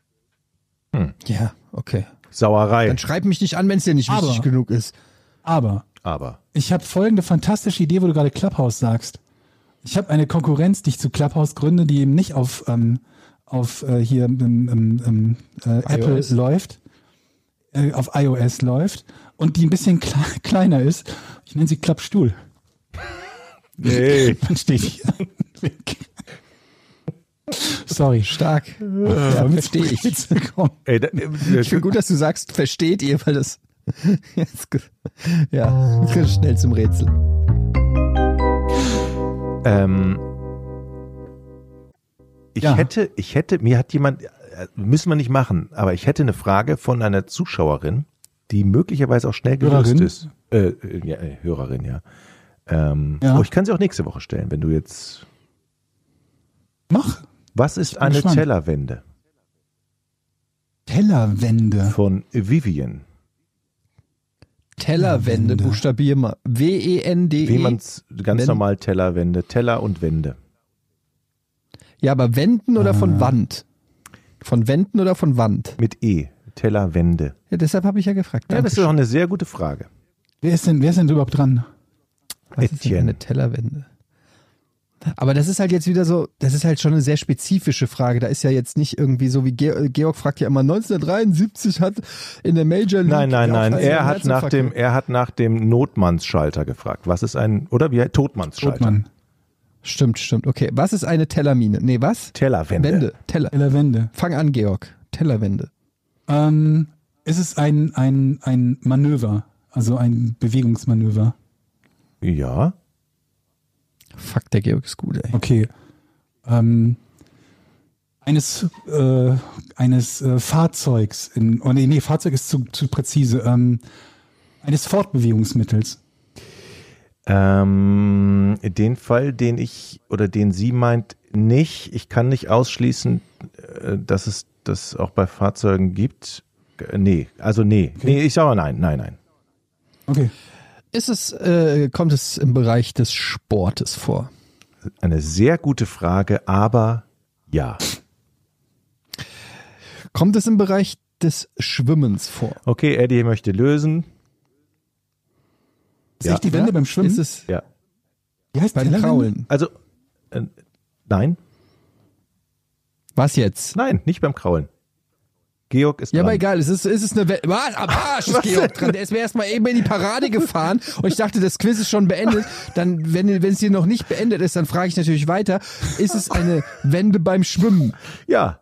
Ja, okay. Sauerei. Dann schreib mich nicht an, wenn es dir nicht Aber- wichtig genug ist. Aber Aber ich habe folgende fantastische Idee, wo du gerade Clubhouse sagst. Ich habe eine Konkurrenz, die ich zu Clubhouse gründe, die eben nicht auf, ähm, auf äh, hier im, im, im, äh, Apple iOS. läuft, äh, auf iOS läuft und die ein bisschen kle kleiner ist. Ich nenne sie Klappstuhl. nee. Man steht hier. Sorry. Stark. Ja, Ja, verstehe ich. Ey, da, äh, Ich finde gut, dass du sagst, versteht ihr, weil das jetzt, ge- ja, schnell zum Rätsel. Ähm, ich Ja. hätte, ich hätte, mir hat jemand, äh, müssen wir nicht machen, aber ich hätte eine Frage von einer Zuschauerin, die möglicherweise auch schnell gelöst Hörerin? ist. Äh, äh, ja, äh, Hörerin, ja. Ähm, Ja. Oh, ich kann sie auch nächste Woche stellen, wenn du jetzt. Mach. Was ist bin eine gespannt. Tellerwende? Tellerwände. Von Vivian. Tellerwände, Wände. buchstabier mal. W E N D E. Wie man es ganz Wenn- normal Tellerwände, Teller und Wände. Ja, aber Wänden oder Ah. von Wand? Von Wänden oder von Wand? Mit E. Tellerwände. Ja, deshalb habe ich ja gefragt. Ja, das ist auch eine sehr gute Frage. Wer ist denn, wer ist denn überhaupt dran? Was ist denn Etienne. eine Tellerwände? Aber das ist halt jetzt wieder so, das ist halt schon eine sehr spezifische Frage. Da ist ja jetzt nicht irgendwie so wie Ge- Georg fragt ja immer, neunzehnhundertdreiundsiebzig hat in der Major League. Nein, nein, nein. Rafael Er hat nach Herzinfarkt. dem, er hat nach dem Notmannsschalter gefragt. Was ist ein, oder wie, Totmannsschalter? Totmann. Stimmt, stimmt. Okay. Was ist eine Tellermine? Nee, was? Tellerwende. Wende. Teller. Tellerwende. Fang an, Georg. Tellerwende. Ähm, es ist ein, ein, ein Manöver, also ein Bewegungsmanöver. Ja. Fuck, der Georg ist gut, ey. Okay. Ähm, eines äh, eines äh, Fahrzeugs, in, oh nee, nee, Fahrzeug ist zu, zu präzise, ähm, eines Fortbewegungsmittels. Ähm, den Fall, den ich oder den sie meint, nicht. Ich kann nicht ausschließen, äh, dass es das auch bei Fahrzeugen gibt. Äh, nee, also nee. Okay. Nee, ich sage nein, nein, nein. Okay. Ist es, äh, kommt es im Bereich des Sportes vor? Eine sehr gute Frage, aber ja. Kommt es im Bereich des Schwimmens vor? Okay, Eddie möchte lösen. Ist Ja. echt die Wende beim Schwimmen? Ist es Ja. Wie heißt beim Tellerwende? Kraulen? Also, äh, nein, Was jetzt? nein, nicht beim Kraulen. Georg ist Ja, dran. aber egal, es ist, es ist eine Welt. Was? Am Arsch ist Georg dran. Der ist mir erstmal eben in die Parade gefahren und ich dachte, das Quiz ist schon beendet. Dann, wenn, wenn es hier noch nicht beendet ist, dann frage ich natürlich weiter. Ist es eine Wende beim Schwimmen? Ja.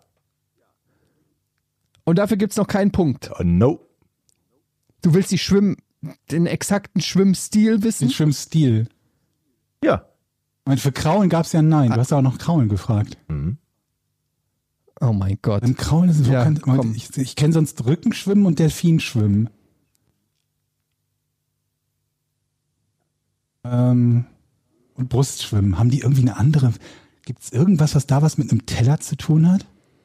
Und dafür gibt's noch keinen Punkt. Oh, no. Du willst die Schwimm, den exakten Schwimmstil wissen? Den Schwimmstil. Ja. Ich meine, für Kraulen gab es ja Nein. Du hast auch noch Kraulen gefragt. Mhm. Oh mein Gott. Beim Kraulen ist es so, Ja, kann, komm. ich, ich kenne sonst Rückenschwimmen und Delfinschwimmen. Ähm, und Brustschwimmen. Haben die irgendwie eine andere? Gibt es irgendwas, was da was mit einem Teller zu tun hat?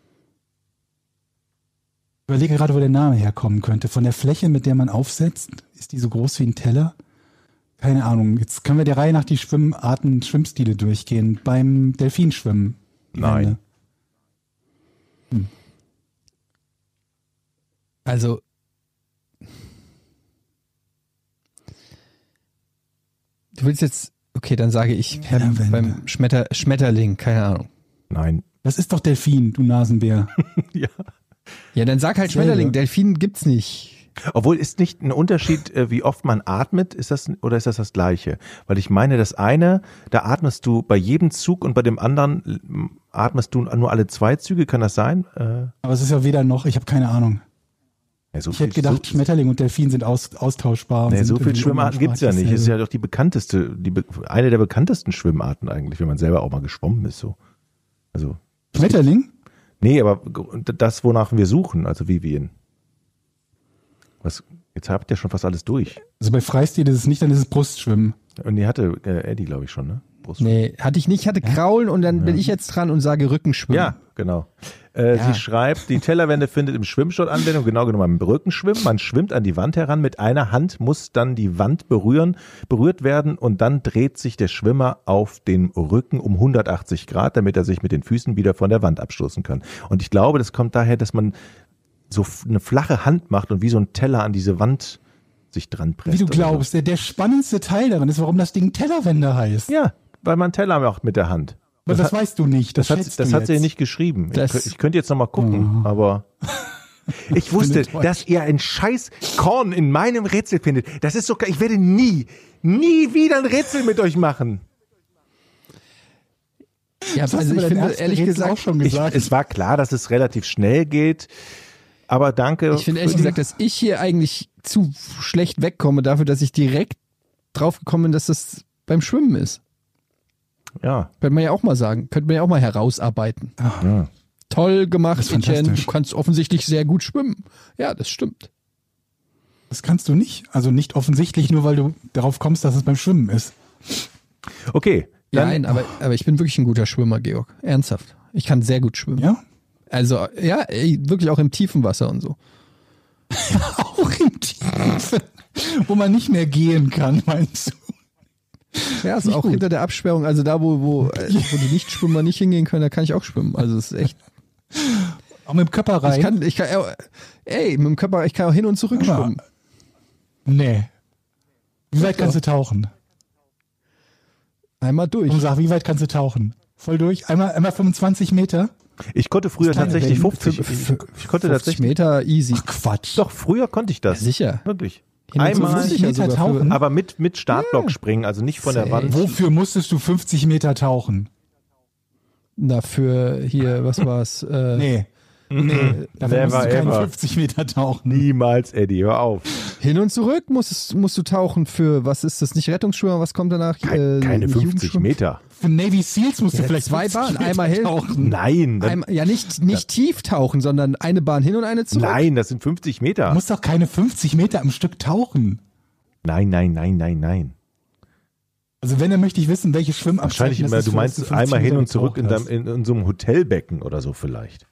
Ich überlege gerade, wo der Name herkommen könnte. Von der Fläche, mit der man aufsetzt, ist die so groß wie ein Teller? Keine Ahnung. Jetzt können wir der Reihe nach die Schwimmarten, Schwimmstile durchgehen. Beim Delfinschwimmen. die Nein. Wende. Also. Du willst jetzt. Okay, dann sage ich beim, Tellerwende. beim Schmetter, Schmetterling, keine Ahnung. Nein. Das ist doch Delfin, du Nasenbär. Ja. Ja, dann sag halt Selber. Schmetterling. Delfin gibt's nicht. Obwohl, ist nicht ein Unterschied, äh, wie oft man atmet, ist das, oder ist das das Gleiche? Weil ich meine, das eine, da atmest du bei jedem Zug und bei dem anderen äh, atmest du nur alle zwei Züge, kann das sein? Äh, Aber es ist ja weder noch, ich habe keine Ahnung. ja, so Ich hätte gedacht, so, Schmetterling und Delfin sind aus, austauschbar. und nee, sind so viele irgendwie Schwimmarten gibt's ja nicht. umgangssprachlich Es ist ja doch die bekannteste, die, be- eine der bekanntesten Schwimmarten eigentlich, wenn man selber auch mal geschwommen ist, so. Also, Schmetterling? nee, aber das, wonach wir suchen, also Vivien. Was, jetzt habt ihr schon fast alles durch. Also bei Freistil ist es nicht, dann ist es Brustschwimmen. Und die hatte äh, Eddie, glaube ich, schon, ne? Brustschwimmen. Nee, hatte ich nicht, ich hatte Kraulen und dann bin ich jetzt dran und sage Rückenschwimmen. Ja, genau. Äh, Ja. Sie schreibt, die Tellerwende findet im Schwimmsport Anwendung, genau genommen im Rückenschwimmen. Man schwimmt an die Wand heran, mit einer Hand muss dann die Wand berühren, berührt werden und dann dreht sich der Schwimmer auf den Rücken um hundertachtzig Grad, damit er sich mit den Füßen wieder von der Wand abstoßen kann. Und ich glaube, das kommt daher, dass man so f- eine flache Hand macht und wie so ein Teller an diese Wand sich dran presst. Wie du oder so. glaubst, der, der spannendste Teil daran ist, warum das Ding Tellerwende heißt. Ja, weil man Teller macht mit der Hand. Aber das, hat- weißt du nicht. Das, Das hat, schätzt das du hat sie jetzt. nicht geschrieben. Ich, Das- kö- ich könnte jetzt noch mal gucken, Oh. aber ich wusste, enttäuscht. dass ihr ein scheiß Korn in meinem Rätsel findet. Das ist so, ich werde nie, nie wieder ein Rätsel mit euch machen. Ja, Das hast also du bei ich deinem finde, ersten ehrlich Rätsel gesagt, auch schon Ich, gesagt. es war klar, dass es relativ schnell geht, aber danke. ich finde ehrlich für die- gesagt, dass ich hier eigentlich zu schlecht wegkomme dafür, dass ich direkt drauf gekommen bin, dass das beim Schwimmen ist. Ja, Könnte man ja auch mal sagen. Könnte man ja auch mal herausarbeiten. ja. Toll gemacht, Das ist Etienne. fantastisch. Du kannst offensichtlich sehr gut schwimmen. Ja, das stimmt. Das kannst du nicht. Also nicht offensichtlich, nur weil du darauf kommst, dass es beim Schwimmen ist. Okay. Dann, Nein, aber, aber ich bin wirklich ein guter Schwimmer, Georg. Ernsthaft. Ich kann sehr gut schwimmen. Ja? Also, ja, ey, wirklich auch im tiefen Wasser und so. Auch im Tiefen, wo man nicht mehr gehen kann, meinst du? Ja, also Nicht auch gut. hinter der Absperrung, also da, wo, wo, äh, wo die Nichtschwimmer nicht hingehen können, da kann ich auch schwimmen. Also es ist echt. Auch mit dem Körper rein? Ich kann, ich kann, ey, mit dem Körper, ich kann auch hin und zurück Aber- schwimmen. Nee. Wie weit Doch, kannst du tauchen? Einmal durch. Und sag, wie weit kannst du tauchen? Voll durch? Einmal, einmal fünfundzwanzig Meter? Ich konnte früher kleine tatsächlich Wellen. fünfzig. Ich, ich konnte fünfzig tatsächlich. Meter easy. Ach Quatsch. Doch, früher konnte ich das. Ja, sicher. Wirklich. Hin und Einmal, zurück sicher Meter sogar für- tauchen? aber mit, mit Startblock springen, also nicht von der Safe. Wand. Wofür musstest du fünfzig Meter tauchen? Na, für hier, was war's? Äh, Nee. Nee, dafür Never musst du keine ever. fünfzig Meter tauchen. Niemals, Eddie, hör auf. Hin und zurück musst, musst du tauchen für, was ist das, nicht Rettungsschwimmer, was kommt danach? Kein, Äh, keine nicht fünfzig Jugendschwimmen? Meter. Für Navy Seals musst du Ja, vielleicht zwei fünfzig Bahnen, Meter einmal hin. tauchen. Nein, dann, Einmal, ja, nicht, nicht tief tauchen, sondern eine Bahn hin und eine zurück. nein, das sind fünfzig Meter. Du musst doch keine fünfzig Meter am Stück tauchen. Nein, nein, nein, nein, nein. Also wenn, dann möchte ich wissen, welche Schwimmabzeichen Wahrscheinlich das immer, ist, du für meinst das du fünfzig einmal hin Meter und zurück in, getaucht deinem, in, in so einem Hotelbecken oder so vielleicht.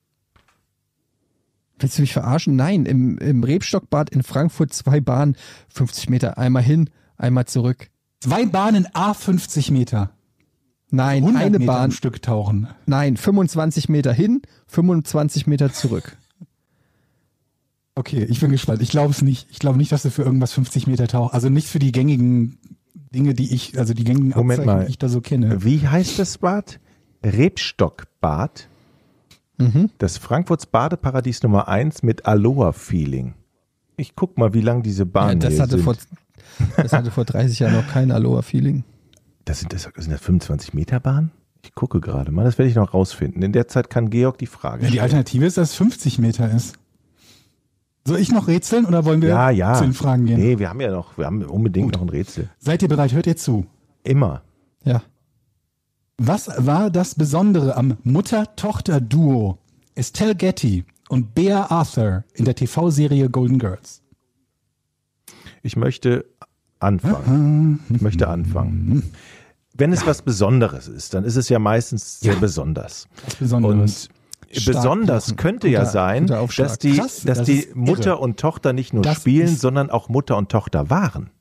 Willst du mich verarschen? Nein, im, im Rebstockbad in Frankfurt zwei Bahnen, fünfzig Meter, einmal hin, einmal zurück. hast. Zwei Bahnen A fünfzig Meter. Nein, hundert eine Meter am Bahn, Stück tauchen. nein, fünfundzwanzig Meter hin, fünfundzwanzig Meter zurück. Okay, ich bin gespannt. Ich glaube es nicht. Ich glaube nicht, dass du für irgendwas fünfzig Meter tauchst. Also nicht für die gängigen Dinge, die ich, also die gängigen Moment Abzeichen, mal. die ich da so kenne. Wie heißt das Bad? Rebstockbad. Mhm. Das Frankfurts Badeparadies Nummer eins mit Aloha-Feeling. Ich guck mal, wie lang diese Ja, Bahnen das, hier hatte sind. vor, das hatte vor dreißig Jahren noch kein Aloha-Feeling. Das sind, das, sind das fünfundzwanzig Meter Bahnen? Ich gucke gerade mal, das werde ich noch rausfinden. In der Zeit kann Georg die Frage Ja, die stellen. Alternative ist, dass es fünfzig Meter ist. Soll ich noch rätseln oder wollen wir Ja, ja. zu den Fragen gehen? Nee, wir haben ja noch, wir haben unbedingt Gut. noch ein Rätsel. Seid ihr bereit? Hört ihr zu? Immer. Ja. Was war das Besondere am Mutter-Tochter-Duo Estelle Getty und Bea Arthur in der T V-Serie Golden Girls? Ich möchte anfangen. Ich möchte anfangen. Wenn es was Besonderes ist, dann ist es ja meistens sehr Ja. besonders. Was Besonderes. Und Stark besonders machen. könnte ja Guter- sein, guter Aufschlag. dass die, Krass, dass das die ist Mutter irre. und Tochter nicht nur Das spielen, ist- sondern auch Mutter und Tochter waren.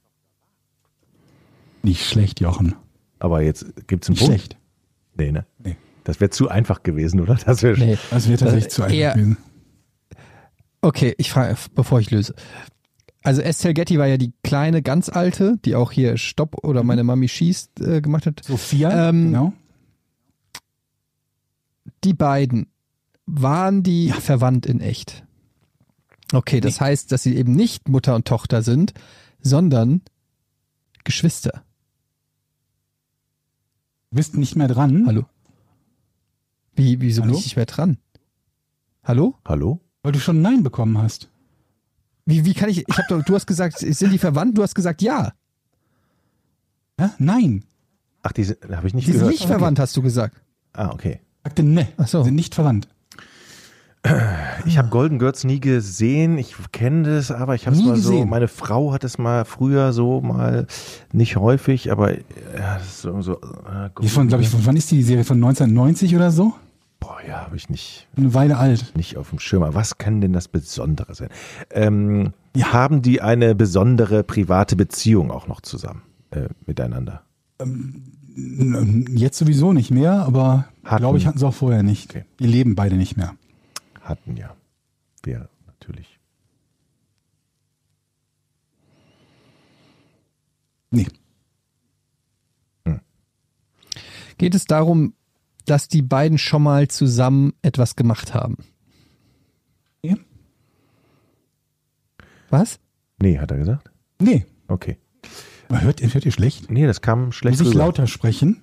Nicht schlecht, Jochen. Aber jetzt gibt's einen Nicht Punkt. schlecht. Nee, ne? Nee. Das wäre zu einfach gewesen, oder? Das wäre Nee. Das wäre tatsächlich Äh, zu einfach eher- gewesen. Okay, ich frage, bevor ich löse. Also Estelle Getty war ja die kleine, ganz alte, die auch hier Stopp oder meine Mami schießt äh, gemacht hat. Sophia, Ähm, genau. Die beiden, waren die verwandt in echt? Okay, das heißt, dass sie eben nicht Mutter und Tochter sind, sondern Geschwister. Du bist nicht mehr dran. Hallo? Wie, wieso bin Hallo? ich nicht mehr dran? Hallo? Hallo? Weil du schon Nein bekommen hast. Wie, wie kann ich, ich hab doch, du hast gesagt, sind die verwandt? Du hast gesagt, ja. Ja? Nein. Ach, die sind, habe ich nicht Die sind gehört. nicht verwandt, hast du gesagt. Ah, okay. Sagte ne. Ach so. Sind nicht verwandt. Ich habe Golden Girls nie gesehen. Ich kenne das, aber ich habe es Nie mal so. gesehen. Meine Frau hat es mal früher so mal nicht häufig, aber ja, das ist so. so äh, Die von, glaube ich, von wann ist die Serie? Von neunzehnhundertneunzig oder so? Boah, ja, habe ich nicht. Eine Weile alt. Nicht auf dem Schirm. Aber was kann denn das Besondere sein? Ähm, Haben die eine besondere private Beziehung auch noch zusammen äh, miteinander? Jetzt sowieso nicht mehr, aber Hatten. glaube ich, hatten sie auch vorher nicht. Okay. Die leben beide nicht mehr. Hatten ja. Wäre natürlich. Nee. Geht es darum, dass die beiden schon mal zusammen etwas gemacht haben? Nee. Was? Nee, hat er gesagt? Nee. Okay. Aber hört, ihr- hört ihr schlecht? Nee, das kam schlecht Muss ich rüber. lauter sprechen?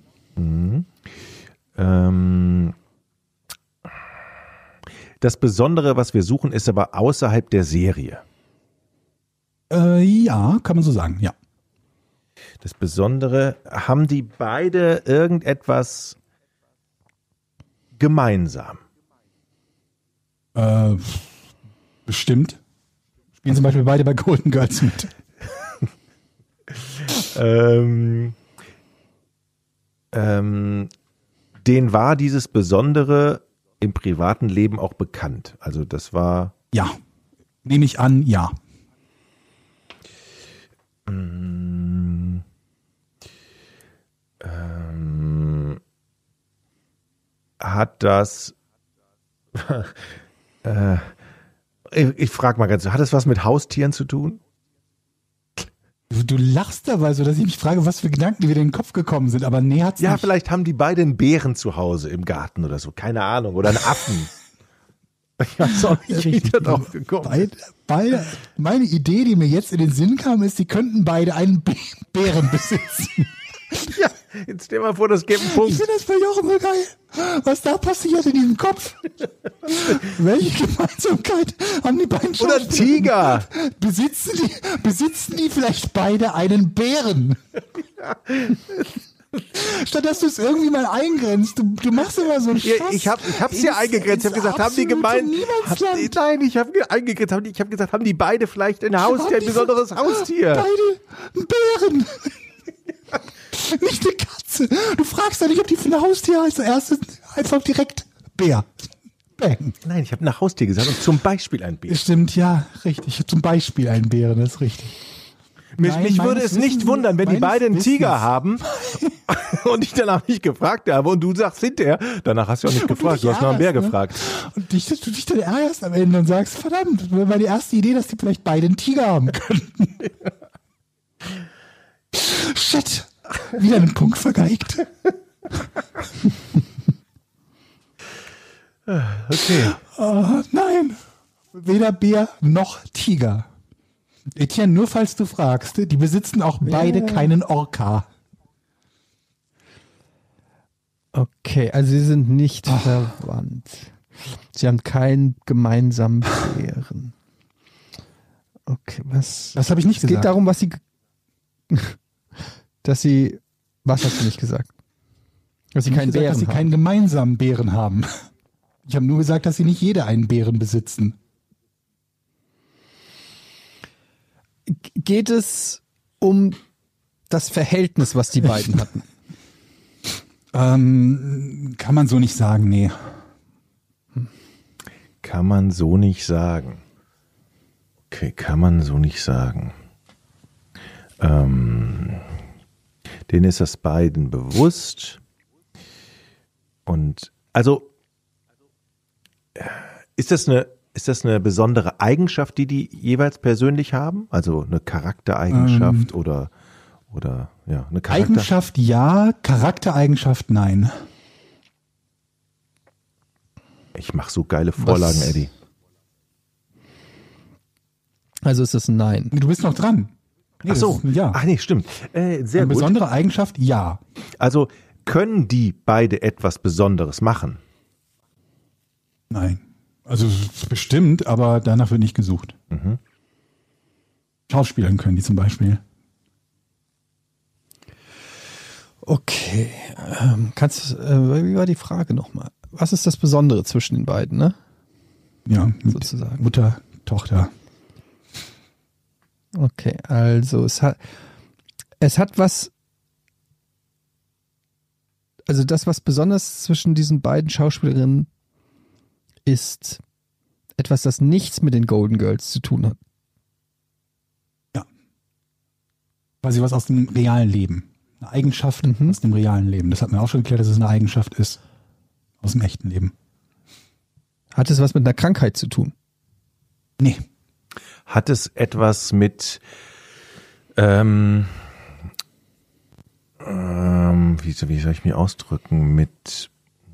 Ähm, das Besondere, was wir suchen, ist aber außerhalb der Serie. Äh, ja, kann man so sagen, ja. Das Besondere, haben die beide irgendetwas gemeinsam? Äh, bestimmt. Spielen zum Beispiel beide bei Golden Girls mit. Ähm, ähm, denen war dieses Besondere im privaten Leben auch bekannt. Also das war, Ja. Nehme ich an, ja. ähm, hat das, äh, ich, ich frage mal ganz, hat das was mit Haustieren zu tun? Du, du lachst dabei so, dass ich mich frage, was für Gedanken dir wieder in den Kopf gekommen sind, aber nee, hat's Ja, nicht. vielleicht haben die beide einen Bären zu Hause im Garten oder so, keine Ahnung, oder einen Affen. Ich weiß auch nicht, wie Richtig. da drauf gekommen Beide, beide, meine Idee, die mir jetzt in den Sinn kam, ist, die könnten beide einen B- Bären besitzen. Ja, jetzt stell mal vor, das gibt einen Ich Punkt. finde das bei Jochen so geil. Was da passiert in diesem Kopf? Welche Gemeinsamkeit haben die beiden Oder ein Schauspieler? Tiger. Besitzen die, besitzen die vielleicht beide einen Bären? Statt dass du es irgendwie mal eingrenzt. Du, du machst immer so einen Ja, Schuss. ich habe ich hab's ja eingegrenzt. Ich habe gesagt, haben die gemeint. Hab, nein, ich habe eingegrenzt. Haben die, ich habe gesagt, haben die beide vielleicht ein Haustier, ein die besonderes Haustier? Beide Bären. Nicht eine Katze. Du fragst doch nicht, ob die für ein Haustier heißt. Erstes einfach direkt Bär. Bang. Nein, ich habe nach Haustier gesagt und zum Beispiel ein Bär. Stimmt, ja, richtig. Zum Beispiel einen Bären, das ist richtig. Mich, Nein, mich würde meines es nicht Wissens- wundern, wenn die meines beide einen Tiger Wissens. haben und ich danach nicht gefragt habe und du sagst hinterher, danach hast du auch nicht gefragt, du hast nach einem Bär ärgerst, ne? gefragt. Und dich, dass du dich dann ärgerst am Ende und sagst, verdammt, das war die erste Idee, dass die vielleicht beide einen Tiger haben könnten. Shit. Wieder einen Punkt vergeigt. Okay. Oh, nein. Weder Bär noch Tiger. Etienne, nur falls du fragst, die besitzen auch beide keinen Orca. Okay, also sie sind nicht verwandt. Sie haben keinen gemeinsamen Bären. Okay, was? Das habe ich nicht Es gesagt. geht darum, was sie, ge- dass sie, was hast du nicht gesagt? Dass sie Ich habe keinen gesagt, Bären dass sie haben. keinen gemeinsamen Bären haben. Ich habe nur gesagt, dass sie nicht jeder einen Bären besitzen. G- Geht es um das Verhältnis, was die beiden hatten? Ähm, kann man so nicht sagen, nee. Kann man so nicht sagen. Okay, kann man so nicht sagen. Ähm, denen ist das beiden bewusst. Und also äh, ist das eine ist das eine besondere Eigenschaft, die die jeweils persönlich haben? Also eine Charaktereigenschaft Ähm, oder oder ja eine Charakter Eigenschaft ja, Charaktereigenschaft nein. Ich mache so geile Vorlagen, Was? Eddie. Also ist es ein Nein. Du bist noch dran. Nee, Ach so, das ist ein ja. Ach nee, stimmt. Äh, sehr Eine gut. besondere Eigenschaft, ja. Also können die beide etwas Besonderes machen? Nein. Also bestimmt, aber danach wird nicht gesucht. Mhm. Schauspielern können die zum Beispiel. Okay, ähm, kannst äh, wie war die Frage nochmal? Was ist das Besondere zwischen den beiden, ne? Ja, mit Sozusagen. Mutter, Tochter. Okay, also es hat es hat was, also das, was besonders zwischen diesen beiden Schauspielerinnen ist, etwas, das nichts mit den Golden Girls zu tun hat. Quasi was aus dem realen Leben. Eine Eigenschaft Mhm. aus dem realen Leben. Das hat mir auch schon geklärt, dass es eine Eigenschaft ist aus dem echten Leben. Hat es was mit einer Krankheit zu tun? Nee. Hat es etwas mit ähm, ähm, wie, so- wie soll ich mich ausdrücken? Mit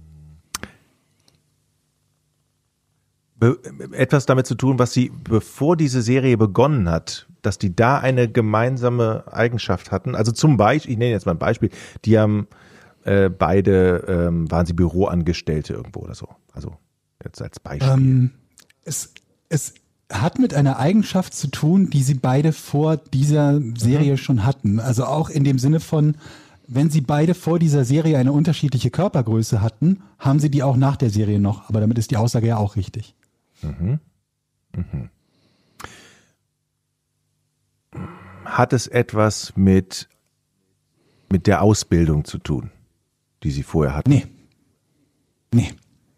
be, etwas damit zu tun, was sie, bevor diese Serie begonnen hat, dass die da eine gemeinsame Eigenschaft hatten. Also zum Beispiel, ich nenne jetzt mal ein Beispiel, die haben äh, beide, ähm, waren sie Büroangestellte irgendwo oder so. Also jetzt als Beispiel. Ähm, es, es hat mit einer Eigenschaft zu tun, die sie beide vor dieser Serie schon hatten. Also auch in dem Sinne von, wenn sie beide vor dieser Serie eine unterschiedliche Körpergröße hatten, haben sie die auch nach der Serie noch. Aber damit ist die Aussage ja auch richtig. Mhm. Mhm. Hat es etwas mit, mit der Ausbildung zu tun, die sie vorher hatten? Nee. Nee.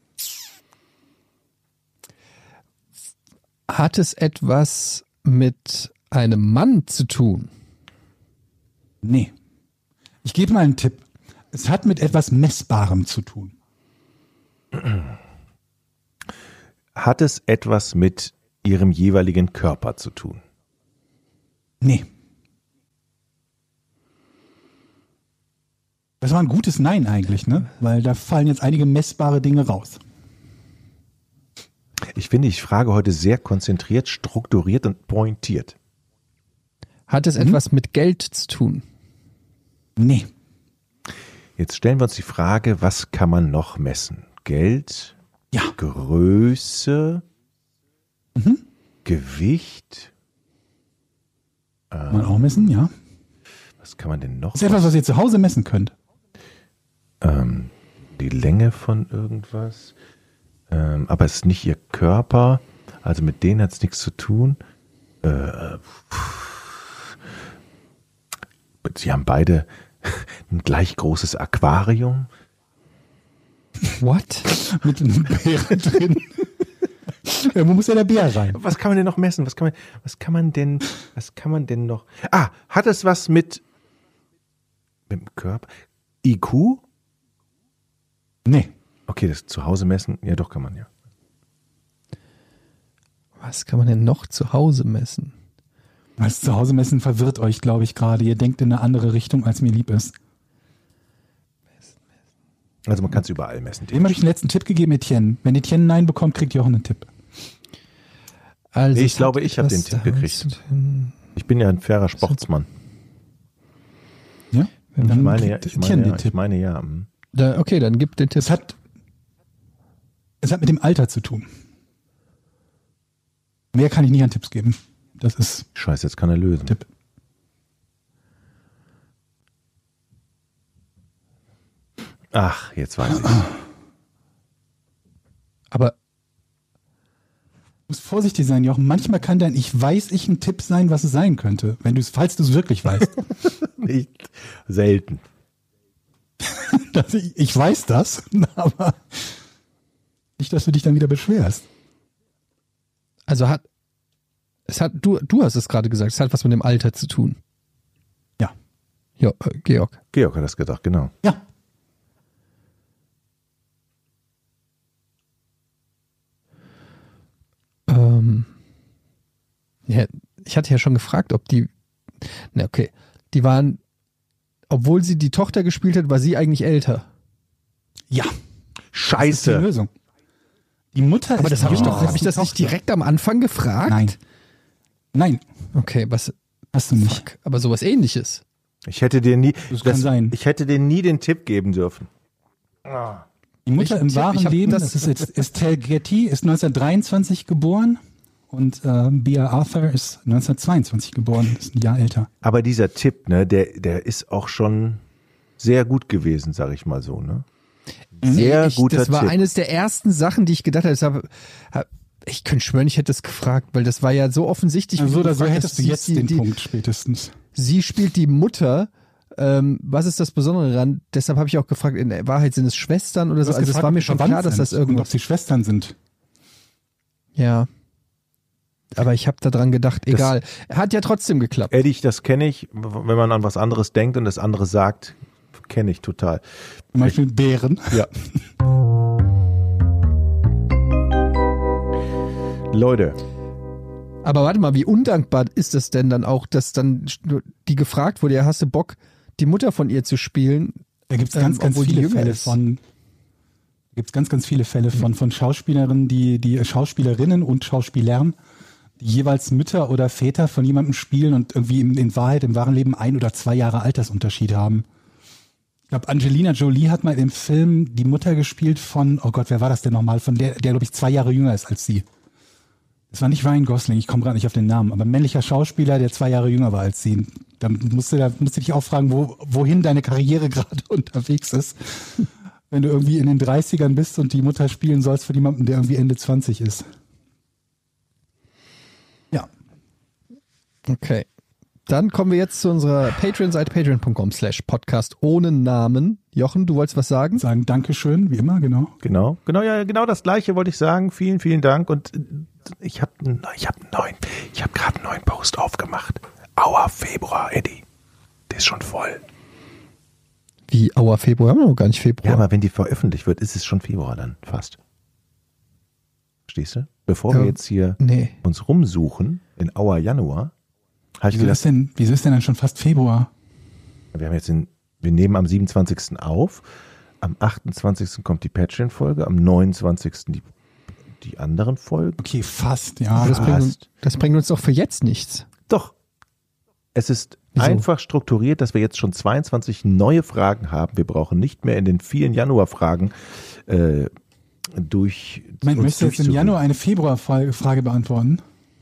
Hat es etwas mit einem Mann zu tun? Nee. Ich gebe mal einen Tipp. Es hat mit etwas Messbarem zu tun. Hat es etwas mit ihrem jeweiligen Körper zu tun? Nee. Das war ein gutes Nein eigentlich, ne? Weil da fallen jetzt einige messbare Dinge raus. Ich finde, ich frage heute sehr konzentriert, strukturiert und pointiert. Hat es Mhm. etwas mit Geld zu tun? Nee. Jetzt stellen wir uns die Frage, was kann man noch messen? Geld, Ja. Größe, Mhm. Gewicht. Kann man auch messen, ja. Was kann man denn noch? Das ist etwas, was ihr zu Hause messen könnt. Ähm, die Länge von irgendwas. Ähm, aber es ist nicht ihr Körper. Also mit denen hat es nichts zu tun. Äh, sie haben beide ein gleich großes Aquarium. What? Mit einem Bär drin. Irgendwo muss ja der Bär rein. Was kann man denn noch messen? Was kann man, was kann man denn, was kann man denn noch? Ah, hat es was mit, mit dem Körper? I Q? Nee. Okay, das zu Hause messen, ja doch kann man ja. Was kann man denn noch zu Hause messen? Das Zuhause messen verwirrt euch, glaube ich, gerade. Ihr denkt in eine andere Richtung, als mir lieb ist. Also man kann es überall messen. Dem habe ich den letzten Tipp gegeben, Etienne. Wenn Etienne Nein bekommt, kriegt Jochen einen Tipp. Also Nee, ich es glaube, hat ich habe den etwas Tipp damit gekriegt. zu tun. Ich bin ja ein fairer Sportsmann. Ja? Wenn Ich Dann meine ja, kriegt ich Etienne meine ja, den ich Tipp. meine ja. hm. Da, okay, dann gib den Tipp. Es hat, es hat mit dem Alter zu tun. Mehr kann ich nicht an Tipps geben. Das ist Scheiße, jetzt kann er lösen. Tipp. Ach, jetzt weiß ich. Aber Du musst vorsichtig sein, Jochen. Manchmal kann dein Ich weiß ich ein Tipp sein, was es sein könnte. Wenn du es, falls du es wirklich weißt. Nicht selten. Das, ich, ich weiß das, aber nicht, dass du dich dann wieder beschwerst. also hat es hat du du hast es gerade gesagt, es hat was mit dem Alter zu tun. Ja. Ja, äh, Georg. Georg hat das gedacht, genau. Ja. Ähm, ja, ich hatte ja schon gefragt, ob die, na okay, die waren, obwohl sie die Tochter gespielt hat, war sie eigentlich älter. Ja. Das ist die Scheiße. Lösung. Die Mutter Aber ist das habe ich jünger doch, als habe ich die das nicht Tochter. direkt am Anfang gefragt? Nein. Nein, Okay, was, hast du nicht. fuck, aber sowas ähnliches. Ich hätte dir nie, Das kann sein. ich hätte dir nie den Tipp geben dürfen. Die Mutter Ich- im ich- wahren ich hab Leben, das- das, ist jetzt Estelle Getty, ist neunzehnhundertdreiundzwanzig geboren und äh, Bea Arthur ist neunzehnhundertzweiundzwanzig geboren, ist ein Jahr älter. Aber dieser Tipp, ne, der, der ist auch schon sehr gut gewesen, sag ich mal so, ne? Sehr ich, guter Das war Tipp. eines der ersten Sachen, die ich gedacht habe. Ich, hab, hab, ich könnte schwören, ich hätte es gefragt, weil das war ja so offensichtlich. wie Also du oder so gefragt hättest hast, du sie- jetzt sie, den die, Punkt spätestens. Sie spielt die Mutter. Ähm, was ist das Besondere daran? Deshalb habe ich auch gefragt, in der Wahrheit sind es Schwestern oder Du so. hast Also es gefragt, war mir ob sie schon verwandt klar, dass das sind und ob irgendwas. sie Schwestern sind. Ja. Aber ich habe daran gedacht, Das- egal. Hat ja trotzdem geklappt. Eddie, das kenne ich, wenn man an was anderes denkt und das andere sagt, kenne ich total. Zum Beispiel Bären. Ja. Leute, Aber warte mal, wie undankbar ist es denn dann auch, dass dann die gefragt wurde, ja, hast du Bock, die Mutter von ihr zu spielen? Da gibt es Ähm, ganz, ganz obwohl die viele jünger Fälle ist. von. Gibt es ganz, ganz viele Fälle von, von Schauspielerinnen, die, die Schauspielerinnen und Schauspielern, die jeweils Mütter oder Väter von jemandem spielen und irgendwie in, in Wahrheit im wahren Leben ein oder zwei Jahre Altersunterschied haben. Ich glaube, Angelina Jolie hat mal im Film die Mutter gespielt von, oh Gott, wer war das denn nochmal? Von der, der glaube ich zwei Jahre jünger ist als sie. Das war nicht Ryan Gosling, ich komme gerade nicht auf den Namen, aber ein männlicher Schauspieler, der zwei Jahre jünger war als sie. Da musst du, da musst du dich auch fragen, wo, wohin deine Karriere gerade unterwegs ist. Wenn du irgendwie in den dreißigern bist und die Mutter spielen sollst von jemandem, der irgendwie Ende zwanzig ist. Ja. Okay. Dann kommen wir jetzt zu unserer Patreon-Seite, patreon punkt com slash podcast ohne Namen. Jochen, du wolltest was sagen? Sagen Dankeschön, wie immer, genau. genau, genau, ja, genau das Gleiche wollte ich sagen. Vielen, vielen Dank. Und äh, ich habe, ich habe einen neuen, ich habe gerade einen neuen Post aufgemacht. Aua, Februar, Eddie, der ist schon voll. Wie, Aua, Februar? Haben wir noch gar nicht Februar. Ja, aber wenn die veröffentlicht wird, ist es schon Februar dann fast. Verstehst du? Bevor wir Ja. jetzt hier Nee. uns rumsuchen in Aua Januar, habe ich Wieso gedacht, ist, denn, wieso ist denn dann schon fast Februar? wir haben jetzt den Wir nehmen am siebenundzwanzigsten auf, am achtundzwanzigsten kommt die Patreon-Folge, am neunundzwanzigsten die, die anderen Folgen. Okay, fast, ja. Aber das, bringt, uns- Fast. das bringt uns doch für jetzt nichts. Doch. Es ist Wieso? einfach strukturiert, dass wir jetzt schon zweiundzwanzig neue Fragen haben. Wir brauchen nicht mehr in den vielen Januar-Fragen äh, durch. Moment, uns möchtest du jetzt im durchzuwühlen. Januar eine Februar-Frage beantworten?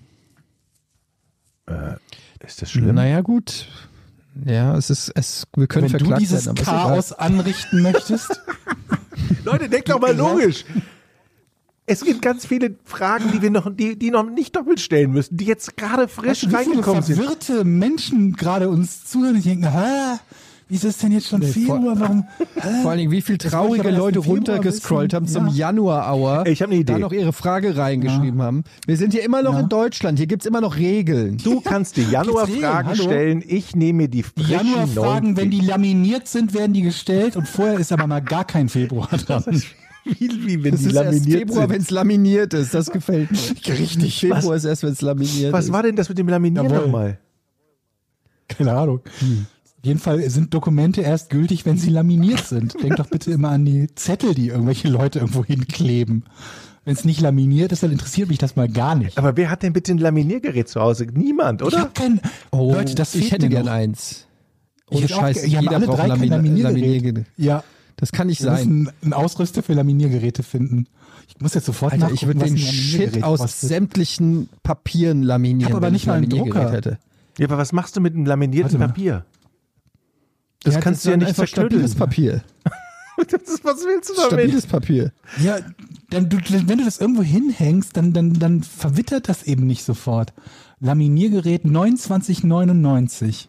Ist das schlimm? Naja, gut. Ja, es ist, es, wir können Wenn du verklagt dieses werden, aber Chaos anrichten möchtest? Leute, denkt doch mal logisch. Es gibt ganz viele Fragen, die wir noch, die, die noch nicht doppelt stellen müssen, die jetzt gerade frisch Weißt du, wie viele reingekommen sind. verwirrte Menschen gerade uns zuhören und denken, hä? Wie ist es denn jetzt schon Nee, vor- Februar? Warum? Vor allen Dingen, wie viel wollte ich traurige aber erst Leute im Februar runtergescrollt haben wissen. zum Ja. Januar-Hour. Ey, ich hab eine Idee. Da noch ihre Frage reingeschrieben haben. Wir sind hier immer noch Ja. in Deutschland. Hier gibt's immer noch Regeln. Du kannst die Januar-Fragen Hallo? stellen, ich nehme mir die Die frischen Januar-Fragen, neuen- wenn die laminiert sind, werden die gestellt und vorher ist aber mal gar kein Februar dran. wie, wie wenn Das die ist erst laminiert Februar, wenn sind. es laminiert ist. Das gefällt mir. Richtig. Februar ist erst, wenn es laminiert Was ist. war denn das mit dem Laminieren Jawohl. nochmal? Keine Ahnung. Auf jeden Fall sind Dokumente erst gültig, wenn sie laminiert sind. Denk doch bitte immer an die Zettel, die irgendwelche Leute irgendwo hinkleben. Wenn es nicht laminiert ist, dann interessiert mich das mal gar nicht. Aber wer hat denn bitte ein Laminiergerät zu Hause? Niemand, Ich oder? habe kein. Oh, Leute, das ich fehlt hätte mir gern noch. eins. Ich Ohne hätte auch Scheiß, ge- wir haben jeder alle braucht drei ein kein Lamin Laminiergerät. Laminiergerät. Ja, Das kann nicht wir sein. müssen einen Ausrüster für Laminiergeräte finden. Ich muss jetzt sofort Alter, nachgucken, ich würde was den ein Laminiergerät Shit aus kostet. sämtlichen Papieren laminieren, Ich hab aber wenn nicht ich mal einen Laminiergerät Drucker. hätte. Ja, aber was machst du mit einem laminierten Warte mal. Papier? Das Ja, kannst du ja ist nicht einfach zerknütteln. stabiles Papier. Das ist, was willst du damit? Stabiles Papier. Ja, dann, du, wenn du das irgendwo hinhängst, dann, dann, dann verwittert das eben nicht sofort. Laminiergerät neunundzwanzig neunundneunzig.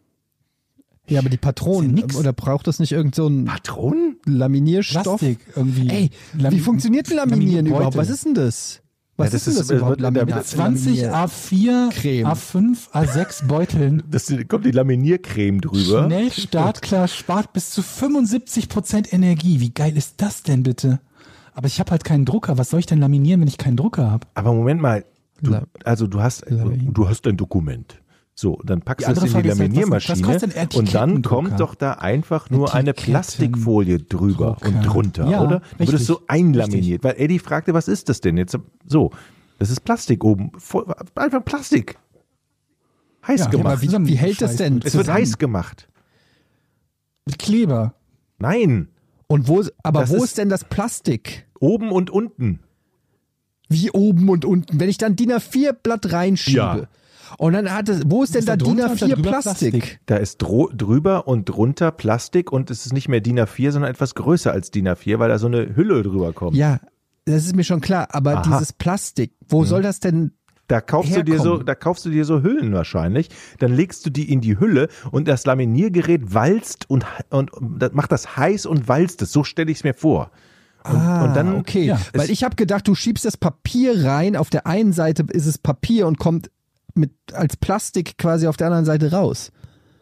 Ja, aber die Patronen, Ist ja nix. oder braucht das nicht irgend so ein Patronen? Laminierstoff? Plastik irgendwie. Ey, Lami- wie funktioniert denn Laminieren Laminieren überhaupt? Beutel. Was ist denn das? Was Ja, das ist denn ist- das äh, überhaupt? wird- Lamin- mit zwanzig Laminier- A vier, Creme. A fünf, A sechs Beuteln. Das kommt die Laminiercreme drüber. Schnell, startklar, spart bis zu fünfundsiebzig Prozent Energie. Wie geil ist das denn bitte? Aber ich habe halt keinen Drucker. Was soll ich denn laminieren, wenn ich keinen Drucker habe? Aber Moment mal, du, La- also du hast, Lamin- du hast ein Dokument. So, dann packst Die du es andere in die Frage ist halt, was- Laminiermaschine was kostet ein und dann Etikettendrucker? kommt doch da einfach nur eine Etiketten- Plastikfolie drüber Drucker. und drunter, Ja, oder? Dann wird es richtig. so einlaminiert. Weil Eddie fragte, was ist das denn jetzt? So, das ist Plastik oben. Voll, einfach Plastik. Heiß Ja, gemacht. aber wie, wie hält das denn es wird zusammen? heiß gemacht. Mit Kleber. Nein, Und wo, aber Das wo ist- ist denn das Plastik? oben und unten. Wie oben und unten? Wenn ich dann D I N A vier Blatt reinschiebe. Ja. Und dann hat es, wo ist denn Ist da da D I N A drunter und da vier drüber Plastik? Plastik? Da ist dro drüber und drunter Plastik und es ist nicht mehr D I N A vier, sondern etwas größer als D I N A vier, weil da so eine Hülle drüber kommt. Ja, das ist mir schon klar. Aber Aha. dieses Plastik, wo soll das denn? Da kaufst du dir so, herkommen. da kaufst du dir so Hüllen wahrscheinlich. Dann legst du die in die Hülle und das Laminiergerät walzt und, und, und das macht das heiß und walzt es. So stelle ich es mir vor. Und, Ah, und dann, okay. ja, Weil es- ich habe gedacht, du schiebst das Papier rein. Auf der einen Seite ist es Papier und kommt mit als Plastik quasi auf der anderen Seite raus.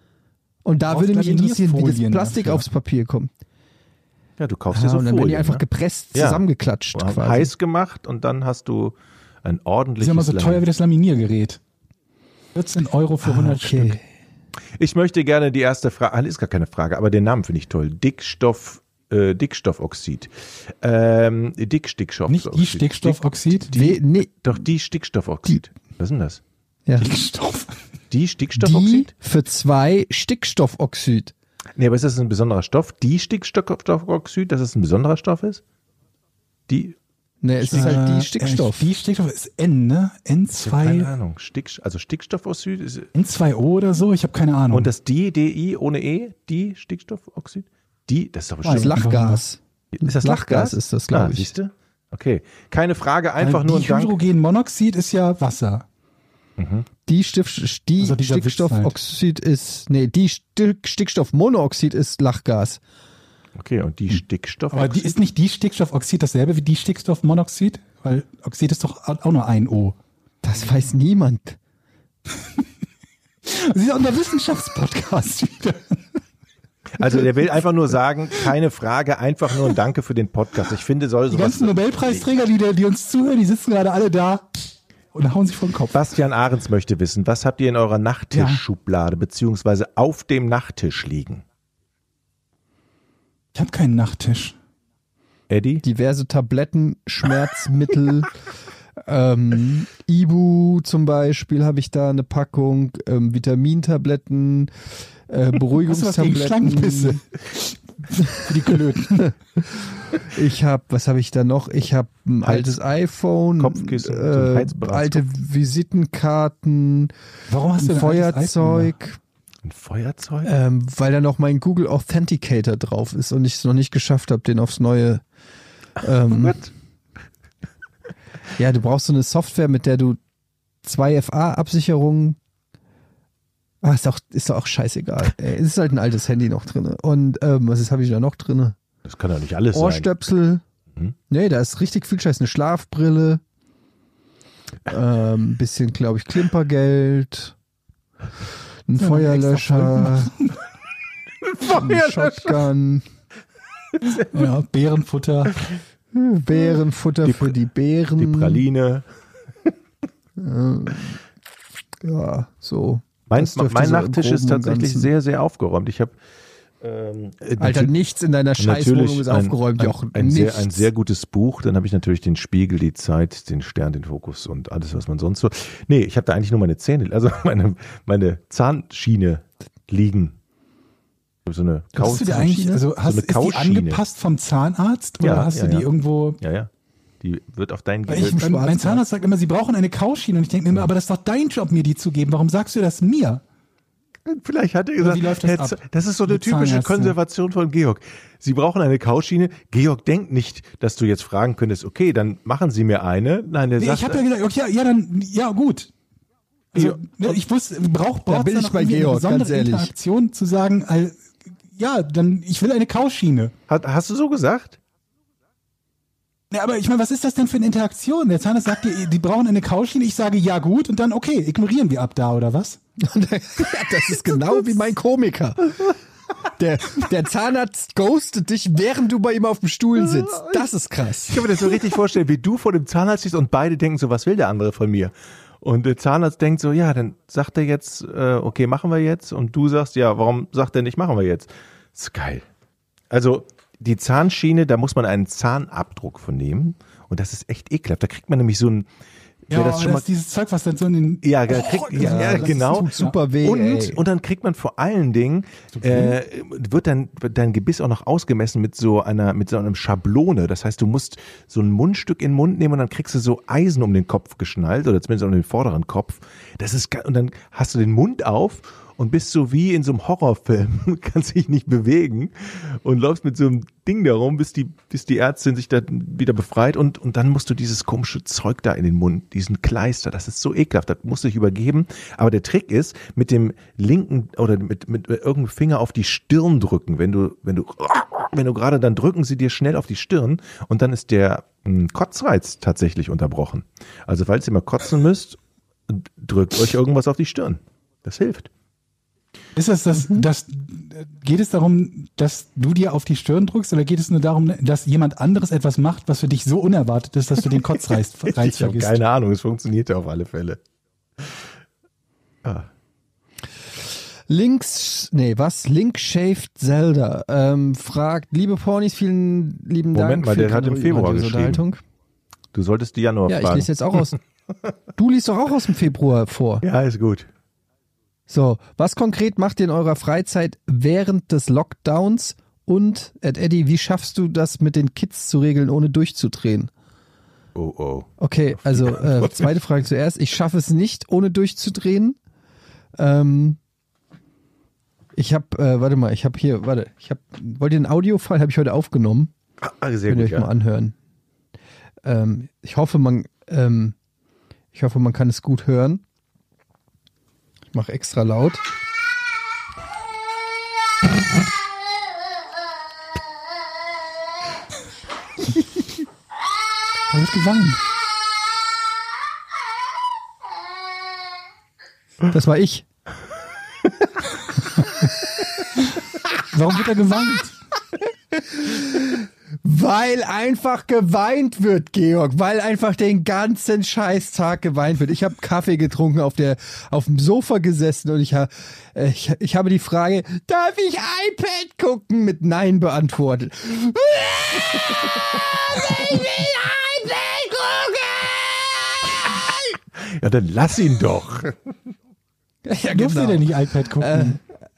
Und da Brauchst würde mich interessieren, wie das Laminierfolien Plastik dafür. aufs Papier kommt. ja, du kaufst Ah, dir so und dann werden die Folien, einfach ne? gepresst, Ja. zusammengeklatscht quasi. heiß gemacht und dann hast du ein Das ordentliches ist ja mal so teuer wie Lamin- das Laminiergerät. vierzehn Euro für hundert Ah, okay. Stück. Ich möchte gerne die erste Frage, ah, ist gar keine Frage, aber den Namen finde ich toll. Dickstoff, äh, Dickstoffoxid. Ähm, Dickstickstoffoxid. Nicht die Stickstoffoxid, We- nee, Doch, die Stickstoffoxid. Was ist denn das? ja. Stickstoff. Die Die Stickstoffoxid? für zwei Stickstoffoxid. Nee, aber ist das ein besonderer Stoff? Die Stickstoffoxid, dass es ein besonderer Stoff ist? Die, Ne, es ist halt Äh, die Stickstoff. äh, Die Stickstoff ist N, ne? N ich hab keine zwei, Ahnung. Stick, also Stickstoffoxid ist, N zwei O oder so, ich habe keine Ahnung. und das die, D I ohne E, die Stickstoffoxid? Die, das ist doch Das bestimmt. Lachgas. Ist das Lachgas Lachgas? ist das, glaub ah, ich. Siehst du? Okay. Keine Frage, einfach Weil nur ein die Dank. Hydrogenmonoxid ist ja Wasser. Die, Stift, die Also dieser Witz Stickstoffoxid ist, nee, die Stick, Stickstoffmonoxid ist Lachgas. Okay, und die Stickstoffoxid? Aber die, ist nicht die Stickstoffoxid dasselbe wie die Stickstoffmonoxid? Weil Oxid ist doch auch nur ein O. Das weiß niemand. Sie ist auch der Wissenschaftspodcast wieder. Also der will einfach nur sagen, keine Frage, einfach nur ein Danke für den Podcast. Ich finde, soll Die sowas... ganzen Nobelpreisträger, die, die uns zuhören, die sitzen gerade alle da und hauen sich vor den Kopf. Bastian Ahrens möchte wissen, was habt ihr in eurer Nachttischschublade beziehungsweise auf dem Nachttisch liegen? Ich habe keinen Nachttisch. Eddie? Diverse Tabletten, Schmerzmittel, ähm, Ibu zum Beispiel habe ich da eine Packung, ähm, Vitamintabletten, äh, Beruhigungstabletten. Schlangenpisse? Für die Klöten. Ich habe, was habe ich da noch? Ich habe ein Heiz- altes iPhone, Kopfkissen, so ein äh, Heizbereitskopf. alte Visitenkarten, Warum hast du ein denn ein altes iPhone Feuerzeug, Ein Feuerzeug? ähm, weil da noch mein Google Authenticator drauf ist und ich es noch nicht geschafft habe, den aufs neue. Ähm, What? ja, du brauchst so eine Software, mit der du zwei F A-Absicherungen. Ah, ist doch, ist doch auch scheißegal. Ey, es ist halt ein altes Handy noch drin. Und ähm, was ist, habe ich da noch drin? Das kann doch nicht alles sein. Ohrstöpsel. Hm? Nee, da ist richtig viel Scheiß. Eine Schlafbrille. Ähm, bisschen, glaube ich, Klimpergeld. Ein Ja, Feuerlöscher. Ein Shotgun. Ja, Bärenfutter. Bärenfutter Die- für die Bären. Die Praline. Ja, so. Mein, Das dürfte mein so im Nachttisch ist Groben und tatsächlich Ganzen- sehr, sehr aufgeräumt. Ich habe ähm, Alter, natür- nichts in deiner Scheißwohnung ist ein, aufgeräumt, ein, Jochen. ein, sehr, Nichts. ein sehr gutes Buch. Dann habe ich natürlich den Spiegel, die Zeit, den Stern, den Fokus und alles, was man sonst so. Nee, ich habe da eigentlich nur meine Zähne, also meine, meine Zahnschiene liegen. So eine Hast du die eigentlich, also hast, eine ist die Kauschiene. angepasst vom Zahnarzt oder Ja, hast ja, du die ja. irgendwo? Ja, ja. Die wird auf dein Weil ich, Gehirn. mein, mein Zahnarzt sagt immer, sie brauchen eine Kauschiene und ich denke mir immer, aber das ist doch dein Job, mir die zu geben. Warum sagst du das mir? Vielleicht hat er Oder gesagt, wie läuft das Herr ab? Z- das ist so eine Mit typische Zahnärzten? Konservation von Georg. Sie brauchen eine Kauschiene. Georg denkt nicht, dass du jetzt fragen könntest, okay, dann machen Sie mir eine. Nein, der Nee, sagt, ich habe ja gesagt, okay, ja, ja, dann, ja, gut. Also, Ja. ne, ich wusste, braucht Da braucht's bin da ich noch bei irgendwie Georg, eine besondere ganz ehrlich. Interaktion zu sagen, all, ja, dann, ich will eine Kauschiene. hat, hast du so gesagt? Ja, aber ich meine, was ist das denn für eine Interaktion? Der Zahnarzt sagt, die, die brauchen eine Kauschiene, ich sage, ja gut, und dann, okay, ignorieren wir ab da, oder was? ja, das ist genau wie mein Komiker. Der, der Zahnarzt ghostet dich, während du bei ihm auf dem Stuhl sitzt. Das ist krass. Ich kann mir das so richtig vorstellen, wie du vor dem Zahnarzt stehst und beide denken so, was will der andere von mir? Und der Zahnarzt denkt so, ja, dann sagt er jetzt, äh, okay, machen wir jetzt. Und du sagst, ja, warum sagt er nicht, machen wir jetzt? Das ist geil. Also die Zahnschiene, da muss man einen Zahnabdruck von nehmen. Und das ist echt ekelhaft. Da kriegt man nämlich so ein, wer Ja, das das schon mal ist dieses Zeug, was dann so in den... Ja, da kriegt, ja, ja, das genau. Tut super weh, Und, ey. und dann kriegt man vor allen Dingen, äh, wird dann wird dein Gebiss auch noch ausgemessen mit so einer, mit so einem Schablone. Das heißt, du musst so ein Mundstück in den Mund nehmen und dann kriegst du so Eisen um den Kopf geschnallt oder zumindest um den vorderen Kopf. Das ist, ge- und dann hast du den Mund auf und bist so wie in so einem Horrorfilm, kannst dich nicht bewegen und läufst mit so einem Ding darum, bis die, bis die Ärztin sich da wieder befreit und, und dann musst du dieses komische Zeug da in den Mund, diesen Kleister, das ist so ekelhaft, das musst du dich übergeben. Aber der Trick ist, mit dem linken oder mit, mit irgendeinem Finger auf die Stirn drücken, wenn du, wenn du, wenn du gerade, dann drücken sie dir schnell auf die Stirn und dann ist der mh, Kotzreiz tatsächlich unterbrochen. Also falls ihr mal kotzen müsst, drückt euch irgendwas auf die Stirn. Das hilft. Ist das das, das, geht es darum, dass du dir auf die Stirn drückst oder geht es nur darum, dass jemand anderes etwas macht, was für dich so unerwartet ist, dass du den Kotzreiz Reiz Ich habe vergisst? keine Ahnung, es funktioniert ja auf alle Fälle. Ah. Links, nee, was? Link Shaved Zelda ähm, fragt, liebe Pornis, vielen lieben Dank Moment mal, für der hat im die Februar Unterhaltung. Du solltest die Januar Ja, ich fragen. lese jetzt auch aus. Du liest doch auch aus dem Februar vor. Ja, ist gut. So, was konkret macht ihr in eurer Freizeit während des Lockdowns? Und, Ed Eddie, wie schaffst du das mit den Kids zu regeln, ohne durchzudrehen? Oh, oh. Okay, also äh, zweite Frage zuerst. Ich schaffe es nicht, ohne durchzudrehen. Ähm, ich habe, äh, warte mal, ich habe hier, warte, ich habe, wollt ihr einen Audiofile, habe ich heute aufgenommen. Ah, sehr Könnt ihr gut, euch mal ja. anhören. Ähm, ich hoffe, man, ähm, ich hoffe, man kann es gut hören. Ich mache extra laut. Da wird geweint. Das war ich. Warum wird er geweint? Weil einfach geweint wird, Georg. Weil einfach den ganzen Scheißtag geweint wird. Ich habe Kaffee getrunken, auf der auf dem Sofa gesessen und ich, ha, ich, ich habe die Frage, darf ich iPad gucken? Mit Nein beantwortet. Ich will iPad gucken! Ja, dann lass ihn doch. Ja, Durfte der nicht iPad gucken?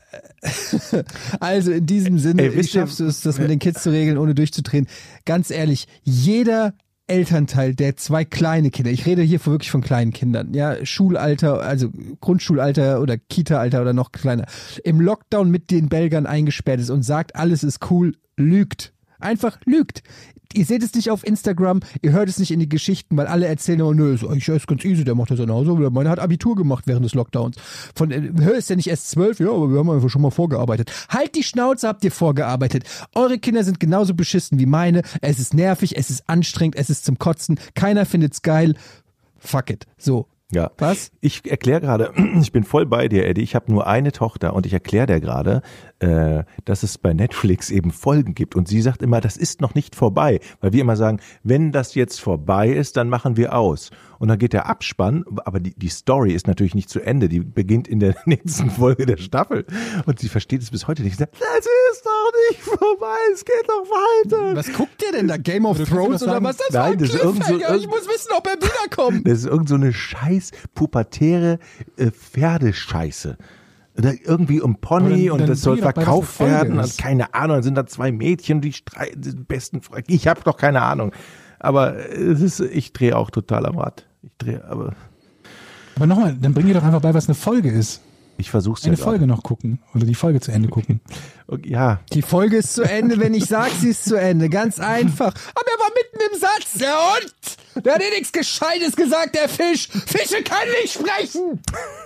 Also in diesem Sinne, Ey, wie wisst ihr- schaffst du es, das mit den Kids zu regeln, ohne durchzudrehen? Ganz ehrlich, jeder Elternteil, der zwei kleine Kinder, ich rede hier wirklich von kleinen Kindern, ja, Schulalter, also Grundschulalter oder Kita-Alter oder noch kleiner, im Lockdown mit den Belgern eingesperrt ist und sagt, alles ist cool, lügt. Einfach lügt. Ihr seht es nicht auf Instagram, ihr hört es nicht in die Geschichten, weil alle erzählen immer, nö, ist eigentlich ist ganz easy, der macht das zu Hause, oder meiner hat Abitur gemacht während des Lockdowns. Von, äh, hör, ist ja nicht erst zwölf, ja, aber wir haben einfach schon mal vorgearbeitet. Halt die Schnauze, habt ihr vorgearbeitet. Eure Kinder sind genauso beschissen wie meine, es ist nervig, es ist anstrengend, es ist zum Kotzen, keiner findet's geil. Fuck it. So. Ja. Was? Ich erkläre gerade, ich bin voll bei dir, Eddie. Ich habe nur eine Tochter und ich erkläre dir gerade, äh, dass es bei Netflix eben Folgen gibt. Und sie sagt immer, das ist noch nicht vorbei. Weil wir immer sagen, wenn das jetzt vorbei ist, dann machen wir aus. Und dann geht der Abspann, aber die, die Story ist natürlich nicht zu Ende. Die beginnt in der nächsten Folge der Staffel. Und sie versteht es bis heute nicht. Sie sagt, das ist doch nicht vorbei, es geht doch weiter. Was guckt ihr denn da? Game of Oder kannst du Thrones das oder sagen? was? Das Nein, war ein das ist irgend so- Cliffhanger. Ich muss wissen, ob er wiederkommt. Das ist irgend so eine scheiß pubertäre äh, Pferdescheiße. Da irgendwie um Pony Aber dann- und dann das soll bring doch bei, was verkauft eine Folge werden. ist. Und keine Ahnung, dann sind da zwei Mädchen, die streiten, die besten Freunde. Ich habe doch keine Ahnung. Aber es ist, ich drehe auch total am Rad. Ich drehe, aber Aber nochmal, dann bring ihr doch einfach bei, was eine Folge ist. ich versuch's ja Eine gerade. Folge noch gucken. Oder die Folge zu Ende gucken. Okay, ja, Die Folge ist zu Ende, wenn ich sag, sie ist zu Ende. Ganz einfach. Aber er war mitten im Satz. Der Hund! Der hat eh nichts Gescheites gesagt, der Fisch. Fische können nicht sprechen.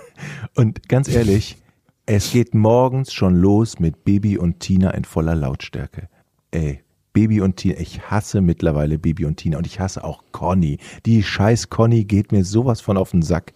und ganz ehrlich, es geht morgens schon los mit Baby und Tina in voller Lautstärke. Ey, Baby und Tina, ich hasse mittlerweile Baby und Tina und ich hasse auch Conny. Die scheiß Conny geht mir sowas von auf den Sack.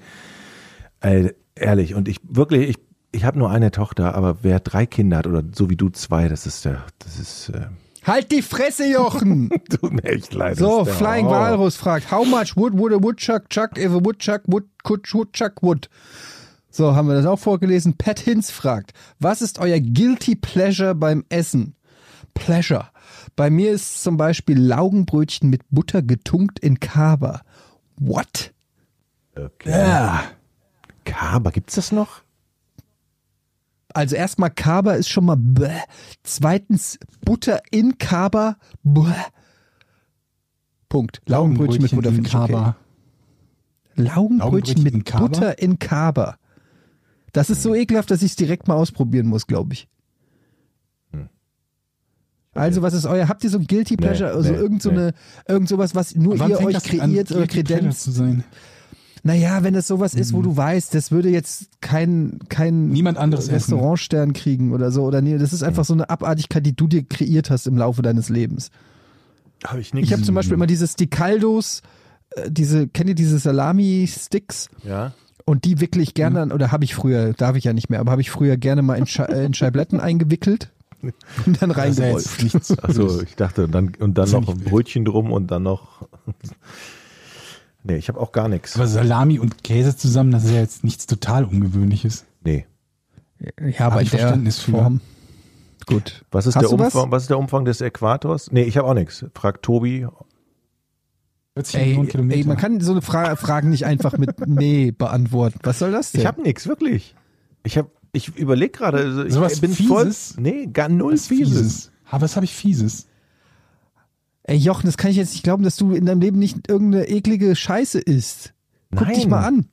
Ey, ehrlich, und ich wirklich, ich, ich habe nur eine Tochter, aber wer drei Kinder hat oder so wie du zwei, das ist der, das ist, äh, Halt die Fresse, Jochen. tut mir echt leid. So, das ist der Flying Horror. Walrus fragt, how much wood would a woodchuck chuck if a woodchuck would, could woodchuck would? So, haben wir das auch vorgelesen. Pat Hinz fragt, was ist euer Guilty Pleasure beim Essen? Pleasure. Bei mir ist zum Beispiel Laugenbrötchen mit Butter getunkt in Kaba. What? Okay. Ja. Kaba, gibt's das noch? Also erstmal Kaba ist schon mal bäh. Zweitens Butter in Kaba. Bäh. Punkt. Laugenbrötchen mit Butter in finde ich okay. Kaba. Laugenbrötchen Laugenbrötchen mit in Kaba? Butter in Kaba. Das ist so ekelhaft, dass ich es direkt mal ausprobieren muss, glaube ich. Also, was ist euer, habt ihr so ein Guilty Nee, Pleasure, also nee, irgend so nee. eine, irgend sowas, was nur Wann ihr fängt euch das kreiert an, oder Guilty Pleasure Kredenz? zu sein? Naja, wenn das sowas ist, wo du weißt, das würde jetzt kein, kein Niemand anderes essen. Restaurantstern kriegen oder so, oder nee, das ist einfach so eine Abartigkeit, die du dir kreiert hast im Laufe deines Lebens. Habe ich nicht. Ich habe zum Beispiel immer dieses die Caldos, äh, diese, kennt ihr diese Salami-Sticks? Ja. Und die wickle ich gerne, an, oder habe ich früher, darf ich ja nicht mehr, aber habe ich früher gerne mal in, Sche äh, in Scheibletten eingewickelt und dann Das ist ja reingerollt. jetzt nichts. Also ich dachte, und dann, und dann ist ja noch ein nicht wild. Brötchen drum und dann noch. Nee, ich habe auch gar nichts. Aber Salami und Käse zusammen, das ist ja jetzt nichts total Ungewöhnliches. Nee. Ja, Hab bei ich der Verständnis für. Form. Gut. Was ist Hast der du was? Umfang, was ist der Umfang des Äquators? Nee, ich habe auch nichts. Fragt Tobi. vierzig Ey, Millionen Kilometer. ey, man kann so eine Fra Fragen nicht einfach mit nee beantworten. Was soll das denn? Ich habe nichts, wirklich. Ich habe, ich überlege gerade, also ich Sowas bin Fieses? voll. Nee, gar null Was Fieses. Fieses. Aber was habe ich Fieses? Ey, Jochen, das kann ich jetzt nicht glauben, dass du in deinem Leben nicht irgendeine eklige Scheiße isst. Guck Nein. dich mal an.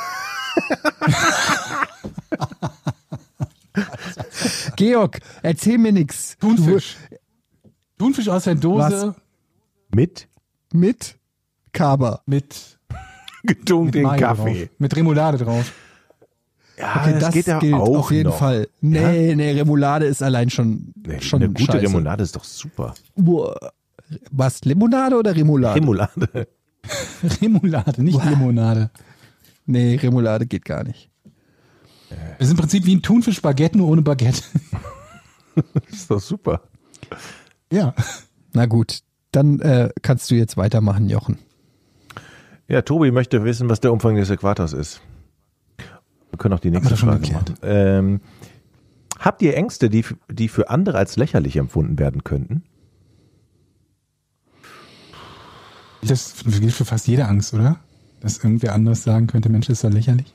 Georg, erzähl mir nix. Thunfisch. Thunfisch aus der Dose Mit Mit Kaba. mit, getunkt mit in Mayo Kaffee. drauf. Mit Remoulade drauf. Ja, Okay, das, das, geht ja gilt auch auf jeden noch. Fall. Nee, nee, Remoulade ist allein schon, Nee, schon eine gute scheiße. Remoulade ist doch super. Boah. Was, Limonade oder Remoulade? Remoulade. Remoulade, nicht Uah. Limonade. Nee, Remoulade geht gar nicht. Das ist im Prinzip wie ein Thunfisch-Baguette, nur ohne Baguette. ist doch super. Ja. Na gut, dann äh, kannst du jetzt weitermachen, Jochen. Ja, Tobi möchte wissen, was der Umfang des Äquators ist. Wir können auch die nächste Frage machen. Ähm, habt ihr Ängste, die, die für andere als lächerlich empfunden werden könnten? Das gilt für fast jede Angst, oder? Dass irgendwer anderes sagen könnte, Mensch, ist doch lächerlich.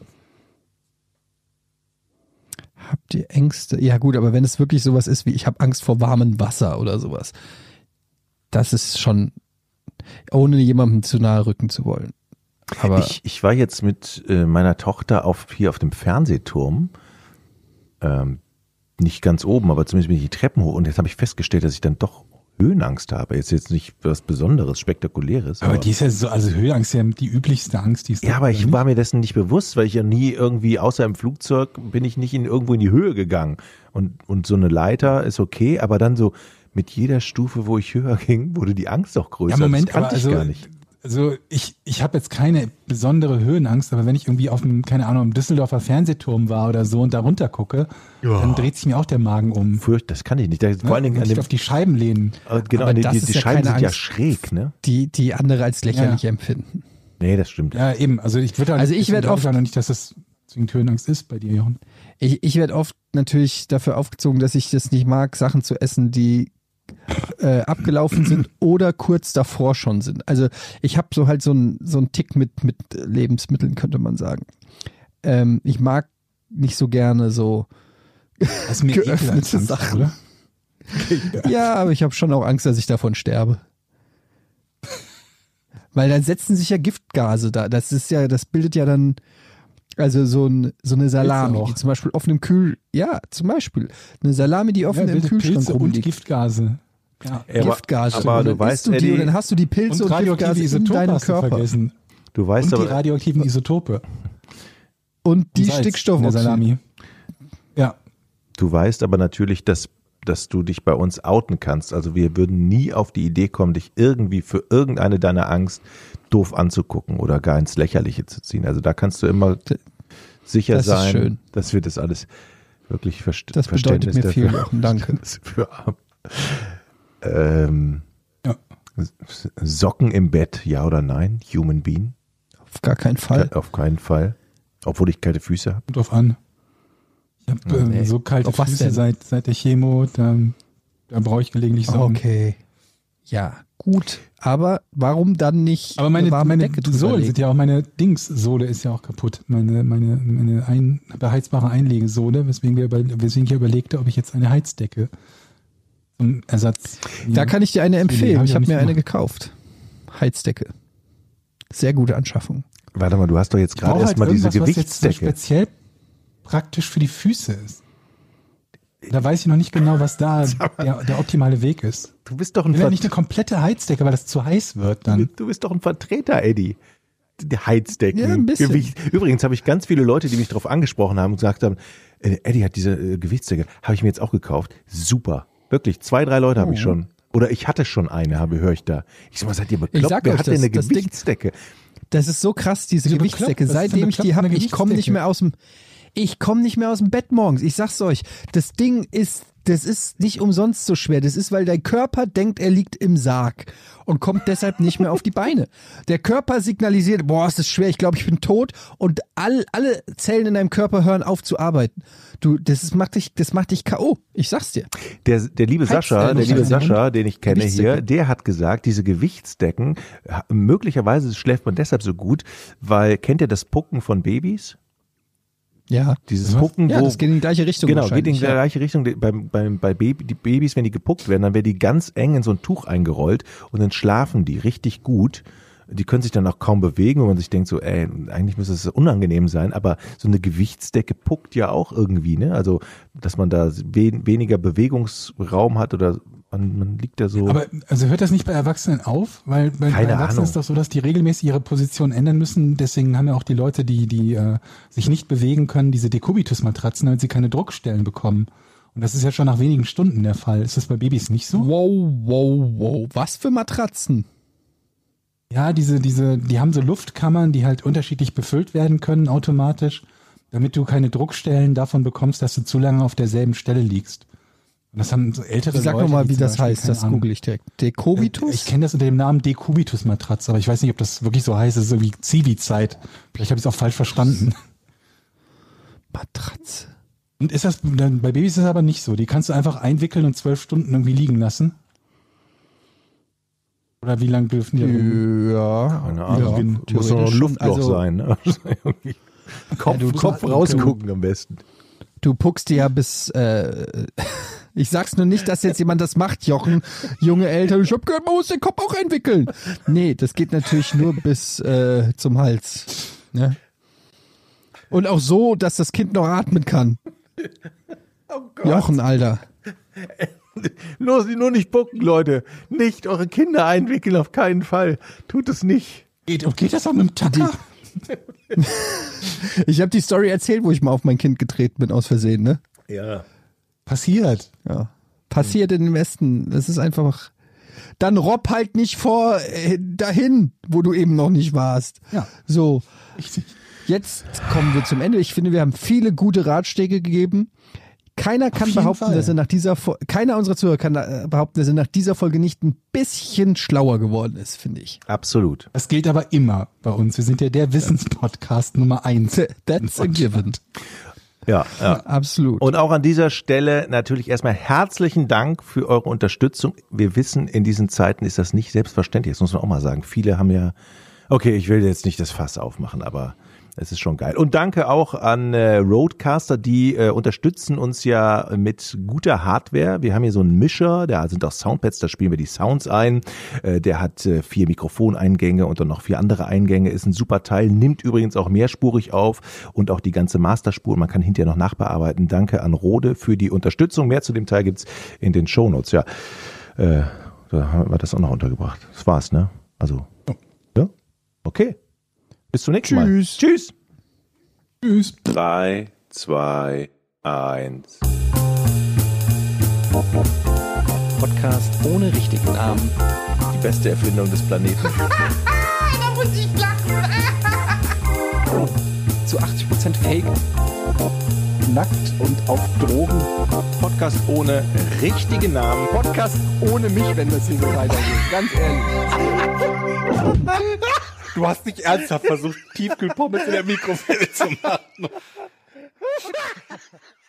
Habt ihr Ängste? Ja gut, aber wenn es wirklich sowas ist wie, ich habe Angst vor warmem Wasser oder sowas, das ist schon, ohne jemandem zu nahe rücken zu wollen. Aber ich, ich war jetzt mit äh, meiner Tochter auf, hier auf dem Fernsehturm, ähm, nicht ganz oben, aber zumindest bin ich die Treppen hoch und jetzt habe ich festgestellt, dass ich dann doch Höhenangst habe. Jetzt jetzt nicht was Besonderes, Spektakuläres. Aber, Aber die ist ja so, also Höhenangst ist ja die üblichste Angst, die es ja, aber ich nicht? war mir dessen nicht bewusst, weil ich ja nie irgendwie, außer im Flugzeug, bin ich nicht in, irgendwo in die Höhe gegangen. Und, und so eine Leiter ist okay, aber dann so mit jeder Stufe, wo ich höher ging, wurde die Angst auch größer. Ja, Moment, das kannte aber ich also, gar nicht. Also ich, ich habe jetzt keine besondere Höhenangst, aber wenn ich irgendwie auf dem, keine Ahnung, im Düsseldorfer Fernsehturm war oder so und da runter gucke, Ja. dann dreht sich mir auch der Magen um. Furcht, das kann ich nicht. Da, Ne? vor allen Dingen Wenn an sich dem, auf die Scheiben lehnen. äh, genau, Aber die, das die, ist die ja Scheiben keine sind ja Angst. schräg, ne? die, die andere als lächerlich Ja. empfinden. Nee, das stimmt. Ja, eben. Also ich würde Also ich werd oft- noch nicht, dass das zwingend Höhenangst ist bei dir, Jochen. Ich, ich werde oft natürlich dafür aufgezogen, dass ich das nicht mag, Sachen zu essen, die äh, abgelaufen sind oder kurz davor schon sind. Also ich habe so halt so einen so einen Tick mit, mit Lebensmitteln, könnte man sagen. Ähm, ich mag nicht so gerne so Das ist mir Geöffnete Ekel als Angst, Sachen. oder? ja, aber ich habe schon auch Angst, dass ich davon sterbe. Weil dann setzen sich ja Giftgase da. Das ist ja, das bildet ja dann, also so, ein, so eine Salami, auch. die zum Beispiel offen im Kühl, ja, zum Beispiel eine Salami, die offen Ja, im bildet Kühlschrank Pilze und rumliegt. Giftgase. Ja. Ja, aber- Giftgase. aber und du dann weißt, isst du die Eddie- und dann hast du die Pilze Und und, radioaktive Giftgase in Isotope deinem hast du Körper. vergessen. Du weißt Und die aber, radioaktiven Isotope. Und die Und Salz in der Stickstoffoxide. Salami. Ja. du weißt aber natürlich, dass, dass du dich bei uns outen kannst. Also wir würden nie auf die Idee kommen, dich irgendwie für irgendeine deiner Angst doof anzugucken oder gar ins Lächerliche zu ziehen. Also da kannst du immer sicher Das ist sein, schön. dass wir das alles wirklich verst Das bedeutet Verständnis mir dafür, viel, Jochen, danke. dafür haben. Ähm, Ja. Socken im Bett, ja oder nein? Human Being? Auf gar keinen Fall. Auf keinen Fall. Obwohl ich kalte Füße habe. Kommt drauf an. Ich habe ähm, nee. so kalte Auf was Füße denn? seit, seit der Chemo, da, da brauche ich gelegentlich Socken. Okay. Ja, gut. Aber warum dann nicht Aber meine, eine warme meine Decke Sohlen drüberlegen? sind ja auch, meine Dings-Sohle ist ja auch kaputt. Meine, meine, meine ein, beheizbare Einlegesohle, weswegen, wir über, weswegen ich überlegte, ob ich jetzt eine Heizdecke zum Ersatz. Da kann ich dir eine empfehlen. hab Ich ich habe auch mir nicht eine gemacht. gekauft. Heizdecke. Sehr gute Anschaffung. Warte mal, du hast doch jetzt Ich gerade brauche erstmal halt diese irgendwas, was jetzt so Gewichtsdecke. speziell praktisch für die Füße ist. Da weiß ich noch nicht genau, was da der, der optimale Weg ist. Du bist doch ein Ich will ja Ver nicht eine komplette Heizdecke, weil das zu heiß wird dann. Du bist doch ein Vertreter, Eddie. Die Heizdecken. Ja, ein bisschen. Gewicht. Übrigens habe ich ganz viele Leute, die mich darauf angesprochen haben und gesagt haben, äh, Eddie hat diese äh, Gewichtsdecke, habe ich mir jetzt auch gekauft. Super. Wirklich, zwei, drei Leute habe ich Oh. schon. Oder ich hatte schon eine, habe höre ich da. Ich sag mal, seid ihr bekloppt? sag Wer euch hat denn das, eine das Ding- Gewichtsdecke? Das ist so krass, diese Wieso Gewichtsdecke. bekloppt? Was ist denn Seitdem ich die bekloppt an habe, der ich komme nicht Gewichtsdecke? mehr aus dem, ich komme nicht mehr aus dem Bett morgens. Ich sag's euch, das Ding ist, das ist nicht umsonst so schwer. Das ist, weil dein Körper denkt, er liegt im Sarg und kommt deshalb nicht mehr auf die Beine. Der Körper signalisiert, boah, ist das schwer, ich glaube, ich bin tot und all, alle Zellen in deinem Körper hören auf zu arbeiten. Du, das ist, macht dich, das macht dich K O. Ich sag's dir. Der, der liebe Sascha, Heizdecken. der liebe Heizdecken. Sascha, den ich kenne hier, Gewichtsdecke. der hat gesagt, diese Gewichtsdecken, äh, möglicherweise schläft man deshalb so gut, weil, kennt ihr das Pucken von Babys? Ja. Dieses Was? Pucken, Ja, wo, das geht in die gleiche Richtung. genau, geht in die wahrscheinlich, ja. gleiche Richtung. Die- Beim, beim, bei Baby, die Babys, wenn die gepuckt werden, dann werden die ganz eng in so ein Tuch eingerollt und dann schlafen die richtig gut. Die können sich dann auch kaum bewegen, wo man sich denkt so, ey, eigentlich müsste es unangenehm sein, aber so eine Gewichtsdecke puckt ja auch irgendwie, ne? Also, dass man da we weniger Bewegungsraum hat oder man, man liegt da so. Aber also hört das nicht bei Erwachsenen auf? Weil bei, bei Keine Erwachsenen Ahnung. ist doch so, dass die regelmäßig ihre Position ändern müssen. Deswegen haben ja auch die Leute, die, die äh, sich nicht bewegen können, diese Dekubitus-Matratzen, damit sie keine Druckstellen bekommen. Und das ist ja schon nach wenigen Stunden der Fall. Ist das bei Babys nicht so? Wow, wow, wow. Was für Matratzen? Ja, diese, diese, die haben so Luftkammern, die halt unterschiedlich befüllt werden können automatisch, damit du keine Druckstellen davon bekommst, dass du zu lange auf derselben Stelle liegst. Das haben so ältere Sag Leute. nochmal, die wie zum das Beispiel, heißt, keine das Ahnung. google ich direkt. Decubitus? Ich kenne das unter dem Namen Decubitus-Matratze, aber ich weiß nicht, ob das wirklich so heißt. Das ist so wie Zivi-Zeit. Vielleicht habe ich es auch falsch verstanden. Matratze. Und ist das, dann, bei Babys ist es aber nicht so. Die kannst du einfach einwickeln und zwölf Stunden irgendwie liegen lassen. Oder wie lange dürfen die? dann- Ja. Keine Ahnung. Ja, Muss doch noch ein theoretisch Luftloch schon. Also- sein. Ne? Irgendwie Kopf, Ja, du- Kopf du- rausgucken am besten. Du puckst dir ja bis, äh, ich sag's nur nicht, dass jetzt jemand das macht, Jochen. Junge Eltern, ich hab gehört, man muss den Kopf auch entwickeln. Nee, das geht natürlich nur bis äh, zum Hals. Ne? Und auch so, dass das Kind noch atmen kann. Oh Gott. Jochen, Alter. Nur, nur nicht bucken, Leute. Nicht eure Kinder einwickeln, auf keinen Fall. Tut es nicht. Geht, geht das auch mit dem Tacker? Ich habe die Story erzählt, wo ich mal auf mein Kind getreten bin, aus Versehen, ne? Ja. Passiert. Ja. Passiert in den Westen. Das ist einfach. Dann robb halt nicht vor äh, dahin, wo du eben noch nicht warst. Ja. So. Richtig. Jetzt kommen wir zum Ende. Ich finde, wir haben viele gute Ratschläge gegeben. Keiner kann jeden behaupten, Fall. dass er nach dieser Fo- keiner unserer Zuhörer kann äh, behaupten, dass er nach dieser Folge nicht ein bisschen schlauer geworden ist, finde ich. Absolut. Das gilt aber immer bei uns. Wir sind ja der Wissenspodcast Nummer eins. That's a given. Ja, ja. Absolut. Und auch an dieser Stelle natürlich erstmal herzlichen Dank für eure Unterstützung. Wir wissen, in diesen Zeiten ist das nicht selbstverständlich. Das muss man auch mal sagen. Viele haben ja, okay, ich will jetzt nicht das Fass aufmachen, aber es ist schon geil. Und danke auch an äh, Rodecaster, die äh, unterstützen uns ja mit guter Hardware. Wir haben hier so einen Mischer, da sind auch Soundpads, da spielen wir die Sounds ein. Äh, der hat äh, vier Mikrofoneingänge und dann noch vier andere Eingänge. Ist ein super Teil, nimmt übrigens auch mehrspurig auf und auch die ganze Masterspur. Man kann hinterher noch nachbearbeiten. Danke an Rode für die Unterstützung. Mehr zu dem Teil gibt's in den Shownotes. Ja, äh, da haben wir das auch noch untergebracht. Das war's, ne? Also, ja, okay. Bis zum nächsten Mal. Tschüss. Tschüss. Tschüss. drei, zwei, eins. Podcast ohne richtigen Namen. Die beste Erfindung des Planeten. Da muss ich lachen. Zu achtzig Prozent Fake. Nackt und auf Drogen. Podcast ohne richtigen Namen. Podcast ohne mich, wenn das hier so weitergeht. Ganz ehrlich. Du hast nicht ernsthaft versucht, Tiefkühlpommes in der Mikrowelle zu machen.